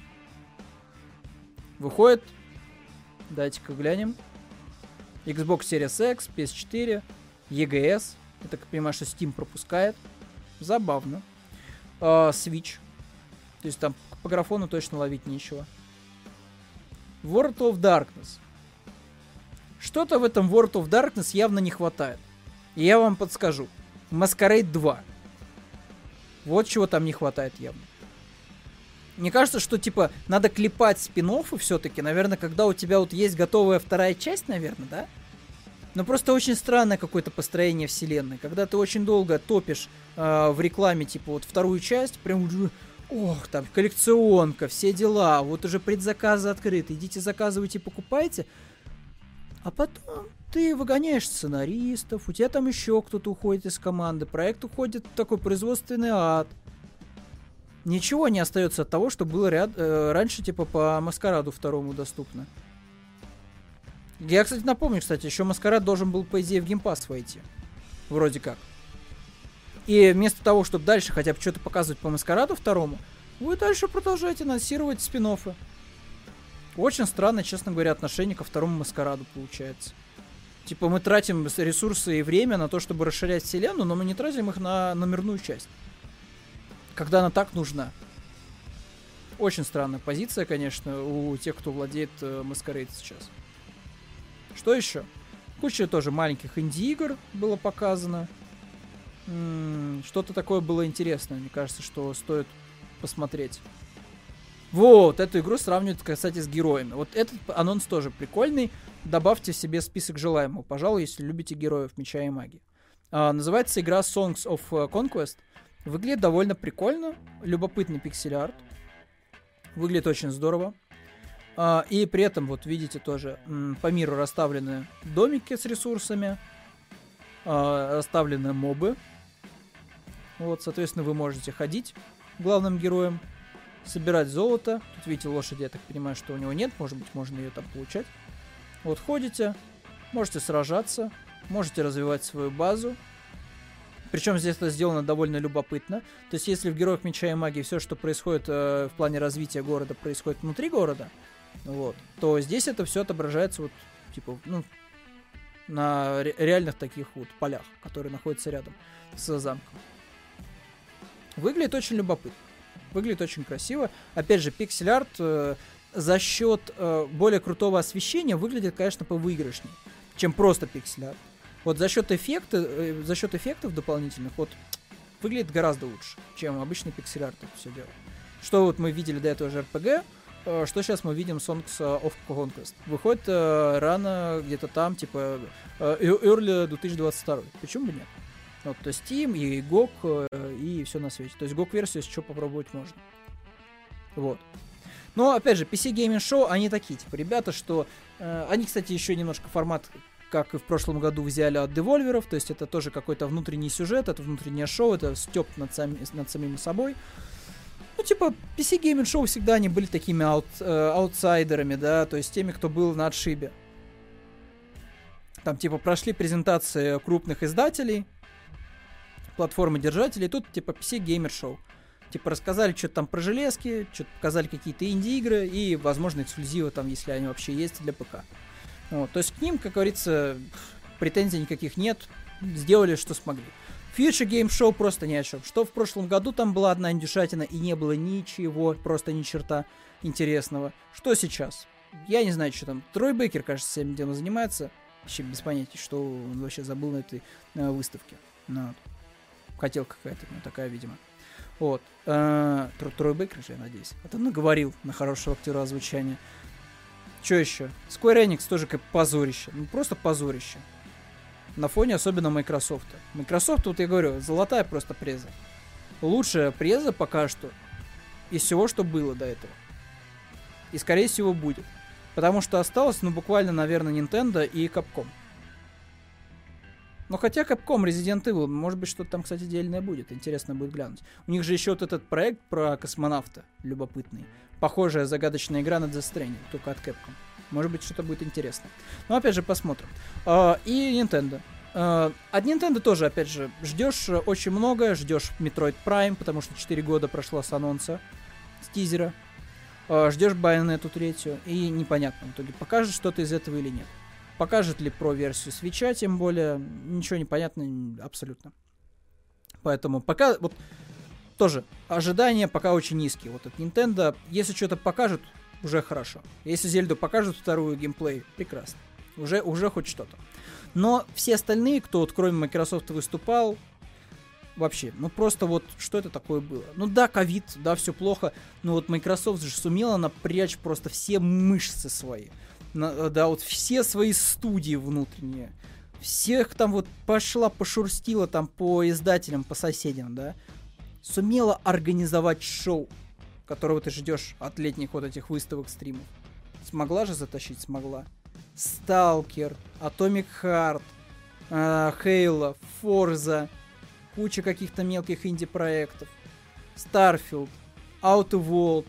Выходит, давайте-ка глянем. Xbox Series X, пи эс четыре, и джи эс. Я так понимаю, что Steam пропускает. Забавно. Uh, Switch. То есть там по графону точно ловить нечего. World of Darkness. Что-то в этом World of Darkness явно не хватает. И я вам подскажу. Masquerade два. Вот чего там не хватает явно. Мне кажется, что, типа, надо клепать спин-оффы все-таки. Наверное, когда у тебя вот есть готовая вторая часть, наверное, да? Но просто очень странное какое-то построение вселенной. Когда ты очень долго топишь э, в рекламе, типа, вот вторую часть, прям, ох, там, коллекционка, все дела, вот уже предзаказы открыты, идите заказывайте, покупайте. А потом ты выгоняешь сценаристов, у тебя там еще кто-то уходит из команды, проект уходит в такой производственный ад. Ничего не остается от того, что было ряд, э, раньше, типа, по Маскараду второму доступно. Я, кстати, напомню, кстати, еще Маскарад должен был, по идее, в геймпасс войти. Вроде как. И вместо того, чтобы дальше хотя бы что-то показывать по Маскараду второму, вы дальше продолжаете анонсировать спин-оффы. Очень странно, честно говоря, отношение ко второму Маскараду получается. Типа мы тратим ресурсы и время на то, чтобы расширять вселенную, но мы не тратим их на номерную часть. Когда она так нужна. Очень странная позиция, конечно, у тех, кто владеет э, Masquerade сейчас. Что еще? Куча тоже маленьких инди-игр было показано. М-м, что-то такое было интересное, мне кажется, что стоит посмотреть. Вот, эту игру сравнивают, кстати, с героями. Вот этот анонс тоже прикольный. Добавьте себе список желаемого, пожалуй, если любите героев Меча и Магии. А, называется игра Songs of Conquest. Выглядит довольно прикольно. Любопытный пиксель-арт. Выглядит очень здорово. А, и при этом, вот видите, тоже м, по миру расставлены домики с ресурсами. А, расставлены мобы. Вот, соответственно, вы можете ходить главным героем. Собирать золото. Тут, видите, лошади, я так понимаю, что у него нет. Может быть, можно ее там получать. Вот ходите, можете сражаться, можете развивать свою базу. Причем здесь это сделано довольно любопытно. То есть, если в Героях Меча и Магии все, что происходит э, в плане развития города, происходит внутри города, вот, то здесь это все отображается вот, типа, ну, на ре- реальных таких вот полях, которые находятся рядом с замком. Выглядит очень любопытно. Выглядит очень красиво. Опять же, пиксель-арт э, за счет э, более крутого освещения выглядит, конечно, повыигрышней, чем просто пиксель-арт. Вот за счет эффекта, э, за счет эффектов дополнительных, вот выглядит гораздо лучше, чем обычный пиксель-арт это все делает. Что вот мы видели до этого же эр пи джи, э, что сейчас мы видим Songs of Conquest. Выходит э, рано где-то там, типа э, early две тысячи двадцать второй. Почему бы нет? Вот, то есть Steam и джи о джи э, и все на свете. То есть джи о джи-версию, если что, попробовать можно. Вот. Но, опять же, пи си Gaming Show, они такие, типа, ребята, что... Э, они, кстати, еще немножко формат, как и в прошлом году, взяли от девольверов, то есть это тоже какой-то внутренний сюжет, это внутреннее шоу, это стёб над, сами, над самим собой. Ну, типа, пи си Gaming Show всегда они были такими аут, э, аутсайдерами, да, то есть теми, кто был на отшибе. Там, типа, прошли презентации крупных издателей, платформы-держателей, тут, типа, пи си Gamer Show. Типа, рассказали что-то там про железки, что-то показали какие-то инди-игры и, возможно, эксклюзивы там, если они вообще есть для ПК. Вот, то есть к ним, как говорится, претензий никаких нет, сделали, что смогли. Future Game Show просто ни о чем. Что в прошлом году там была одна индюшатина и не было ничего, просто ни черта интересного. Что сейчас? Я не знаю, что там. Трой Бейкер, кажется, всем делом занимается. Вообще без понятия, что он вообще забыл на этой э, выставке. Ну, вот. Хотелка какая-то, ну, такая, видимо. Вот. Э, Трой Бейкер же, я надеюсь. А то наговорил на хорошего актера озвучания. Что еще? Square Enix тоже как позорище. Ну, просто позорище. На фоне особенно Microsoft. Microsoft, вот я говорю, золотая просто преза. Лучшая преза пока что из всего, что было до этого. И, скорее всего, будет. Потому что осталось, ну, буквально, наверное, Nintendo и Capcom. Но хотя Capcom, Resident Evil, может быть, что-то там, кстати, дельное будет. Интересно будет глянуть. У них же еще вот этот проект про космонавта любопытный. Похожая загадочная игра над Death Stranding, только от Capcom. Может быть, что-то будет интересно. Но, опять же, посмотрим. Uh, и Nintendo. Uh, от Nintendo тоже, опять же, ждешь очень много. Ждешь Metroid Prime, потому что четыре года прошло с анонса, с тизера. Uh, ждешь Bayonetta третью. И непонятно в итоге, покажет что-то из этого или нет. Покажет ли про версию Switch'а, тем более, ничего не понятно абсолютно. Поэтому пока, вот, тоже, ожидания пока очень низкие. Вот от Nintendo, если что-то покажут, уже хорошо. Если Зельду покажут вторую геймплей, прекрасно. Уже, уже хоть что-то. Но все остальные, кто вот кроме Microsoft выступал, вообще, ну просто вот, что это такое было? Ну да, ковид, да, все плохо, но вот Microsoft же сумела напрячь просто все мышцы свои. На, да, вот все свои студии внутренние. Всех там вот пошла, пошурстила там по издателям, по соседям, да. Сумела организовать шоу, которого ты ждешь от летних вот этих выставок, стримов. Смогла же затащить? Смогла. Сталкер, Atomic Heart, Halo, Forza, куча каких-то мелких инди-проектов, Starfield, Outer World,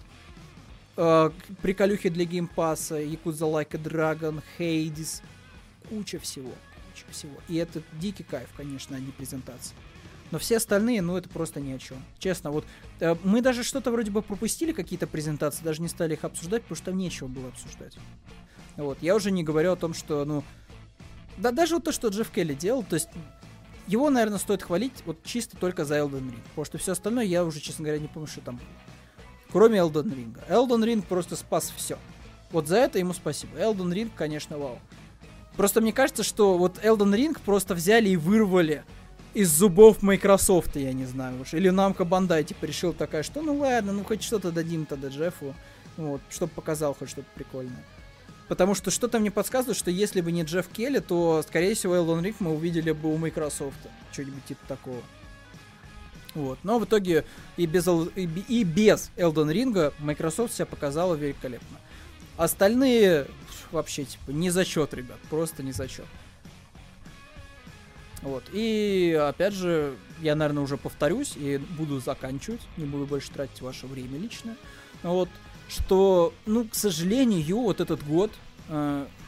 Uh, приколюхи для геймпасса, Yakuza Like a Dragon, Hades, куча всего, куча всего. И это дикий кайф, конечно, а не презентация. Но все остальные, ну, это просто ни о чем. Честно, вот uh, мы даже что-то вроде бы пропустили, какие-то презентации, даже не стали их обсуждать, потому что там нечего было обсуждать. Вот, я уже не говорю о том, что, ну, да даже вот то, что Джефф Келли делал, то есть его, наверное, стоит хвалить вот чисто только за Elden Ring, потому что все остальное я уже, честно говоря, не помню, что там было. Кроме Elden Ring. Elden Ring просто спас все. Вот за это ему спасибо. Elden Ring, конечно, вау. Просто мне кажется, что вот Elden Ring просто взяли и вырвали из зубов Microsoft, я не знаю уж. Или Namco Bandai, типа, решил такая, что ну ладно, ну хоть что-то дадим тогда Джеффу. Вот, чтобы показал хоть что-то прикольное. Потому что что-то мне подсказывает, что если бы не Джефф Келли, то, скорее всего, Elden Ring мы увидели бы у Microsoft. Что-нибудь типа такого. Вот. Но в итоге и без, и без Elden Ring Microsoft себя показала великолепно. Остальные вообще типа не зачет, ребят, просто не зачет. Вот. И опять же, я, наверное, уже повторюсь и буду заканчивать, не буду больше тратить ваше время лично. Вот. Что, ну, к сожалению, вот этот год э,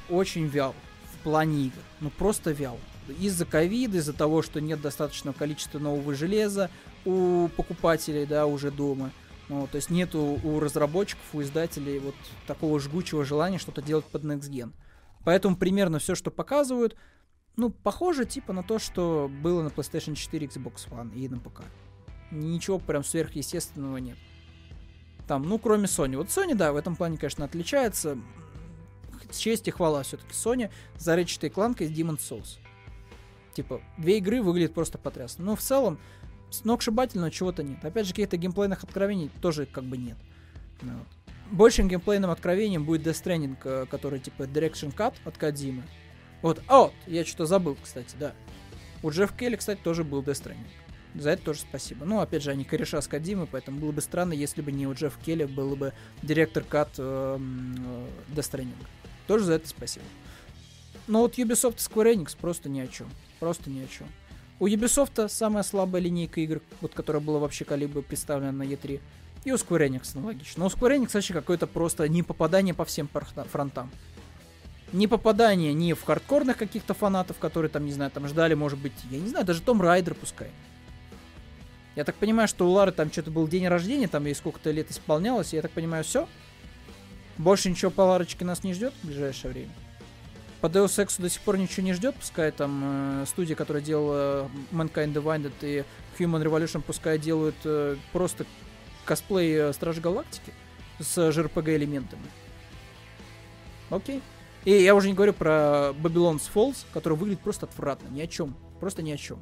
очень вял в плане игр. Ну, просто вял. Из-за ковида, из-за того, что нет достаточного количества нового железа у покупателей, да, уже дома. Ну, то есть нету у разработчиков, у издателей вот такого жгучего желания что-то делать под Next Gen. Поэтому примерно все, что показывают, ну, похоже типа на то, что было на PlayStation четыре, Xbox One и на ПК. Ничего прям сверхъестественного нет. Там, ну, кроме Sony. Вот Sony, да, в этом плане, конечно, отличается. Честь и хвала все-таки Sony за Ratchet и Clank и Demon's Souls. Типа, две игры выглядят просто потрясно. Но в целом, сногсшибательного чего-то нет. Опять же, каких-то геймплейных откровений тоже как бы нет. Ну, вот. Большим геймплейным откровением будет Death Stranding, который типа Direction Cut от Кодзимы. Вот, а вот, я что-то забыл, кстати, да. У Джефф Келли, кстати, тоже был Death Stranding. За это тоже спасибо. Ну, опять же, они кореша с Кодзимой, поэтому было бы странно, если бы не у Джеффа Келли был бы директор Cut э, э, Death Stranding. Тоже за это спасибо. Но вот Ubisoft и Square Enix просто ни о чем. Просто ни о чем. У Ubisoft самая слабая линейка игр, вот которая была вообще когда-либо представлена на и три. И у Square Enix аналогично. Но у Square Enix вообще какое-то просто не попадание по всем фронтам. Не попадание ни в хардкорных каких-то фанатов, которые там, не знаю, там ждали, может быть, я не знаю, даже Том Райдер пускай. Я так понимаю, что у Лары там что-то был день рождения, там ей сколько-то лет исполнялось, и я так понимаю, все. Больше ничего по Ларочке нас не ждет в ближайшее время. По Deus Ex до сих пор ничего не ждет, пускай там э, студия, которая делала Mankind Divided и Human Revolution, пускай делают э, просто косплей э, Стражи Галактики с жэ эр пэ гэ элементами. Окей. И я уже не говорю про Babylon's Falls, который выглядит просто отвратно, ни о чем, просто ни о чем.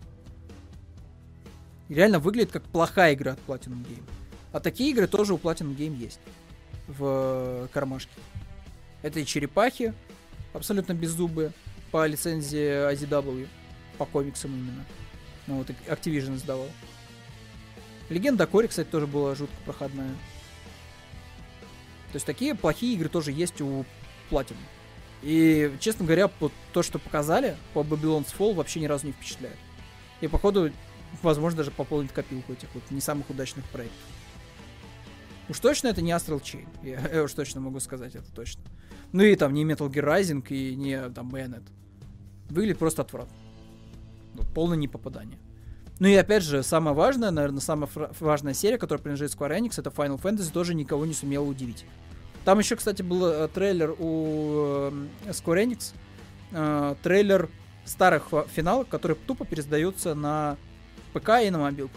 И реально выглядит как плохая игра от Platinum Game. А такие игры тоже у Platinum Game есть в кармашке. Это и черепахи, абсолютно беззубые, по лицензии ай ди дабл ю, по комиксам именно. Ну вот Activision издавал. Легенда о Коре, кстати, тоже была жутко проходная. То есть такие плохие игры тоже есть у Platinum. И, честно говоря, вот то, что показали по Babylon's Fall, вообще ни разу не впечатляет. И, походу, возможно, даже пополнить копилку этих вот не самых удачных проектов. Уж точно это не Astral Chain. Я, я уж точно могу сказать это точно. Ну и там не Metal Gear Rising и не там Bayonet. Выглядит просто отвратно. Ну, полное непопадание. Ну и опять же, самое важное, наверное, самая фра- важная серия, которая принадлежит Square Enix, это Final Fantasy, тоже никого не сумела удивить. Там еще, кстати, был э, трейлер у э, Square Enix. Э, трейлер старых финалов, который тупо пересдается на ПК и на мобилках.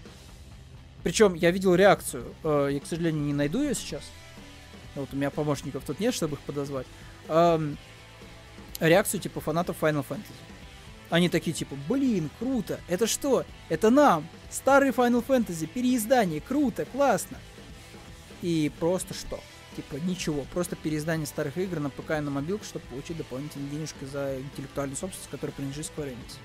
Причем я видел реакцию. Э, я, к сожалению, не найду ее сейчас. Вот у меня помощников тут нет, чтобы их подозвать. Э, реакцию типа фанатов Final Fantasy. Они такие типа, блин, круто. Это что? Это нам. Старый Final Fantasy, переиздание. Круто, классно. И просто что? Типа ничего. Просто переиздание старых игр на ПК и на мобилку, чтобы получить дополнительные денежки за интеллектуальную собственность, которая принадлежит Square Enix.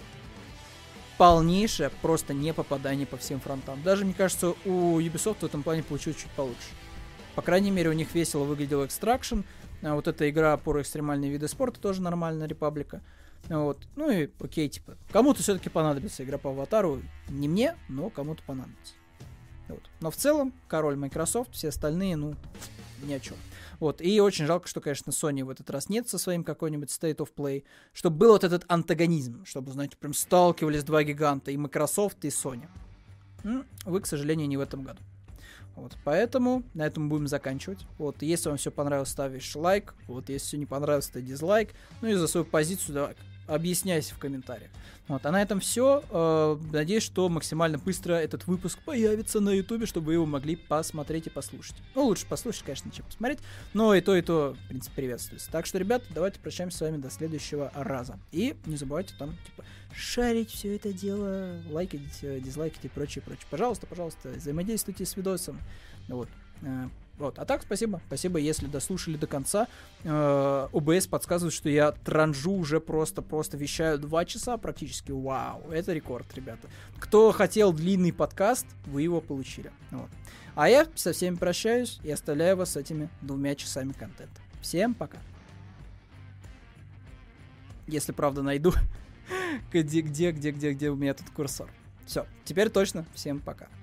Полнейшее просто не попадание по всем фронтам. Даже, мне кажется, у Ubisoft в этом плане получилось чуть получше. По крайней мере, у них весело выглядел Extraction. А вот эта игра про экстремальные виды спорта тоже нормальная, Репаблика. Вот. Ну и окей, типа, кому-то все-таки понадобится игра по Аватару. Не мне, но кому-то понадобится. Вот. Но в целом, король Microsoft, все остальные, ну, ни о чем. Вот. И очень жалко, что, конечно, Sony в этот раз нет со своим какой-нибудь State of Play, чтобы был вот этот антагонизм, чтобы, знаете, прям сталкивались два гиганта, и Microsoft, и Sony. Ну, вы, к сожалению, не в этом году. Вот, поэтому на этом будем заканчивать. Вот, если вам все понравилось, ставишь лайк. Вот, если все не понравилось, то дизлайк. Ну и за свою позицию давай, объясняйся в комментариях. Вот, а на этом все. Э, надеюсь, что максимально быстро этот выпуск появится на ютубе, чтобы вы его могли посмотреть и послушать. Ну, лучше послушать, конечно, чем посмотреть. Но и то, и то, в принципе, приветствуется. Так что, ребят, давайте прощаемся с вами до следующего раза. И не забывайте там, типа, шарить все это дело, лайкать, дизлайкать и прочее, прочее. Пожалуйста, пожалуйста, взаимодействуйте с видосом. Вот. Вот. А так, спасибо. Спасибо, если дослушали до конца. о бэ эс подсказывает, что я транжу уже просто-просто вещаю два часа практически. Вау, это рекорд, ребята. Кто хотел длинный подкаст, вы его получили. Вот. А я со всеми прощаюсь и оставляю вас с этими двумя часами контента. Всем пока. Если правда найду, где, где, где, где, где у меня тут курсор. Все, теперь точно. Всем пока.